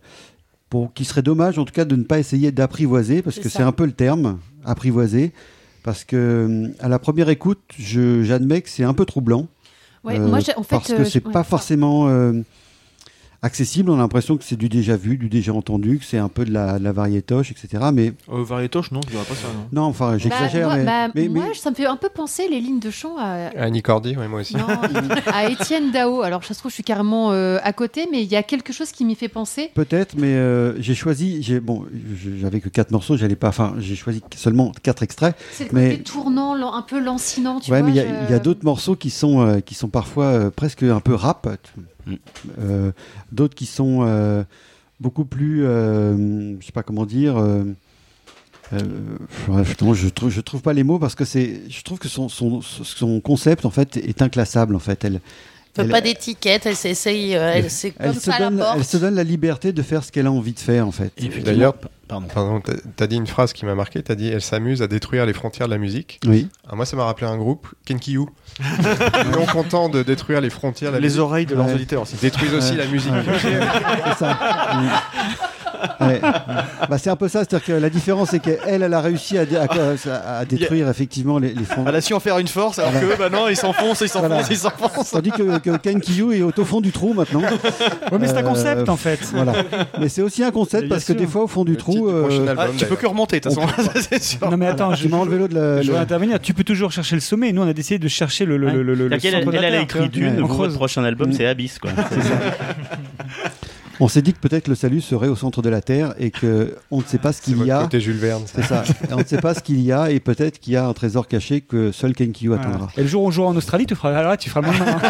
qui serait dommage en tout cas de ne pas essayer d'apprivoiser parce que c'est un peu le terme, apprivoiser, parce que à la première écoute, j'admets que c'est un peu troublant. Ouais, moi, en fait, parce que c'est pas forcément accessible. On a l'impression que c'est du déjà vu, du déjà entendu, que c'est un peu de la variétoche, etc. Mais variétoche, non, je dirais pas ça. Non, enfin, j'exagère. Moi, ça me fait un peu penser les lignes de chant à Annie Cordy, moi aussi. Non, à Étienne Dao. Alors, ça se trouve, je suis carrément à côté, mais il y a quelque chose qui m'y fait penser. Peut-être, mais j'ai choisi. J'avais que 4 morceaux, j'ai choisi seulement 4 extraits. C'est le côté tournant, un peu lancinant, tu vois. Mais il y a d'autres morceaux qui sont parfois presque un peu rap. D'autres qui sont beaucoup plus, je sais pas comment dire. Je trouve pas les mots parce que je trouve que son concept en fait est inclassable en fait. Elle veut pas d'étiquette, elle s'essaye, c'est comme ça à la porte. Elle se donne la liberté de faire ce qu'elle a envie de faire en fait. Et d'ailleurs, pardon, t'as dit une phrase qui m'a marqué, t'as dit elle s'amuse à détruire les frontières de la musique. Oui. Alors moi ça m'a rappelé un groupe, Kenkyu. Non content de détruire les frontières de la musique. Les oreilles de leurs auditeurs aussi. Détruisent aussi la musique. C'est ça. Ouais. Bah, c'est un peu ça, c'est-à-dire que la différence, c'est qu'elle a réussi à détruire effectivement les fonds. Elle a su en faire une force, alors que bah non, ils s'enfoncent. Tandis que Ken Kyu est au fond du trou maintenant. Ouais, mais c'est un concept en fait. Voilà. Mais c'est aussi un concept parce que des fois, au fond du trou. Tu peux que remonter, de toute façon, c'est sûr. Non, mais attends, je m'en le vélo de la. Je vais intervenir. Tu peux toujours chercher le sommet. Nous, on a décidé de chercher le centre de la Elle a Terre, écrit tu vois. Dune, On votre creuse. prochain album, c'est Abyss, quoi. On s'est dit que peut-être le salut serait au centre de la Terre et que on ne sait pas ce qu'il y a. Côté Jules Verne. C'est ça. Et on ne sait pas ce qu'il y a et peut-être qu'il y a un trésor caché que seul Ken Kyu attendra. Et le jour où on jouera en Australie, tu feras le moins malin.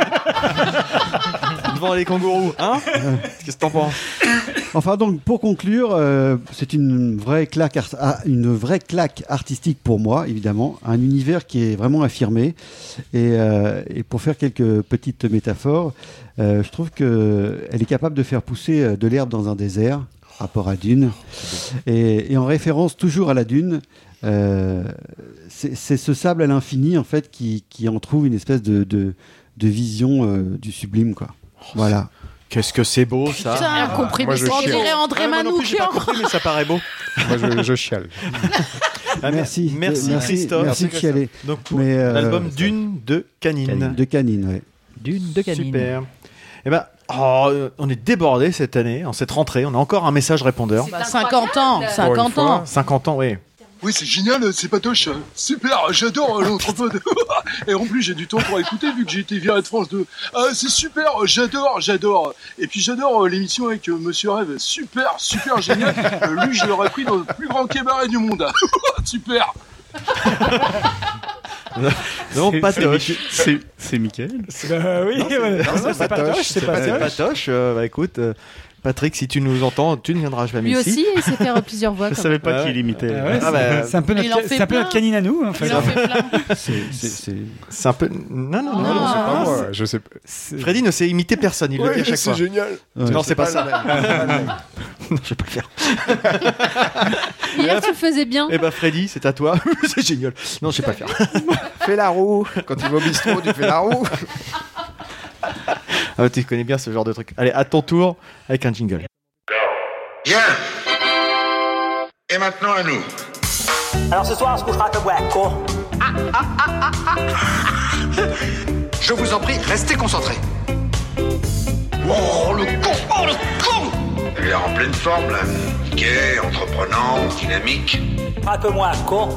Devant les kangourous, hein? Qu'est-ce que t'en penses? Enfin donc pour conclure, c'est une vraie claque artistique pour moi évidemment, un univers qui est vraiment affirmé et pour faire quelques petites métaphores, je trouve que elle est capable de faire pousser de l'herbe dans un désert, rapport à Dune, et en référence toujours à la Dune. C'est ce sable à l'infini en fait qui en trouve une espèce de vision du sublime quoi. Voilà. Qu'est-ce que c'est beau ça. Putain, compris, mais on dirait André Manoukian. J'ai pas compris, mais ça paraît beau. Moi, je chiale. Merci Christophe. Merci de chialer. Donc pour l'album Dune de Canine. De Canine, ouais. Dune de Canine. Super. Eh ben, on est débordé cette année, en cette rentrée. On a encore un message répondeur. 50 ans. 50 ans. 50 ans, oui. Oui, c'est génial, c'est patoche. Super, j'adore l'anthropode. Et en plus, j'ai du temps pour écouter vu que j'ai été viré de France 2. C'est super, j'adore. Et puis j'adore l'émission avec Monsieur Rêve. Super génial. Lui, je l'aurais pris dans le plus grand cabaret du monde. Super. Non, Patoche. C'est Mickaël. Oui, c'est Patoche. C'est Patoche. Bah écoute, Patrick, si tu nous entends, tu ne viendras jamais Lui ici. aussi, il sait faire plusieurs voix. Je savais pas qui l'imitait. C'est un peu notre Canine à nous. En fait. Il en fait plein. C'est un peu. Non, c'est pas moi. Je sais pas. Freddy ne sait imiter personne. Il le dit à chaque fois. C'est génial. Non, c'est pas ça. Non, je vais pas le faire. Hier, tu le faisais bien. Eh ben, Freddy, c'est à toi. C'est génial. Non, je vais pas le faire. Fais la roue. Quand tu vas au bistrot, tu fais la roue. Ah, tu connais bien ce genre de truc. Allez, à ton tour avec un jingle. Bien. Et maintenant à nous. Alors ce soir, on se couchera à quoi? Je vous en prie, restez concentrés. Oh, le con. Elle a l'air en pleine forme, là. Gai, entreprenant, dynamique. Un peu moins con.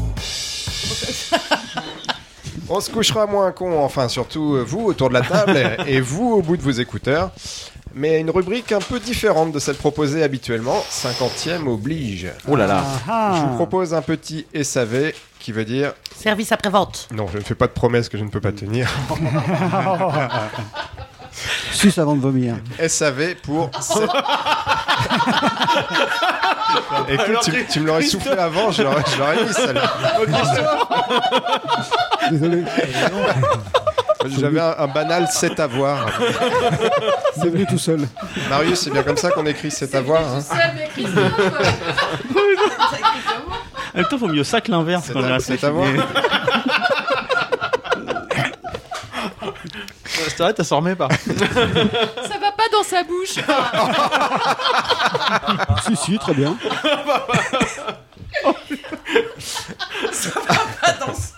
On se couchera moins con, enfin surtout vous autour de la table et vous au bout de vos écouteurs. Mais une rubrique un peu différente de celle proposée habituellement, 50e oblige. Oh là là. Je vous propose un petit SAV qui veut dire... Service après-vente. Non, je ne fais pas de promesses que je ne peux pas tenir. Suce avant de vomir. SAV pour... Écoute, tu me l'aurais soufflé avant, je l'aurais mis celle-là. Désolé. J'avais un banal 7 à voir. C'est venu tout seul. Marius, c'est bien comme ça qu'on écrit 7 à voir. Hein. En même temps, faut mieux ça que l'inverse. C'est à voir. C'est vrai, t'as s'en remets pas. Ça va pas dans sa bouche. Si, très bien. Ça va pas dans sa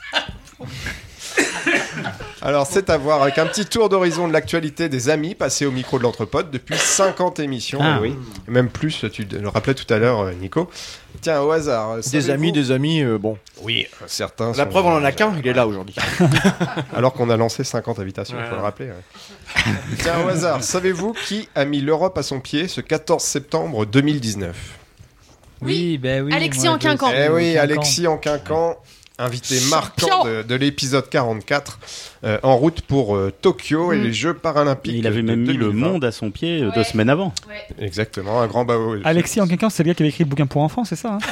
Alors, c'est à voir avec un petit tour d'horizon de l'actualité des amis passés au micro de l'Anthropode depuis 50 émissions. Ah oui. Même plus, tu le rappelais tout à l'heure, Nico. Tiens, au hasard. Des amis, bon. Oui, certains. La preuve, on en a qu'un, il est là aujourd'hui. Alors qu'on a lancé 50 invitations, il faut le rappeler. Ouais. Tiens, au hasard, savez-vous qui a mis l'Europe à son pied ce 14 septembre 2019 ? Oui, ben oui. Alexis en Quincan. Eh oui, Alexis en Quincan. Invité marquant de l'épisode 44, en route pour Tokyo et les Jeux paralympiques. Il avait même mis le monde à son pied 2 semaines avant. Ouais. Exactement, un grand bravo. Alexis en Quincan, c'est le gars qui avait écrit le bouquin pour enfants, c'est ça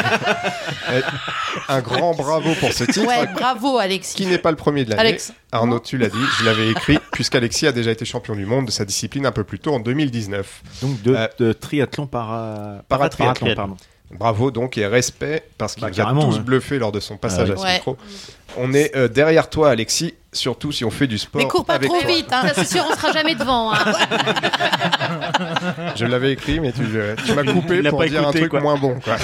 Un grand bravo pour ce titre. Ouais, bravo Alexis. Qui n'est pas le premier de l'année. Alex. Arnaud, tu l'as dit, je l'avais écrit, puisqu'Alexis a déjà été champion du monde de sa discipline un peu plus tôt en 2019. Donc de triathlon paratriathlon, pardon. Bravo donc et respect parce qu'il nous a carrément, tous ouais. bluffé lors de son passage Ah à oui. ce Ouais. micro. On est derrière toi, Alexis, surtout si on fait du sport. Mais cours pas avec trop toi. vite, hein. Ça, c'est sûr, on sera jamais devant. Hein. Je l'avais écrit, mais tu m'as coupé Il l'a pour pas dire un écouté, truc quoi. moins bon. Quoi.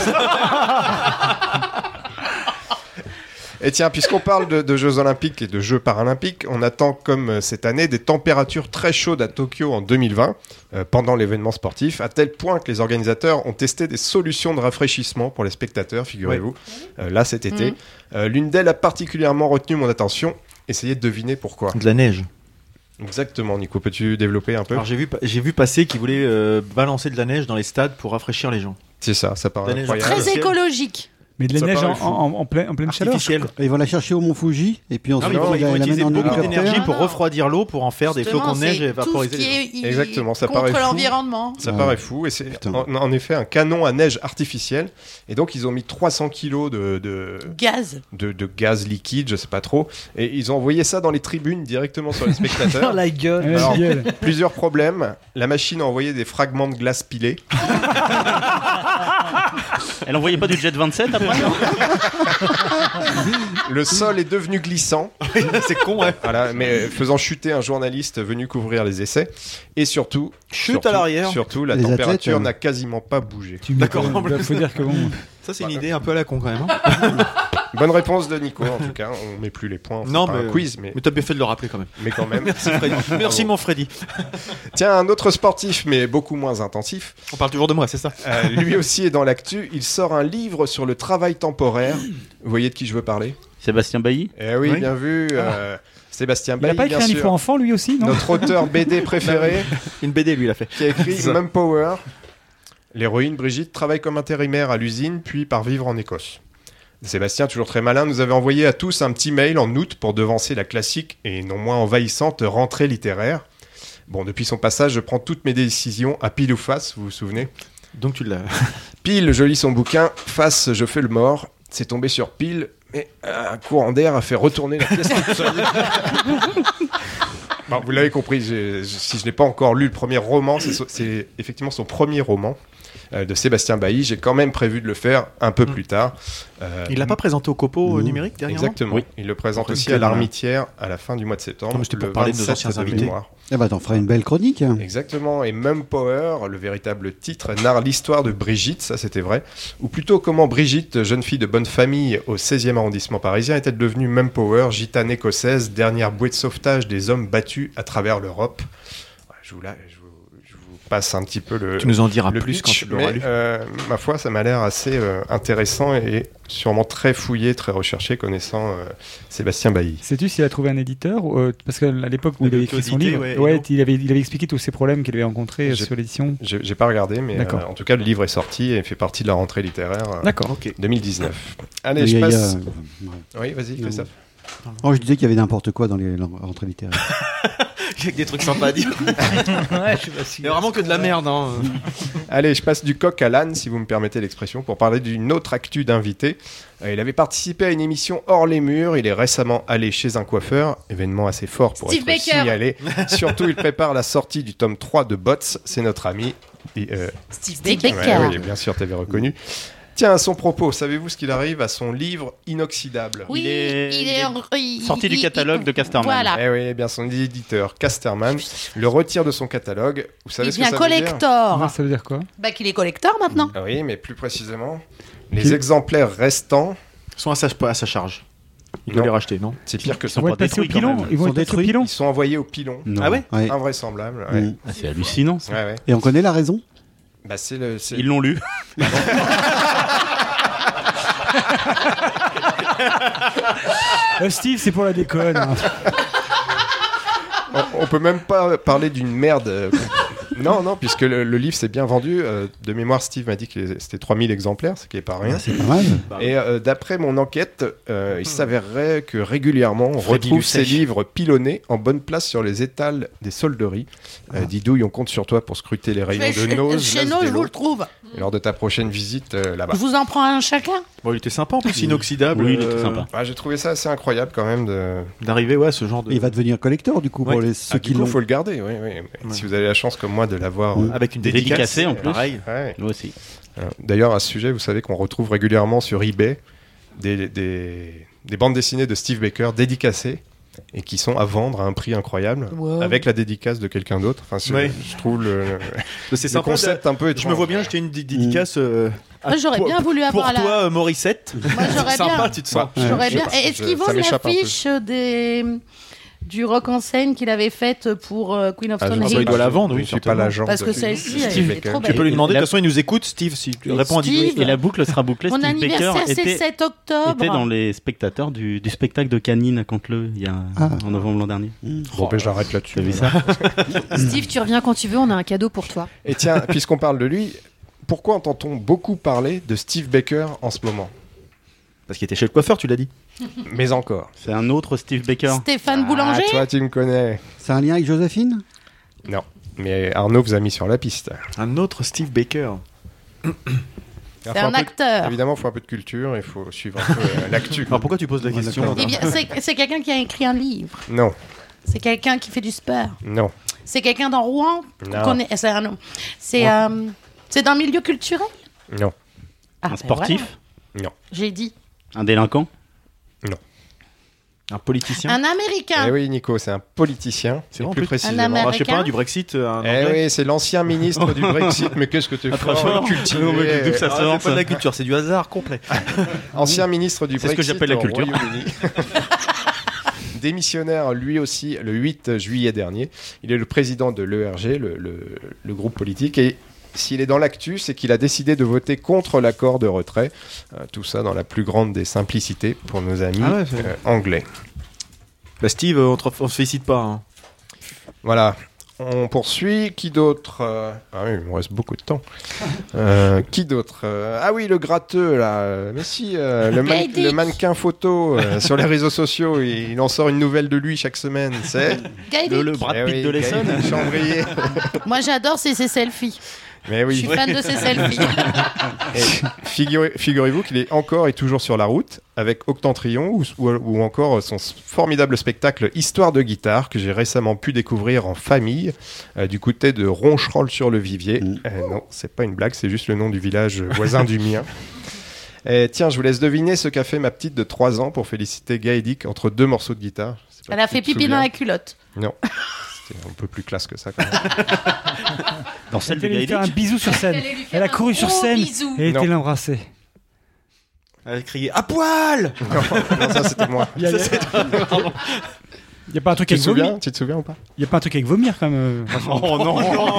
Et tiens, puisqu'on parle de Jeux Olympiques et de Jeux Paralympiques, on attend comme cette année des températures très chaudes à Tokyo en 2020, pendant l'événement sportif, à tel point que les organisateurs ont testé des solutions de rafraîchissement pour les spectateurs, figurez-vous, là cet été. L'une d'elles a particulièrement retenu mon attention. Essayez de deviner pourquoi. De la neige. Exactement, Nico, peux-tu développer un peu? Alors j'ai vu passer qu'ils voulaient balancer de la neige dans les stades pour rafraîchir les gens. C'est ça paraît La neige incroyable. Très écologique. Mais de la Ça neige paraît fou. en pleine chaleur. Artificielle. Ils vont la chercher au Mont Fuji et puis ensuite ils vont la utiliser mènent en beaucoup hélicoptère. d'énergie pour refroidir l'eau, pour en faire des flocons de neige et vaporiser les gens. Exactement, ça contre paraît fou. l'environnement. Ça Ah paraît ouais. fou et c'est en effet un canon à neige artificiel et donc ils ont mis 300 kilos de gaz liquide, je sais pas trop, et ils ont envoyé ça dans les tribunes directement sur les spectateurs. La gueule. Alors, plusieurs problèmes. La machine a envoyé des fragments de glace pilés. Elle envoyait pas du jet 27 après? Le sol est devenu glissant. C'est con, ouais. Voilà, mais faisant chuter un journaliste venu couvrir les essais. Et surtout, Chute à l'arrière. Surtout, la Les température athlètes, n'a quasiment pas bougé. D'accord. Faut dire que bon. Ça, c'est une idée un peu à la con quand même. Hein. Bonne réponse de Nico, en tout cas. On met plus les points. On fait Non, pas mais un quiz, mais t'as bien fait de le rappeler quand même. Mais quand même. Merci, Freddy. Merci, mon Freddy. Tiens, un autre sportif, mais beaucoup moins intensif. On parle toujours de moi, c'est ça. Lui aussi est dans l'actu. Il sort un livre sur le travail temporaire. Vous voyez de qui je veux parler? Sébastien Bailly. Eh oui, Oui. bien vu. Sébastien Il a Bailly, pas écrit bien un livre sûr. pour enfants lui aussi, non? Notre auteur BD préféré, Une BD, lui, il a fait. qui a écrit Ça. Mum Power. L'héroïne Brigitte travaille comme intérimaire à l'usine, puis part vivre en Écosse. Sébastien, toujours très malin, nous avait envoyé à tous un petit mail en août pour devancer la classique et non moins envahissante rentrée littéraire. Bon, depuis son passage, je prends toutes mes décisions à pile ou face, vous vous souvenez? Donc tu l'as. Pile, je lis son bouquin, face, je fais le mort. C'est tombé sur pile, mais un courant d'air a fait retourner la pièce toute seule. Bon, vous l'avez compris, si je n'ai pas encore lu le premier roman, c'est effectivement son premier roman de Sébastien Bailly. J'ai quand même prévu de le faire un peu plus tard. Il l'a pas présenté au copo numérique dernièrement? Exactement. Oui. Il le présente Après, aussi nickel, à l'Armitière à la fin du mois de septembre. Non, mais c'était pour le parler de nos 27 anciens de invités. mémoire. Eh ben, t'en feras une belle chronique. Hein. Exactement, et Mum Power, le véritable titre, narre l'histoire de Brigitte, ça c'était vrai, ou plutôt comment Brigitte, jeune fille de bonne famille au 16e arrondissement parisien, est-elle devenue Mum Power, gitane écossaise, dernière bouée de sauvetage des hommes battus à travers l'Europe. Ouais, je vous passe un petit peu le Tu nous en diras le plus pitch, quand tu l'auras mais, lu. ma foi, ça m'a l'air assez intéressant et sûrement très fouillé, très recherché, connaissant Sébastien Bailly. Sais-tu s'il a trouvé un éditeur parce qu'à l'époque où Il il avait avait écrit son audité, livre, ouais, il avait expliqué tous ces problèmes qu'il avait rencontrés J'ai- sur l'édition. J'ai pas regardé, mais D'accord. en tout cas, le livre est sorti et fait partie de la rentrée littéraire D'accord. Ok. 2019. Allez, Il je y a- passe. ouais. Oui, vas-y, Christophe. Oh, je disais qu'il y avait n'importe quoi dans les rentrées littéraires. J'ai des trucs sympas à dire. Ouais, je suis pas Il sûr. y a vraiment que de la merde. Hein. Allez, je passe du coq à l'âne, si vous me permettez l'expression, pour parler d'une autre actu d'invité. Il avait participé à une émission hors les murs. Il est récemment allé chez un coiffeur, événement assez fort pour Steve être Baker. signalé. Surtout, il prépare la sortie du tome 3 de Bots. C'est notre ami. Steve Ouais, Baker. oui, bien sûr, t'avais reconnu. Tiens, à son propos, savez-vous ce qu'il arrive à son livre inoxydable? Oui, sorti du catalogue de Casterman. Voilà. Eh oui, eh bien son éditeur Casterman le retire de son catalogue. Vous savez Il ce que devient ça veut dire? collector. Ah, ça veut dire quoi? Bah qu'il est collector maintenant. Ah oui, mais plus précisément, les exemplaires restants Sont à sa charge. Il Non. doit les racheter, non? c'est pire que Ils ça. vont être passés au détruits, quand pilon. même. Ils vont Sont être passés au détruits. pilon. Ils sont envoyés au pilon. Non. Ah ouais? Ouais. Invraisemblable. Ouais. Mm. Ah, c'est hallucinant. ça. Ouais, ouais. Et on connaît la raison? Bah, c'est Ils l'ont lu. Steve, c'est pour la déconne. hein. on peut même pas parler d'une merde. Non, puisque le livre s'est bien vendu. De mémoire, Steve m'a dit que c'était 3000 exemplaires, ce qui est pas rien. C'est pas mal. Et d'après mon enquête, il s'avérerait que régulièrement on Freddy retrouve ces Lucet. livres pilonnés en bonne place sur les étals des solderies. Didouille, on compte sur toi pour scruter les rayons de Nose. Chez nous, je vous le trouve. Et lors de ta prochaine visite là-bas. Je vous en prends un chacun. Bon, il était sympa en plus, inoxydable. Oui, il était sympa. Ouais, j'ai trouvé ça assez incroyable quand même D'arriver, ouais, ce genre de. Il va devenir collector du coup pour Ouais. ceux Du qui coup, l'ont. faut le garder. Oui. Si vous avez la chance comme moi de l'avoir Avec une Dédicacé, dédicace en plus. Pareil. Ouais. Moi aussi. D'ailleurs, à ce sujet, vous savez qu'on retrouve régulièrement sur eBay des bandes dessinées de Steve Baker dédicacées et qui sont à vendre à un prix incroyable avec la dédicace de quelqu'un d'autre. Enfin, je trouve c'est le sympa, concept un peu étrange. Je me vois bien acheter une dédicace. Moi, j'aurais bien voulu avoir pour toi, Morissette. Moi, j'aurais sympa, bien. tu te sens. J'aurais bien. Est-ce qu'ils vendent l'affiche du rock en scène qu'il avait faite pour Queen of Stone Age? Il doit la vendre, oui. Je suis pas l'agent. Parce que celle-ci, elle est trop belle. Tu peux lui demander. De toute façon, il nous écoute, Steve. Si tu réponds à Steve, et la boucle sera bouclée. Mon Steve anniversaire, Baker c'est le 7 octobre. était dans les spectateurs du spectacle de Canine à Canteleu il y a en novembre l'an dernier. Bon, ben j'arrête là-dessus. T'as vu ça? Steve, tu reviens quand tu veux, on a un cadeau pour toi. Et tiens, puisqu'on parle de lui, pourquoi entend-on beaucoup parler de Steve Baker en ce moment? Parce qu'il était chez le coiffeur, tu l'as dit. Mais encore. C'est un autre Steve Baker. Stéphane Boulanger. Toi, tu me connais. C'est un lien avec Joséphine? Non. Mais Arnaud vous a mis sur la piste. Un autre Steve Baker. C'est un acteur. Évidemment, il faut un peu de culture, il faut suivre un peu l'actu. Alors pourquoi tu poses la question? Eh bien, c'est quelqu'un qui a écrit un livre. Non. C'est quelqu'un qui fait du sport. Non. C'est quelqu'un dans Rouen. Non. C'est un nom. C'est dans le milieu culturel. Non. Un sportif? Non. J'ai dit. Un délinquant? Non. Un politicien? Un Américain. Eh oui, Nico, c'est un politicien. C'est vraiment plus précisément. Un Américain. Je sais pas, du Brexit. Eh oui, c'est l'ancien ministre du Brexit. Mais qu'est-ce que tu es fort cultivé. C'est pas de la culture, c'est du hasard complet. Ancien ministre du C'est Brexit. ce que j'appelle la au culture. Royaume-Uni. Démissionnaire lui aussi le 8 juillet dernier. Il est le président de l'ERG, le groupe politique, et s'il est dans l'actu, c'est qu'il a décidé de voter contre l'accord de retrait. Tout ça dans la plus grande des simplicités pour nos amis anglais. Bah Steve, on se félicite pas. Hein. Voilà. On poursuit. Qui d'autre Ah oui, il me reste beaucoup de temps. Qui d'autre Ah oui, le gratteux, là. Mais si, le mannequin photo sur les réseaux sociaux, il en sort une nouvelle de lui chaque semaine. C'est le Brad Pitt de l'Essonne. Chambrier. Moi, j'adore ses selfies. Mais oui. Je suis fan de ses selfies. Figurez-vous qu'il est encore et toujours sur la route avec Octentrion ou encore son formidable spectacle Histoire de guitare que j'ai récemment pu découvrir en famille du côté de Roncherolles-sur-le-Vivier. Non, c'est pas une blague, c'est juste le nom du village voisin du mien. Et tiens, je vous laisse deviner ce qu'a fait ma petite de 3 ans pour féliciter Gaëdic entre 2 morceaux de guitare. Elle a fait pipi dans la culotte. Non. C'était un peu plus classe que ça quand même. Dans celle de Gaëdic. Elle a fait un bisou sur scène. Elle a couru sur scène et était l'embrasser. Elle a crié à poil. Non, ça c'était moi. Il y a pas un truc avec vomir. Tu te souviens ou pas? Il y a pas un truc avec vomir quand même. Oh non.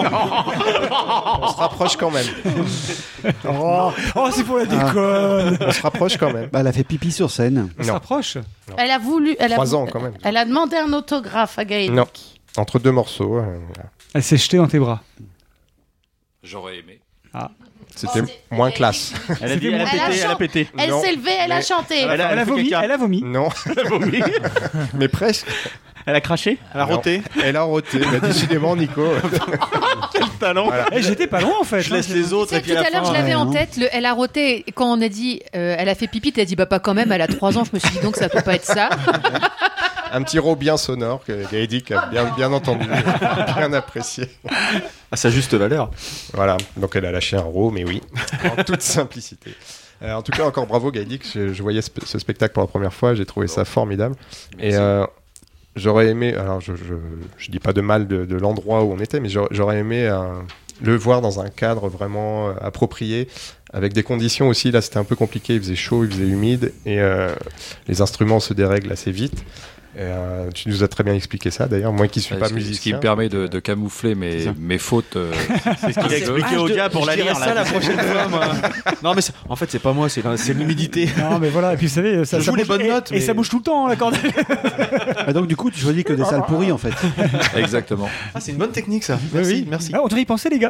On se rapproche quand même. Oh, c'est pour la déconne. On se rapproche quand même. Bah, elle a fait pipi sur scène. On se rapproche. Elle a voulu. 3 ans quand même. Elle a demandé un autographe à Gaëdic. Non. Entre 2 morceaux. Elle s'est jetée dans tes bras. J'aurais aimé. Ah. C'était moins classe. Elle a dit, elle a pété. Elle s'est levée, elle a chanté. Elle a vomi. Elle a vomi. Non. Elle a vomi. Mais presque. Elle a craché. Elle a roté. Elle a roté. Bah, décidément, Nico. Quel talent. Voilà. J'étais pas loin en fait. Je laisse les autres. Et puis Tout à l'heure, je l'avais en tête. Elle a roté. Quand on a dit elle a fait pipi, t'as dit bah pas quand même. Elle a 3 ans. Je me suis dit donc ça peut pas être ça. Un petit rot bien sonore que Gaëdic a bien entendu, bien apprécié. À sa juste valeur. Voilà, donc elle a lâché un rot, mais oui, en toute simplicité. En tout cas, encore bravo Gaëdic, je voyais ce spectacle pour la première fois, j'ai trouvé ça formidable. Merci. Et j'aurais aimé, alors je dis pas de mal de l'endroit où on était, mais j'aurais aimé le voir dans un cadre vraiment approprié, avec des conditions aussi, là c'était un peu compliqué, il faisait chaud, il faisait humide, et les instruments se dérèglent assez vite. Tu nous as très bien expliqué ça d'ailleurs, moi qui suis pas musicien. Ce qui me permet de camoufler mes fautes. C'est ce qu'il a expliqué au gars pour la lire. Ça la prochaine fois, moi. Non, mais en fait, c'est pas moi, c'est l'humidité. Non, mais voilà, et puis vous savez, ça joue bouge, les bonnes notes. Et ça bouge tout le temps, la cordelle. Ah, donc, du coup, tu choisis que des salles pourries en fait. Exactement. Ah, c'est une bonne technique ça. Oui, oui. Merci. Ah, on devrait y penser, les gars.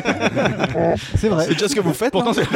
C'est vrai. C'est déjà ce que vous faites. Pourtant, non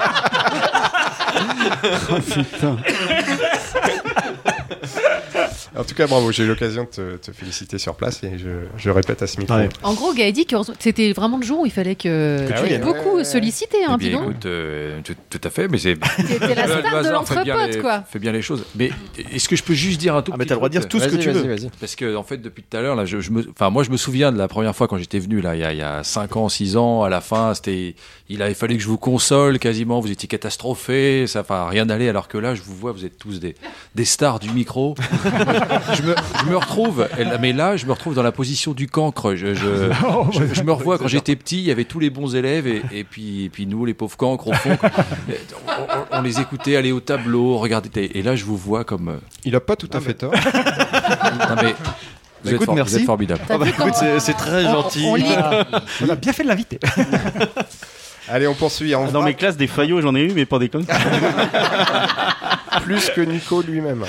Oh putain. En tout cas, bravo, j'ai eu l'occasion de te féliciter sur place et je répète à ce micro. Ouais. En gros, Gaëdi, c'était vraiment le jour où il fallait que Ah tu oui, aies beaucoup sollicité, hein, Eh bien, dis donc. écoute, tout à fait, mais c'est. T'es la star de hasard fait bien l'entrepote, les- quoi. Fait bien les choses. Mais est-ce que je peux juste dire un tout Ah, mais petit t'as le droit de truc dire tout ce que tu veux. Parce que en fait, depuis tout à l'heure, là, moi, je me souviens de la première fois quand j'étais venu là, il y a 5 ans, 6 ans. À la fin, il avait fallu que je vous console quasiment. Vous étiez catastrophés, rien n'allait. Alors que là, je vous vois, vous êtes tous des stars du micro. je me retrouve, mais là, je me retrouve dans la position du cancre. Je me revois quand j'étais petit. Il y avait tous les bons élèves et puis nous, les pauvres cancres au fond. On les écoutait aller au tableau, regarder. Et là, je vous vois comme. Il a pas tout à fait tort. Non, mais vous Écoute, merci. Vous êtes formidable. Écoute, c'est très gentil. On a bien fait de l'inviter. Allez, on poursuit. En Dans mes classes, des faillots, j'en ai eu, mais pas des connes. plus que Nico lui-même.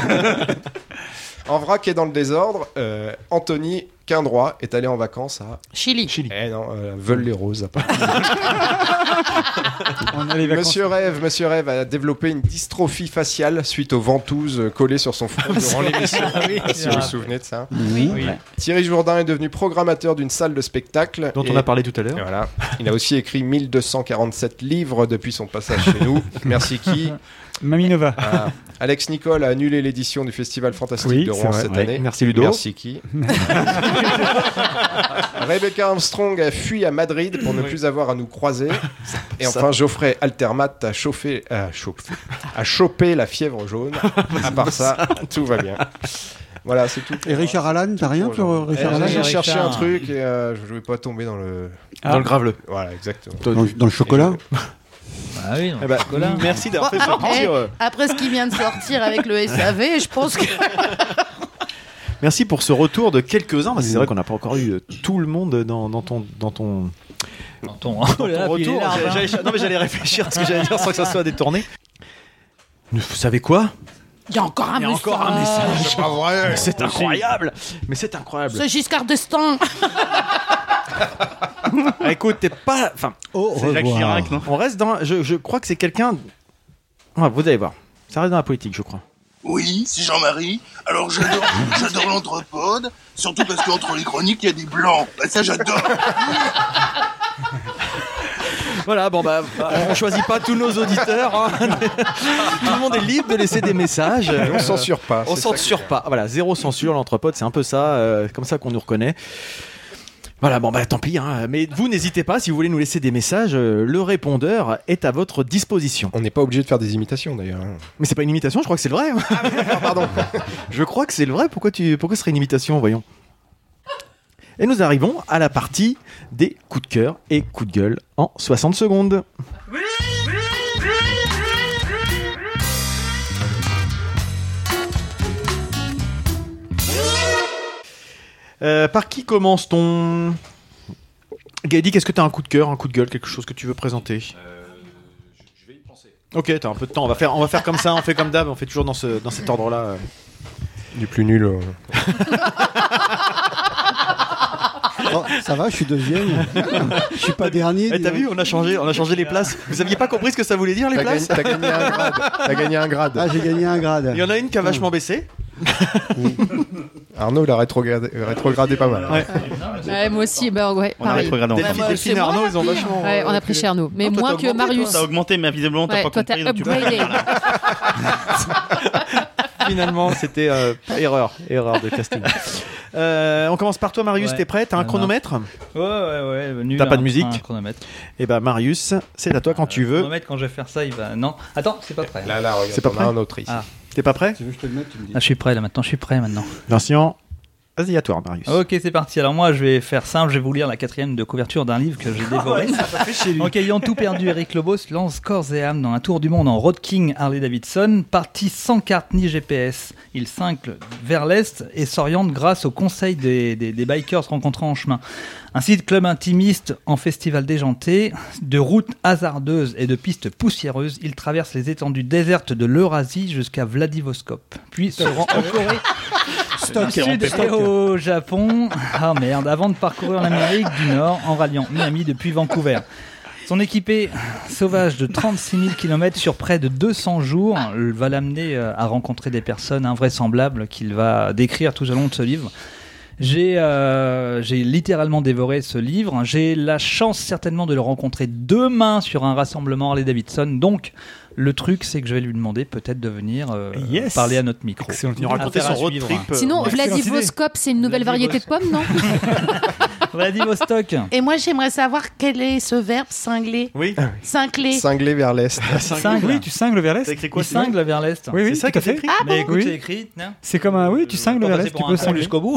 En vrac et dans le désordre, Anthony Quindroit est allé en vacances à Chili. Eh non, veulent les roses. À part. On a les vacances. Monsieur Rêve a développé une dystrophie faciale suite aux ventouses collées sur son front durant l'émission. Oui, Si vous vous souvenez de ça. Oui. Thierry Jourdain est devenu programmateur d'une salle de spectacle. Dont on a parlé tout à l'heure. Et voilà. Il a aussi écrit 1247 livres depuis son passage chez nous. Merci qui Maminova. Ah. Alex Nicole a annulé l'édition du Festival Fantastique Oui, de c'est Rouen vrai. cette Ouais. année. Merci Ludo. Merci qui Rebecca Armstrong a fui à Madrid pour ne plus avoir à nous croiser. Et enfin, Geoffrey Altermat a chopé la fièvre jaune. À part ça, tout va bien. Voilà, c'est tout. Et Richard Allan, t'as rien sur Richard Allan J'ai cherché un Richard. truc et je ne voulais pas tomber dans le... Dans le graveleux. Voilà, exactement. dans le chocolat? Ah oui, Eh ben, merci d'avoir fait ce petit. Après ce qui vient de sortir avec le SAV, je pense que. Merci pour ce retour de quelques-uns. Parce que c'est vrai qu'on n'a pas encore eu tout le monde dans ton Ton ton retour. Non mais j'allais réfléchir à ce que j'allais dire sans que ça soit détourné. Vous savez quoi? Il y a encore un message. C'est pas vrai. C'est incroyable. Mais c'est incroyable. Ce Giscard d'Estaing. Ah, écoute, t'es pas. Enfin, C'est Jacques Chirac, non? on reste dans. Je crois que c'est quelqu'un. Ouais, vous allez voir. Ça reste dans la politique, je crois. Oui, c'est Jean-Marie. Alors j'adore l'anthropode, surtout parce qu'entre les chroniques, il y a des blancs. Bah, ça, j'adore. Voilà, bon bah, on choisit pas tous nos auditeurs. Hein. Tout le monde est libre de laisser des messages. On censure pas. On c'est ça censure qui est pas. Voilà, zéro censure, l'anthropode, c'est un peu ça, comme ça qu'on nous reconnaît. Voilà, bon bah tant pis, hein. Mais vous n'hésitez pas, si vous voulez nous laisser des messages, le répondeur est à votre disposition. On n'est pas obligé de faire des imitations d'ailleurs. Mais c'est pas une imitation, je crois que c'est le vrai. Pardon. Je crois que c'est le vrai, pourquoi ce serait une imitation, voyons. Et nous arrivons à la partie des coups de cœur et coups de gueule en 60 secondes. Par qui commence-t-on? Gaëdi, qu'est-ce que tu as un coup de cœur, un coup de gueule, quelque chose que tu veux présenter? Je vais y penser. Ok, t'as un peu de temps, on va faire comme ça, on fait comme d'hab, on fait toujours dans cet ordre-là. Du plus nul. Oh, ça va, je suis deuxième. Je suis pas dernier. Eh, t'as vu, on a changé les places. Vous aviez pas compris ce que ça voulait dire, les places? T'as gagné un grade. T'as gagné un grade. Ah, j'ai gagné un grade. Il y en a une qui a vachement baissé. Arnaud, il a rétrogradé pas mal. Ouais. Ouais, moi aussi, ouais, On a pareil. rétrogradé en Bah, fait. moi, Delphine et Arnaud, ils ont vachement. Ouais, on a pris chez Arnaud. Mais Non, toi, moins t'as que augmenté, Marius. Ça a augmenté, mais visiblement, t'as Ouais, pas toi, compris. t'as donc tu upgradé. Finalement, c'était erreur de casting. On commence par toi, Marius. Ouais. T'es prêt? T'as un chronomètre? Ouais. Nul, T'as pas de un musique? chronomètre. Eh ben, Marius, c'est à toi quand tu veux. Chronomètre, quand je vais faire ça, il va. Non. Attends, c'est pas prêt. Là, regarde, C'est pas on a prêt un autre ici. Ah. T'es pas prêt? Tu veux que je te le mette, tu me dis. Ah, je suis prêt là maintenant. Je suis prêt maintenant. Vincent, vas-y à toi, Marius. Ok, c'est parti. Alors moi, je vais faire simple. Je vais vous lire la 4e de couverture d'un livre que j'ai dévoré. Donc, ayant tout perdu, Eric Lobos lance corps et âme dans un tour du monde en Road King Harley-Davidson, parti sans carte ni GPS. Il cincle vers l'est et s'oriente grâce aux conseils des bikers rencontrés en chemin. Ainsi de club intimiste en festival déjanté, de routes hasardeuses et de pistes poussiéreuses, il traverse les étendues désertes de l'Eurasie jusqu'à Vladivostok. Puis se rend en Corée. Sud et au Japon, avant de parcourir l'Amérique du Nord en ralliant Miami depuis Vancouver. Son équipée sauvage de 36 000 km sur près de 200 jours va l'amener à rencontrer des personnes invraisemblables qu'il va décrire tout au long de ce livre. J'ai littéralement dévoré ce livre. J'ai la chance certainement de le rencontrer demain sur un rassemblement Harley-Davidson. Donc, le truc, c'est que je vais lui demander peut-être de venir parler à notre micro. Nous raconter son road trip. Sinon, Vladivostok, c'est une nouvelle variété de pommes, non? Vladivostok. Et moi, j'aimerais savoir quel est ce verbe cingler. Oui. Cingler. Cingler vers l'est. Oui, tu cingles vers l'est. T'as écrit quoi? Il cingle vers l'est. Oui, C'est ça tout à que t'as fait. écrit? Ah Mais bon écoute, Oui. c'est écrit. Non, C'est comme un oui, tu cingles pas vers passer l'est, tu pour peux un con cingler. jusqu'au bout.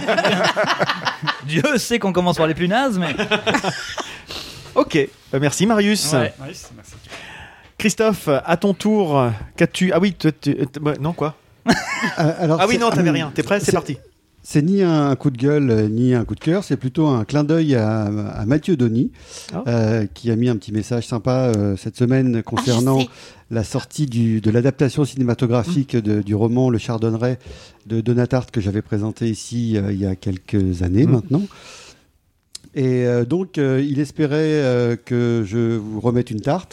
Dieu sait qu'on commence par les plus nazes, mais. Ok, merci Marius. Ouais. Nice, merci. Christophe, à ton tour, qu'as-tu... Ah oui, non quoi? Alors, Ah oui, c'est- non, t'avais rien. T'es prêt? C'est parti. C'est ni un coup de gueule, ni un coup de cœur, c'est plutôt un clin d'œil à Mathieu Donny, qui a mis un petit message sympa cette semaine concernant la sortie de l'adaptation cinématographique du roman Le Chardonneret de Donatarte que j'avais présenté ici il y a quelques années maintenant. Et donc, il espérait que je vous remette une tarte.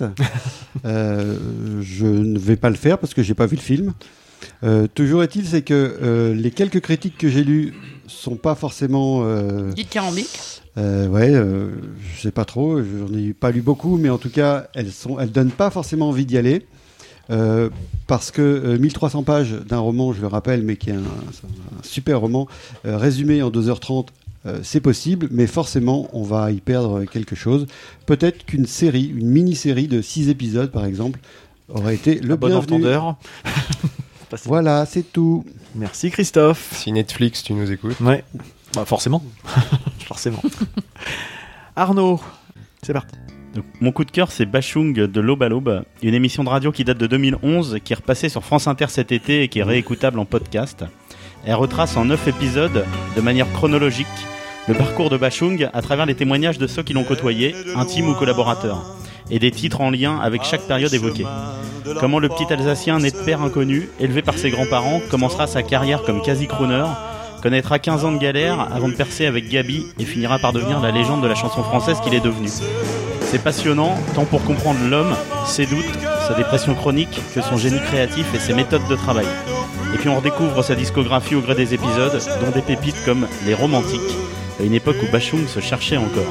Je ne vais pas le faire parce que j'ai pas vu le film. Toujours est-il, c'est que les quelques critiques que j'ai lues sont pas forcément dithyrambiques. Je sais pas trop, j'en ai pas lu beaucoup, mais en tout cas, elles donnent pas forcément envie d'y aller. Parce que 1300 pages d'un roman, je le rappelle, mais qui est un super roman, résumé en 2h30, c'est possible, mais forcément, on va y perdre quelque chose. Peut-être qu'une série, une mini-série de 6 épisodes, par exemple, aurait été le bon bienvenu. entendeur. Voilà, c'est tout. Merci Christophe. Si Netflix, tu nous écoutes. Ouais, bah, forcément. Forcément. Arnaud, c'est parti. Donc, mon coup de cœur, c'est Bachung de l'Aube à l'Aube, une émission de radio qui date de 2011, qui est repassée sur France Inter cet été et qui est réécoutable en podcast. Elle retrace en 9 épisodes, de manière chronologique, le parcours de Bachung à travers les témoignages de ceux qui l'ont côtoyé, intimes ou collaborateurs, et des titres en lien avec chaque période évoquée. Comment le petit Alsacien né de père inconnu, élevé par ses grands-parents, commencera sa carrière comme quasi-crooner, connaîtra 15 ans de galère avant de percer avec Gabi et finira par devenir la légende de la chanson française qu'il est devenu. C'est passionnant, tant pour comprendre l'homme, ses doutes, sa dépression chronique, que son génie créatif et ses méthodes de travail. Et puis on redécouvre sa discographie au gré des épisodes, dont des pépites comme Les Romantiques, à une époque où Bachung se cherchait encore.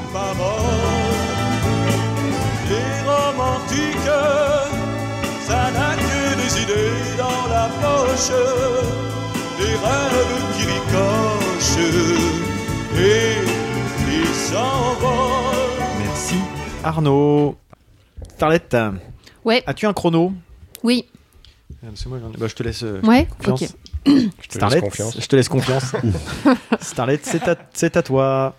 Les romantiques, ça n'a que des idées dans la poche, des rêves qui ricochent et qui s'envolent. Merci Arnaud. Starlet, Ouais. as-tu un chrono? Oui. C'est moi, je te laisse Ouais, confiance. ok. Starlet, je te laisse confiance. Starlet, c'est à toi.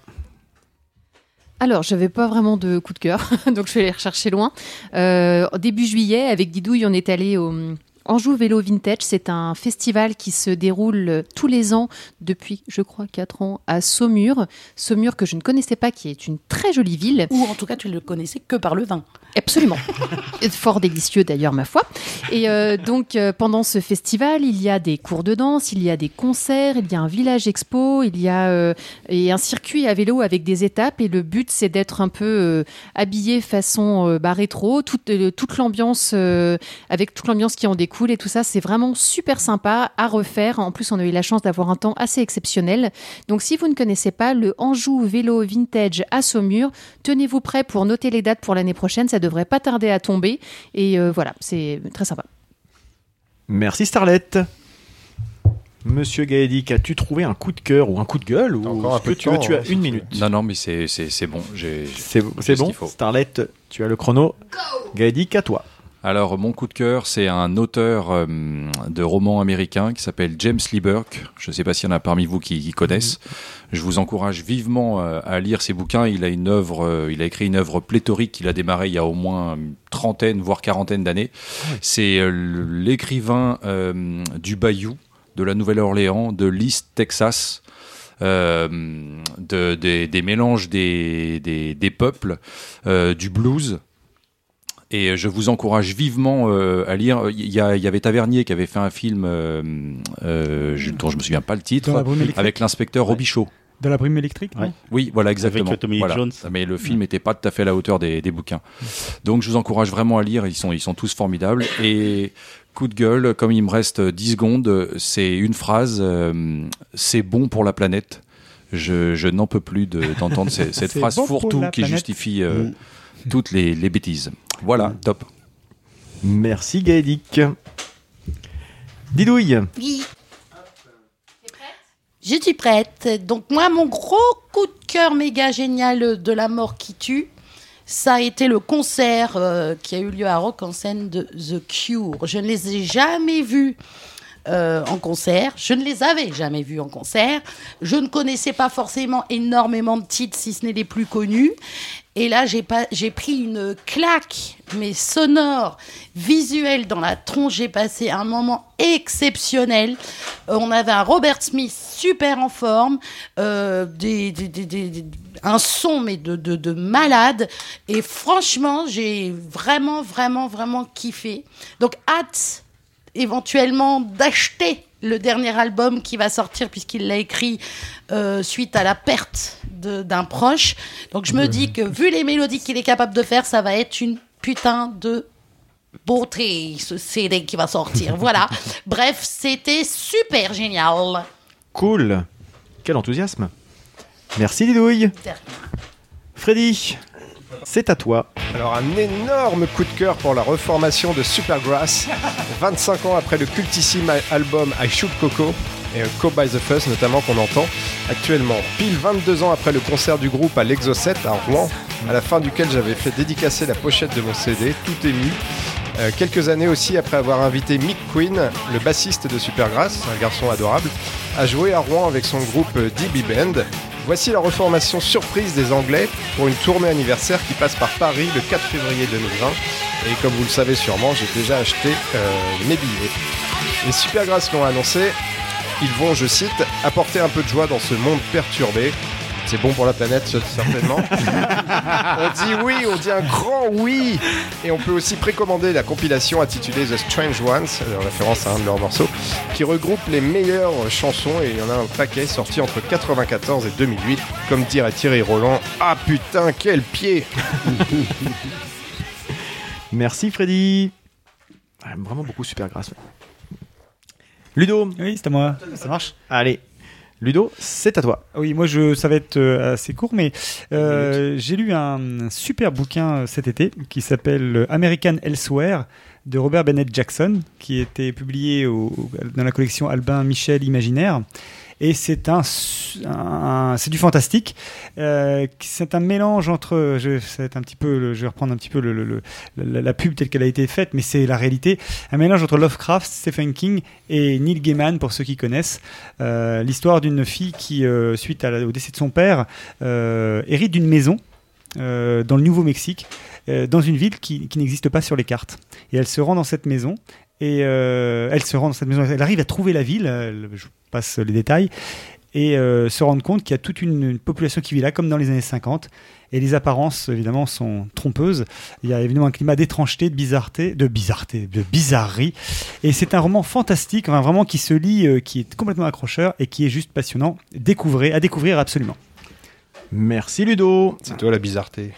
Alors, j'avais pas vraiment de coup de cœur, donc je vais aller rechercher loin. Début juillet, avec Didouille, on est allé au Anjou Vélo Vintage. C'est un festival qui se déroule tous les ans depuis, je crois, 4 ans à Saumur. Saumur que je ne connaissais pas, qui est une très jolie ville. Ou en tout cas, tu ne le connaissais que par le vin. Absolument. Fort délicieux d'ailleurs, ma foi. Et donc, pendant ce festival, il y a des cours de danse, il y a des concerts, il y a un village expo, il y a et un circuit à vélo avec des étapes. Et le but, c'est d'être un peu habillé façon rétro, toute l'ambiance, avec toute l'ambiance qui en découle et tout ça. C'est vraiment super sympa à refaire. En plus, on a eu la chance d'avoir un temps assez exceptionnel. Donc, si vous ne connaissez pas le Anjou Vélo Vintage à Saumur, tenez-vous prêts pour noter les dates pour l'année prochaine. Ça devrait pas tarder à tomber. Et voilà, c'est très sympa. Merci Starlet. Monsieur Gaëdic, as-tu trouvé un coup de cœur ou un coup de gueule ou encore un ce peu que de tu veux? temps, Tu as hein, une minute. Non, mais c'est bon. C'est bon. Starlet, tu as le chrono. Gaëdic, à toi. Alors, mon coup de cœur, c'est un auteur de romans américain qui s'appelle James Lee Burke. Je ne sais pas s'il y en a parmi vous qui connaissent. Je vous encourage vivement à lire ses bouquins. Il a écrit une œuvre pléthorique qu'il a démarrée il y a au moins une trentaine, voire quarantaine d'années. C'est l'écrivain du Bayou, de la Nouvelle-Orléans, de l'East Texas. Des mélanges des peuples, du blues. Et je vous encourage vivement à lire. Il y avait Tavernier qui avait fait un film dont je me souviens pas le titre, avec l'inspecteur Robichaud. De la brume électrique, non ? Oui, voilà, exactement. Avec Tommy Lee Voilà. Jones. Mais le film n'était pas tout à fait à la hauteur des bouquins. Donc je vous encourage vraiment à lire, ils sont tous formidables. Et coup de gueule, comme il me reste 10 secondes, c'est une phrase, c'est bon pour la planète. Je n'en peux plus d'entendre cette C'est phrase bon pour fourre-tout la qui planète. justifie toutes les bêtises. Voilà, top. Merci Gaëdic. Didouille. Oui. Je suis prête. Donc moi, mon gros coup de cœur méga génial de La mort qui tue, ça a été le concert qui a eu lieu à Rock en Seine de The Cure. Je ne les ai jamais vus en concert. Je ne les avais jamais vus en concert. Je ne connaissais pas forcément énormément de titres, si ce n'est les plus connus. Et là, j'ai pris une claque, mais sonore, visuelle dans la tronche. J'ai passé un moment exceptionnel. On avait un Robert Smith super en forme, un son mais de malade. Et franchement, j'ai vraiment, vraiment, vraiment kiffé. Donc, hâte éventuellement d'acheter le dernier album qui va sortir puisqu'il l'a écrit suite à la perte d'un proche. Donc je me dis que vu les mélodies qu'il est capable de faire, ça va être une putain de beauté ce CD qui va sortir. Voilà. Bref, c'était super génial. Cool. Quel enthousiasme. Merci Didouille. Freddy, c'est à toi. Alors un énorme coup de cœur pour la reformation de Supergrass, 25 ans après le cultissime album I Shoot Coco et Co by the Fuzz notamment qu'on entend actuellement. Pile 22 ans après le concert du groupe à l'Exo 7 à Rouen, à la fin duquel j'avais fait dédicacer la pochette de mon CD, tout ému. Quelques années aussi après avoir invité Mick Quinn, le bassiste de Supergrass, un garçon adorable, à jouer à Rouen avec son groupe DB Band. Voici la reformation surprise des Anglais pour une tournée anniversaire qui passe par Paris le 4 février 2020. Et comme vous le savez sûrement, j'ai déjà acheté mes billets. Les Supergrass l'ont annoncé, ils vont, je cite, apporter un peu de joie dans ce monde perturbé. C'est bon pour la planète, certainement. On dit oui, on dit un grand oui. Et on peut aussi précommander la compilation intitulée The Strange Ones, en référence à un de leurs morceaux, qui regroupe les meilleures chansons. Et il y en a un paquet sorti entre 1994 et 2008. Comme dirait Thierry Roland, ah putain, quel pied. Merci Freddy. J'aime vraiment beaucoup Supergrass. Ludo. Oui, c'est à moi. Ça marche. Allez. Ludo, c'est à toi. Oui, moi ça va être assez court, mais j'ai lu un super bouquin cet été qui s'appelle American Elsewhere de Robert Bennett Jackson, qui était publié dans la collection Albin Michel Imaginaire. Et c'est du fantastique. C'est un mélange entre, je vais reprendre un petit peu la pub telle qu'elle a été faite, mais c'est la réalité. Un mélange entre Lovecraft, Stephen King et Neil Gaiman, pour ceux qui connaissent. L'histoire d'une fille qui, suite au décès de son père, hérite d'une maison dans le Nouveau-Mexique, dans une ville qui n'existe pas sur les cartes. Et elle se rend dans cette maison. Elle arrive à trouver la ville, je passe les détails, et se rendre compte qu'il y a toute une population qui vit là, comme dans les années 50, et les apparences, évidemment, sont trompeuses. Il y a évidemment un climat d'étrangeté, de bizarrerie, et c'est un roman fantastique, vraiment qui se lit, qui est complètement accrocheur, et qui est juste passionnant, à découvrir absolument. Merci Ludo. C'est toi la bizarreté.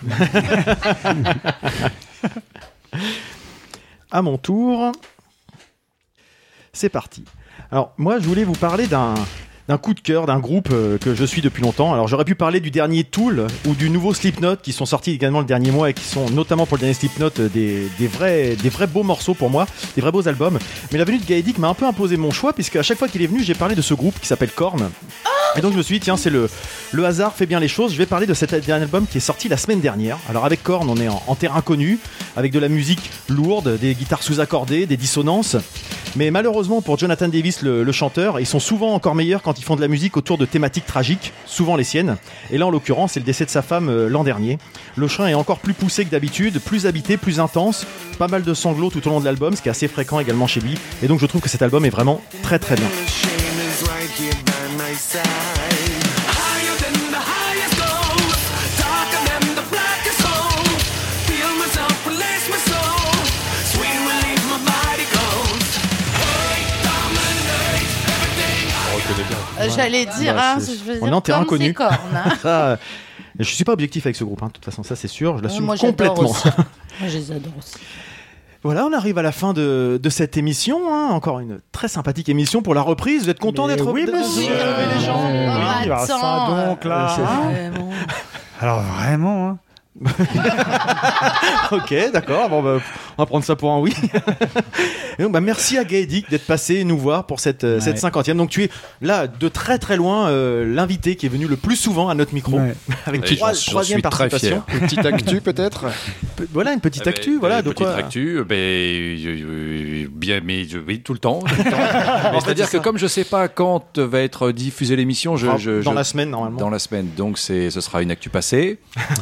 À mon tour, c'est parti. Alors moi je voulais vous parler d'un coup de cœur d'un groupe que je suis depuis longtemps. Alors j'aurais pu parler du dernier Tool ou du nouveau Slipknot qui sont sortis également le dernier mois et qui sont notamment pour le dernier Slipknot des vrais beaux morceaux pour moi, des vrais beaux albums. Mais la venue de Gaëdic m'a un peu imposé mon choix puisque à chaque fois qu'il est venu j'ai parlé de ce groupe qui s'appelle Korn. Et donc je me suis dit tiens c'est le hasard fait bien les choses. Je vais parler de cet dernier album qui est sorti la semaine dernière. Alors avec Korn on est en terrain connu avec de la musique lourde, des guitares sous-accordées, des dissonances. Mais malheureusement pour Jonathan Davis le chanteur, ils sont souvent encore meilleurs quand ils font de la musique autour de thématiques tragiques, souvent les siennes. Et là en l'occurrence c'est le décès de sa femme l'an dernier. Le chant est encore plus poussé que d'habitude, plus habité, plus intense, pas mal de sanglots tout au long de l'album, ce qui est assez fréquent également chez lui. Et donc je trouve que cet album est vraiment très très bien. J'allais dire, Bah, hein, c'est- je veux on est dire, en terrain comme connu. ses cornes, hein. Ça, je suis pas objectif avec ce groupe, hein, de toute façon, ça c'est sûr, je l'assume Moi, j'adore complètement. aussi. Moi, je les adore aussi. Voilà, on arrive à la fin de cette émission. Hein. Encore une très sympathique émission pour la reprise. Vous êtes content d'être oui, monsieur. les gens Oui, alors ça donc là. Vraiment. Alors vraiment, hein. Ok, d'accord. Bon, bah, on va prendre ça pour un oui. Et donc, bah, merci à Gaëdic d'être passé nous voir pour cette 50e. Donc, tu es là de très très loin l'invité qui est venu le plus souvent à notre micro. Ouais. Avec Et troisième j'en suis très participation. fier. Une petite actu peut-être. Voilà, une petite actu. Voilà, de petite quoi. actu, bien, mais oui, tout le temps. Mais c'est-à-dire que comme je sais pas quand va être diffusée l'émission, Dans la semaine, normalement. Dans la semaine, donc ce sera une actu passée.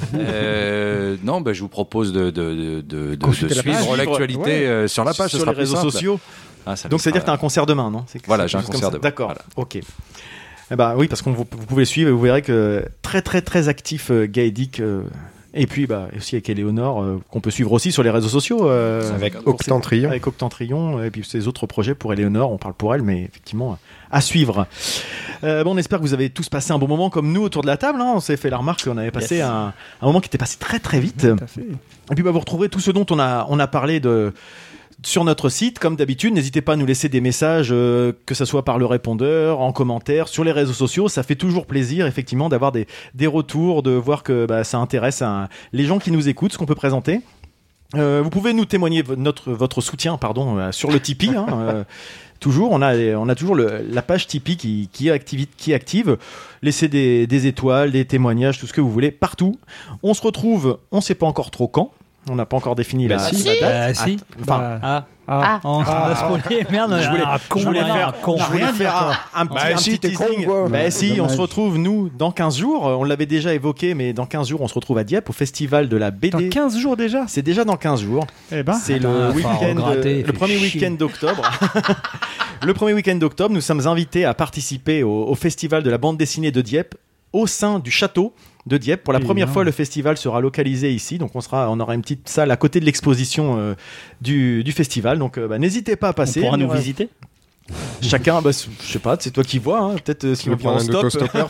Non, je vous propose de Consulter la page. suivre l'actualité sur la page, ce sur sera les plus réseaux simple. sociaux. Ça Donc, sera- c'est-à-dire que tu as un concert demain, non? Voilà, j'ai un quelque chose concert comme ça. demain. D'accord, Voilà. ok. Eh ben, oui, parce que vous pouvez le suivre et vous verrez que très très très actif Gaëdic. Et puis aussi avec Éléonore, qu'on peut suivre aussi sur les réseaux sociaux. Avec pour Octantrion. Avec Octantrion, et puis ses autres projets pour Éléonore, on parle pour elle, mais effectivement, à suivre. On espère que vous avez tous passé un bon moment comme nous autour de la table. Hein. On s'est fait la remarque qu'on avait passé un moment qui était passé très très vite. Tout à fait. Et puis vous retrouverez tout ce dont on a parlé sur notre site, comme d'habitude. N'hésitez pas à nous laisser des messages, que ce soit par le répondeur, en commentaire, sur les réseaux sociaux. Ça fait toujours plaisir, effectivement, d'avoir des retours, de voir que ça intéresse les gens qui nous écoutent, ce qu'on peut présenter. Vous pouvez nous témoigner votre soutien sur le Tipeee. Hein, toujours, on a toujours la page Tipeee qui est active. Laissez des étoiles, des témoignages, tout ce que vous voulez, partout. On se retrouve, on ne sait pas encore trop quand. On n'a pas encore défini la date. Si. Enfin, On a spoilé. Merde, je voulais faire un petit teasing. Si, on se retrouve, nous, dans 15 jours. On l'avait déjà évoqué, mais dans 15 jours, on se retrouve à Dieppe, au festival de la BD. Dans 15 jours déjà. C'est déjà dans 15 jours. Eh ben. C'est le premier week-end d'octobre. Le premier week-end d'octobre, nous sommes invités à participer au festival de la bande dessinée de Dieppe, au sein du château de Dieppe. Pour la première fois, le festival sera localisé ici, donc on aura une petite salle à côté de l'exposition du festival. Donc n'hésitez pas à passer. On pourra nous visiter. Chacun, je sais pas, c'est toi qui vois. Hein, peut-être si vous prendre un stop. autostoppeur.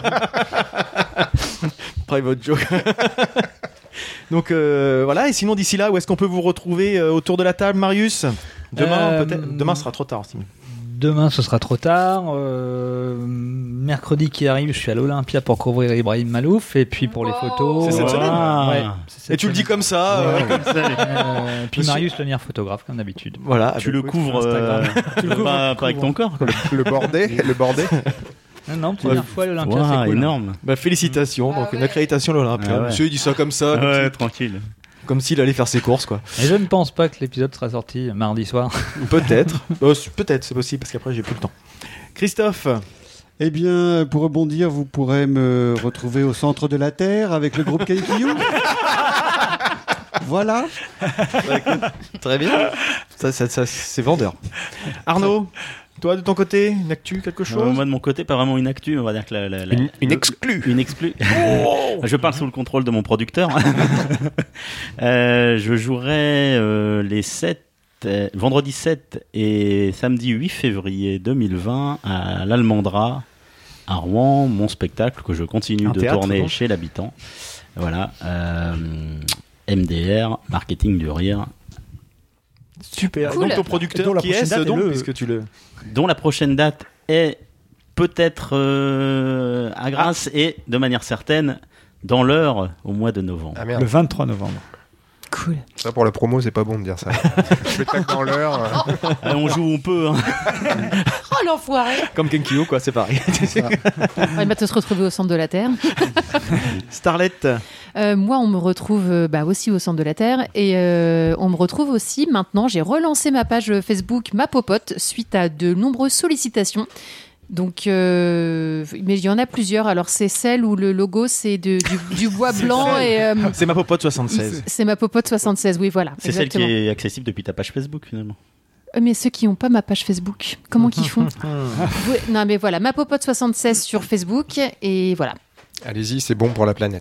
Private joke. Donc voilà. Et sinon d'ici là, où est-ce qu'on peut vous retrouver autour de la table, Marius? Demain, peut-être. Demain sera trop tard aussi. Demain, ce sera trop tard. Mercredi qui arrive, je suis à l'Olympia pour couvrir Ibrahim Malouf. Et puis pour les photos. C'est cette semaine. Ouais, Et tu le dis comme ça. Puis Marius Lenière, photographe, comme d'habitude. Voilà. Tu le couvres pas avec ton corps. Le bordé. Non, première fois à l'Olympia, Wow, c'est cool. énorme. Félicitations. Donc une accréditation à l'Olympia. Ah ouais. Monsieur il dit ça comme ça. Ouais, tranquille. Comme s'il allait faire ses courses, quoi. Et je ne pense pas que l'épisode sera sorti mardi soir. Peut-être. Peut-être, c'est possible, parce qu'après, j'ai plus le temps. Christophe. Eh bien, pour rebondir, vous pourrez me retrouver au centre de la Terre avec le groupe Kaikiyu. Voilà. Très bien. Ça, c'est vendeur. Arnaud, toi, de ton côté, une actu, quelque chose? Moi, de mon côté, pas vraiment une actu. On va dire que une exclue. Une exclue. Je parle sous le contrôle de mon producteur. Je jouerai vendredi 7 et samedi 8 février 2020 à l'Almandra, à Rouen, mon spectacle que je continue de tourner donc chez l'habitant. Voilà. MDR, marketing du rire. Super. Cool. Donc ton producteur qui est-ce donc, puisque tu le... Dont la prochaine date est peut-être à Grasse et de manière certaine dans l'heure au mois de novembre. Ah merde. Le 23 novembre. Cool. Ça pour la promo, c'est pas bon de dire ça. Spectacle dans l'heure. On joue où on peut. Hein. Oh l'enfoiré. Comme Kenkyo, quoi, c'est pareil. On va se retrouver au centre de la Terre. Starlet. Moi, on me retrouve aussi au centre de la Terre et on me retrouve aussi maintenant. J'ai relancé ma page Facebook Ma Popote suite à de nombreuses sollicitations. Donc, mais il y en a plusieurs. Alors, c'est celle où le logo c'est du bois blanc et c'est Ma Popote 76. C'est Ma Popote 76. Oui, voilà. C'est exactement. celle qui est accessible depuis ta page Facebook finalement. Mais ceux qui n'ont pas ma page Facebook, comment qu'ils font? Non, mais voilà, Ma Popote 76 sur Facebook et voilà. Allez-y, c'est bon pour la planète.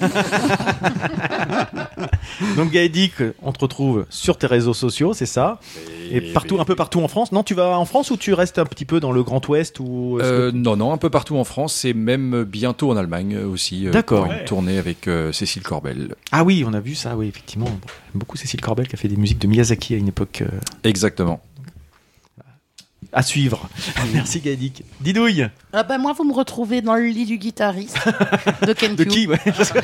Donc Gaëdic, on te retrouve sur tes réseaux sociaux, c'est ça? Et partout, un peu partout en France. Non, tu vas en France ou tu restes un petit peu dans le Grand Ouest ou Non, un peu partout en France et même bientôt en Allemagne aussi. D'accord. Pour une tournée avec Cécile Corbel. Ah oui, on a vu ça, oui, effectivement. J'aime beaucoup Cécile Corbel qui a fait des musiques de Miyazaki à une époque. Exactement. À suivre. Merci Gaëdic. Didouille. Ah bah moi, vous me retrouvez dans le lit du guitariste de Ken De qui, ouais.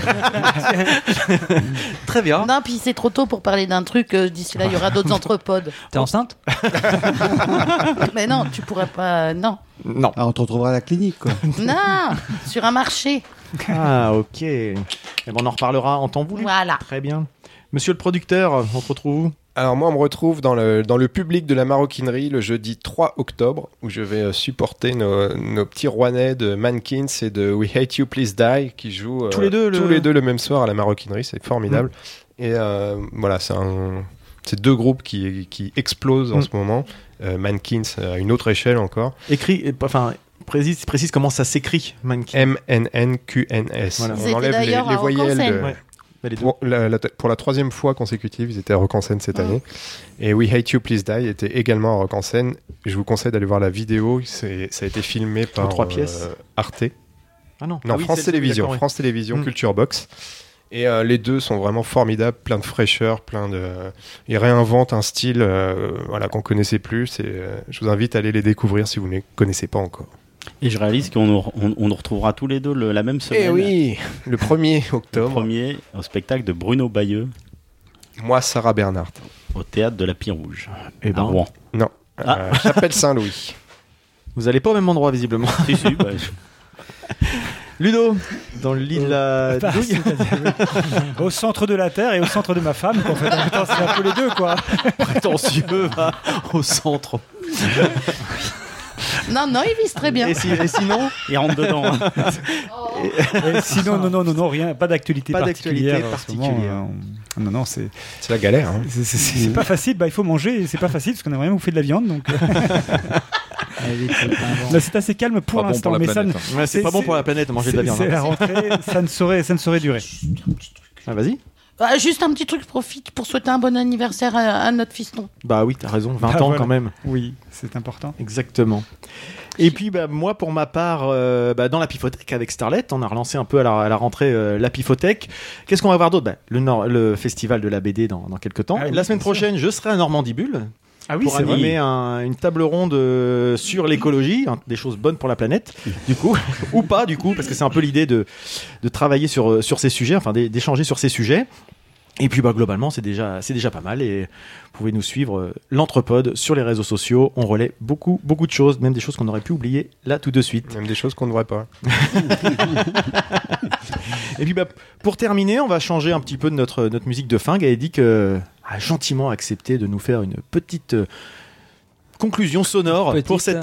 Très bien. Non, puis c'est trop tôt pour parler d'un truc. D'ici là, il y aura d'autres anthropodes. T'es enceinte? Mais non, tu pourrais pas. Non. Non. Ah, on te retrouvera à la clinique, quoi. Non, sur un marché. Ah, ok. Eh ben, on en reparlera en temps voulu. Voilà. Très bien. Monsieur le producteur, on te retrouve où? Alors moi, on me retrouve dans le public de la maroquinerie le jeudi 3 octobre, où je vais supporter nos petits Rouennais de Mankins et de We Hate You Please Die, qui jouent tous les deux le même soir à la maroquinerie. C'est formidable. Et voilà, c'est deux groupes qui explosent en ce moment. Mankins à une autre échelle encore. Précise comment ça s'écrit, Mankins. MNNQNS. Voilà. On enlève les voyelles. Pour la troisième fois consécutive, ils étaient à Rock en scène cette année. Et We Hate You Please Die était également à Rock en scène. Je vous conseille d'aller voir la vidéo. Ça a été filmé par 3 pièces. Arte. Ah non, France Télévisions. d'accord, France Télévisions, Culture Box. Et les deux sont vraiment formidables, plein de fraîcheur, ils réinventent un style qu'on connaissait plus. Je vous invite à aller les découvrir si vous ne les connaissez pas encore. Et je réalise qu'on nous retrouvera tous les deux la même semaine. Eh oui, le 1er octobre. Le premier au spectacle de Bruno Bayeux. Moi, Sarah Bernhardt. Au théâtre de la Pie Rouge. Et à Rouen. Non, Chapelle Saint-Louis. Vous allez pas au même endroit visiblement. Si. Ludo, dans le lit de la douille. Au centre de la terre et au centre de ma femme. En fait, c'est un peu les deux, quoi. Prétentieux, va au centre. Non, il vise très bien. Et sinon, il rentre dedans. Et sinon, non, rien, pas d'actualité particulière. Non, c'est la galère. Hein. C'est pas facile. Il faut manger et c'est pas facile parce qu'on a vraiment bouffé de la viande. Donc. C'est assez calme pour l'instant, mais ça, c'est pas bon pour la planète manger de la viande. C'est la rentrée, ça ne saurait durer. Ah, vas-y. Juste un petit truc, profite pour souhaiter un bon anniversaire à notre fiston. Bah oui, t'as raison, 20 ans quand même. Oui, c'est important. Exactement. Et puis moi, pour ma part, dans la Pifothèque avec Starlet, on a relancé un peu à la rentrée la Pifothèque. Qu'est-ce qu'on va voir d'autre? Le festival de la BD dans quelques temps. La semaine prochaine, je serai à Normandibule. Pour animer une table ronde sur l'écologie, des choses bonnes pour la planète, du coup, ou pas, du coup, parce que c'est un peu l'idée de travailler sur ces sujets, enfin d'échanger sur ces sujets. Et puis globalement, c'est déjà pas mal. Et vous pouvez nous suivre l'Anthropode sur les réseaux sociaux. On relaie beaucoup de choses, même des choses qu'on aurait pu oublier là tout de suite. Même des choses qu'on ne devrait pas. Et puis pour terminer, on va changer un petit peu de notre musique de fin. Gaëdic a gentiment accepté de nous faire une petite conclusion sonore pour cette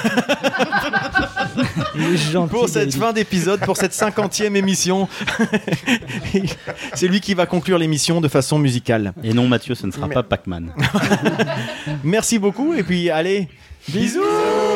fin d'épisode, pour cette 50e émission. C'est lui qui va conclure l'émission de façon musicale. Et non, Mathieu, ce ne sera pas Pac-Man. Merci beaucoup et puis allez, bisous.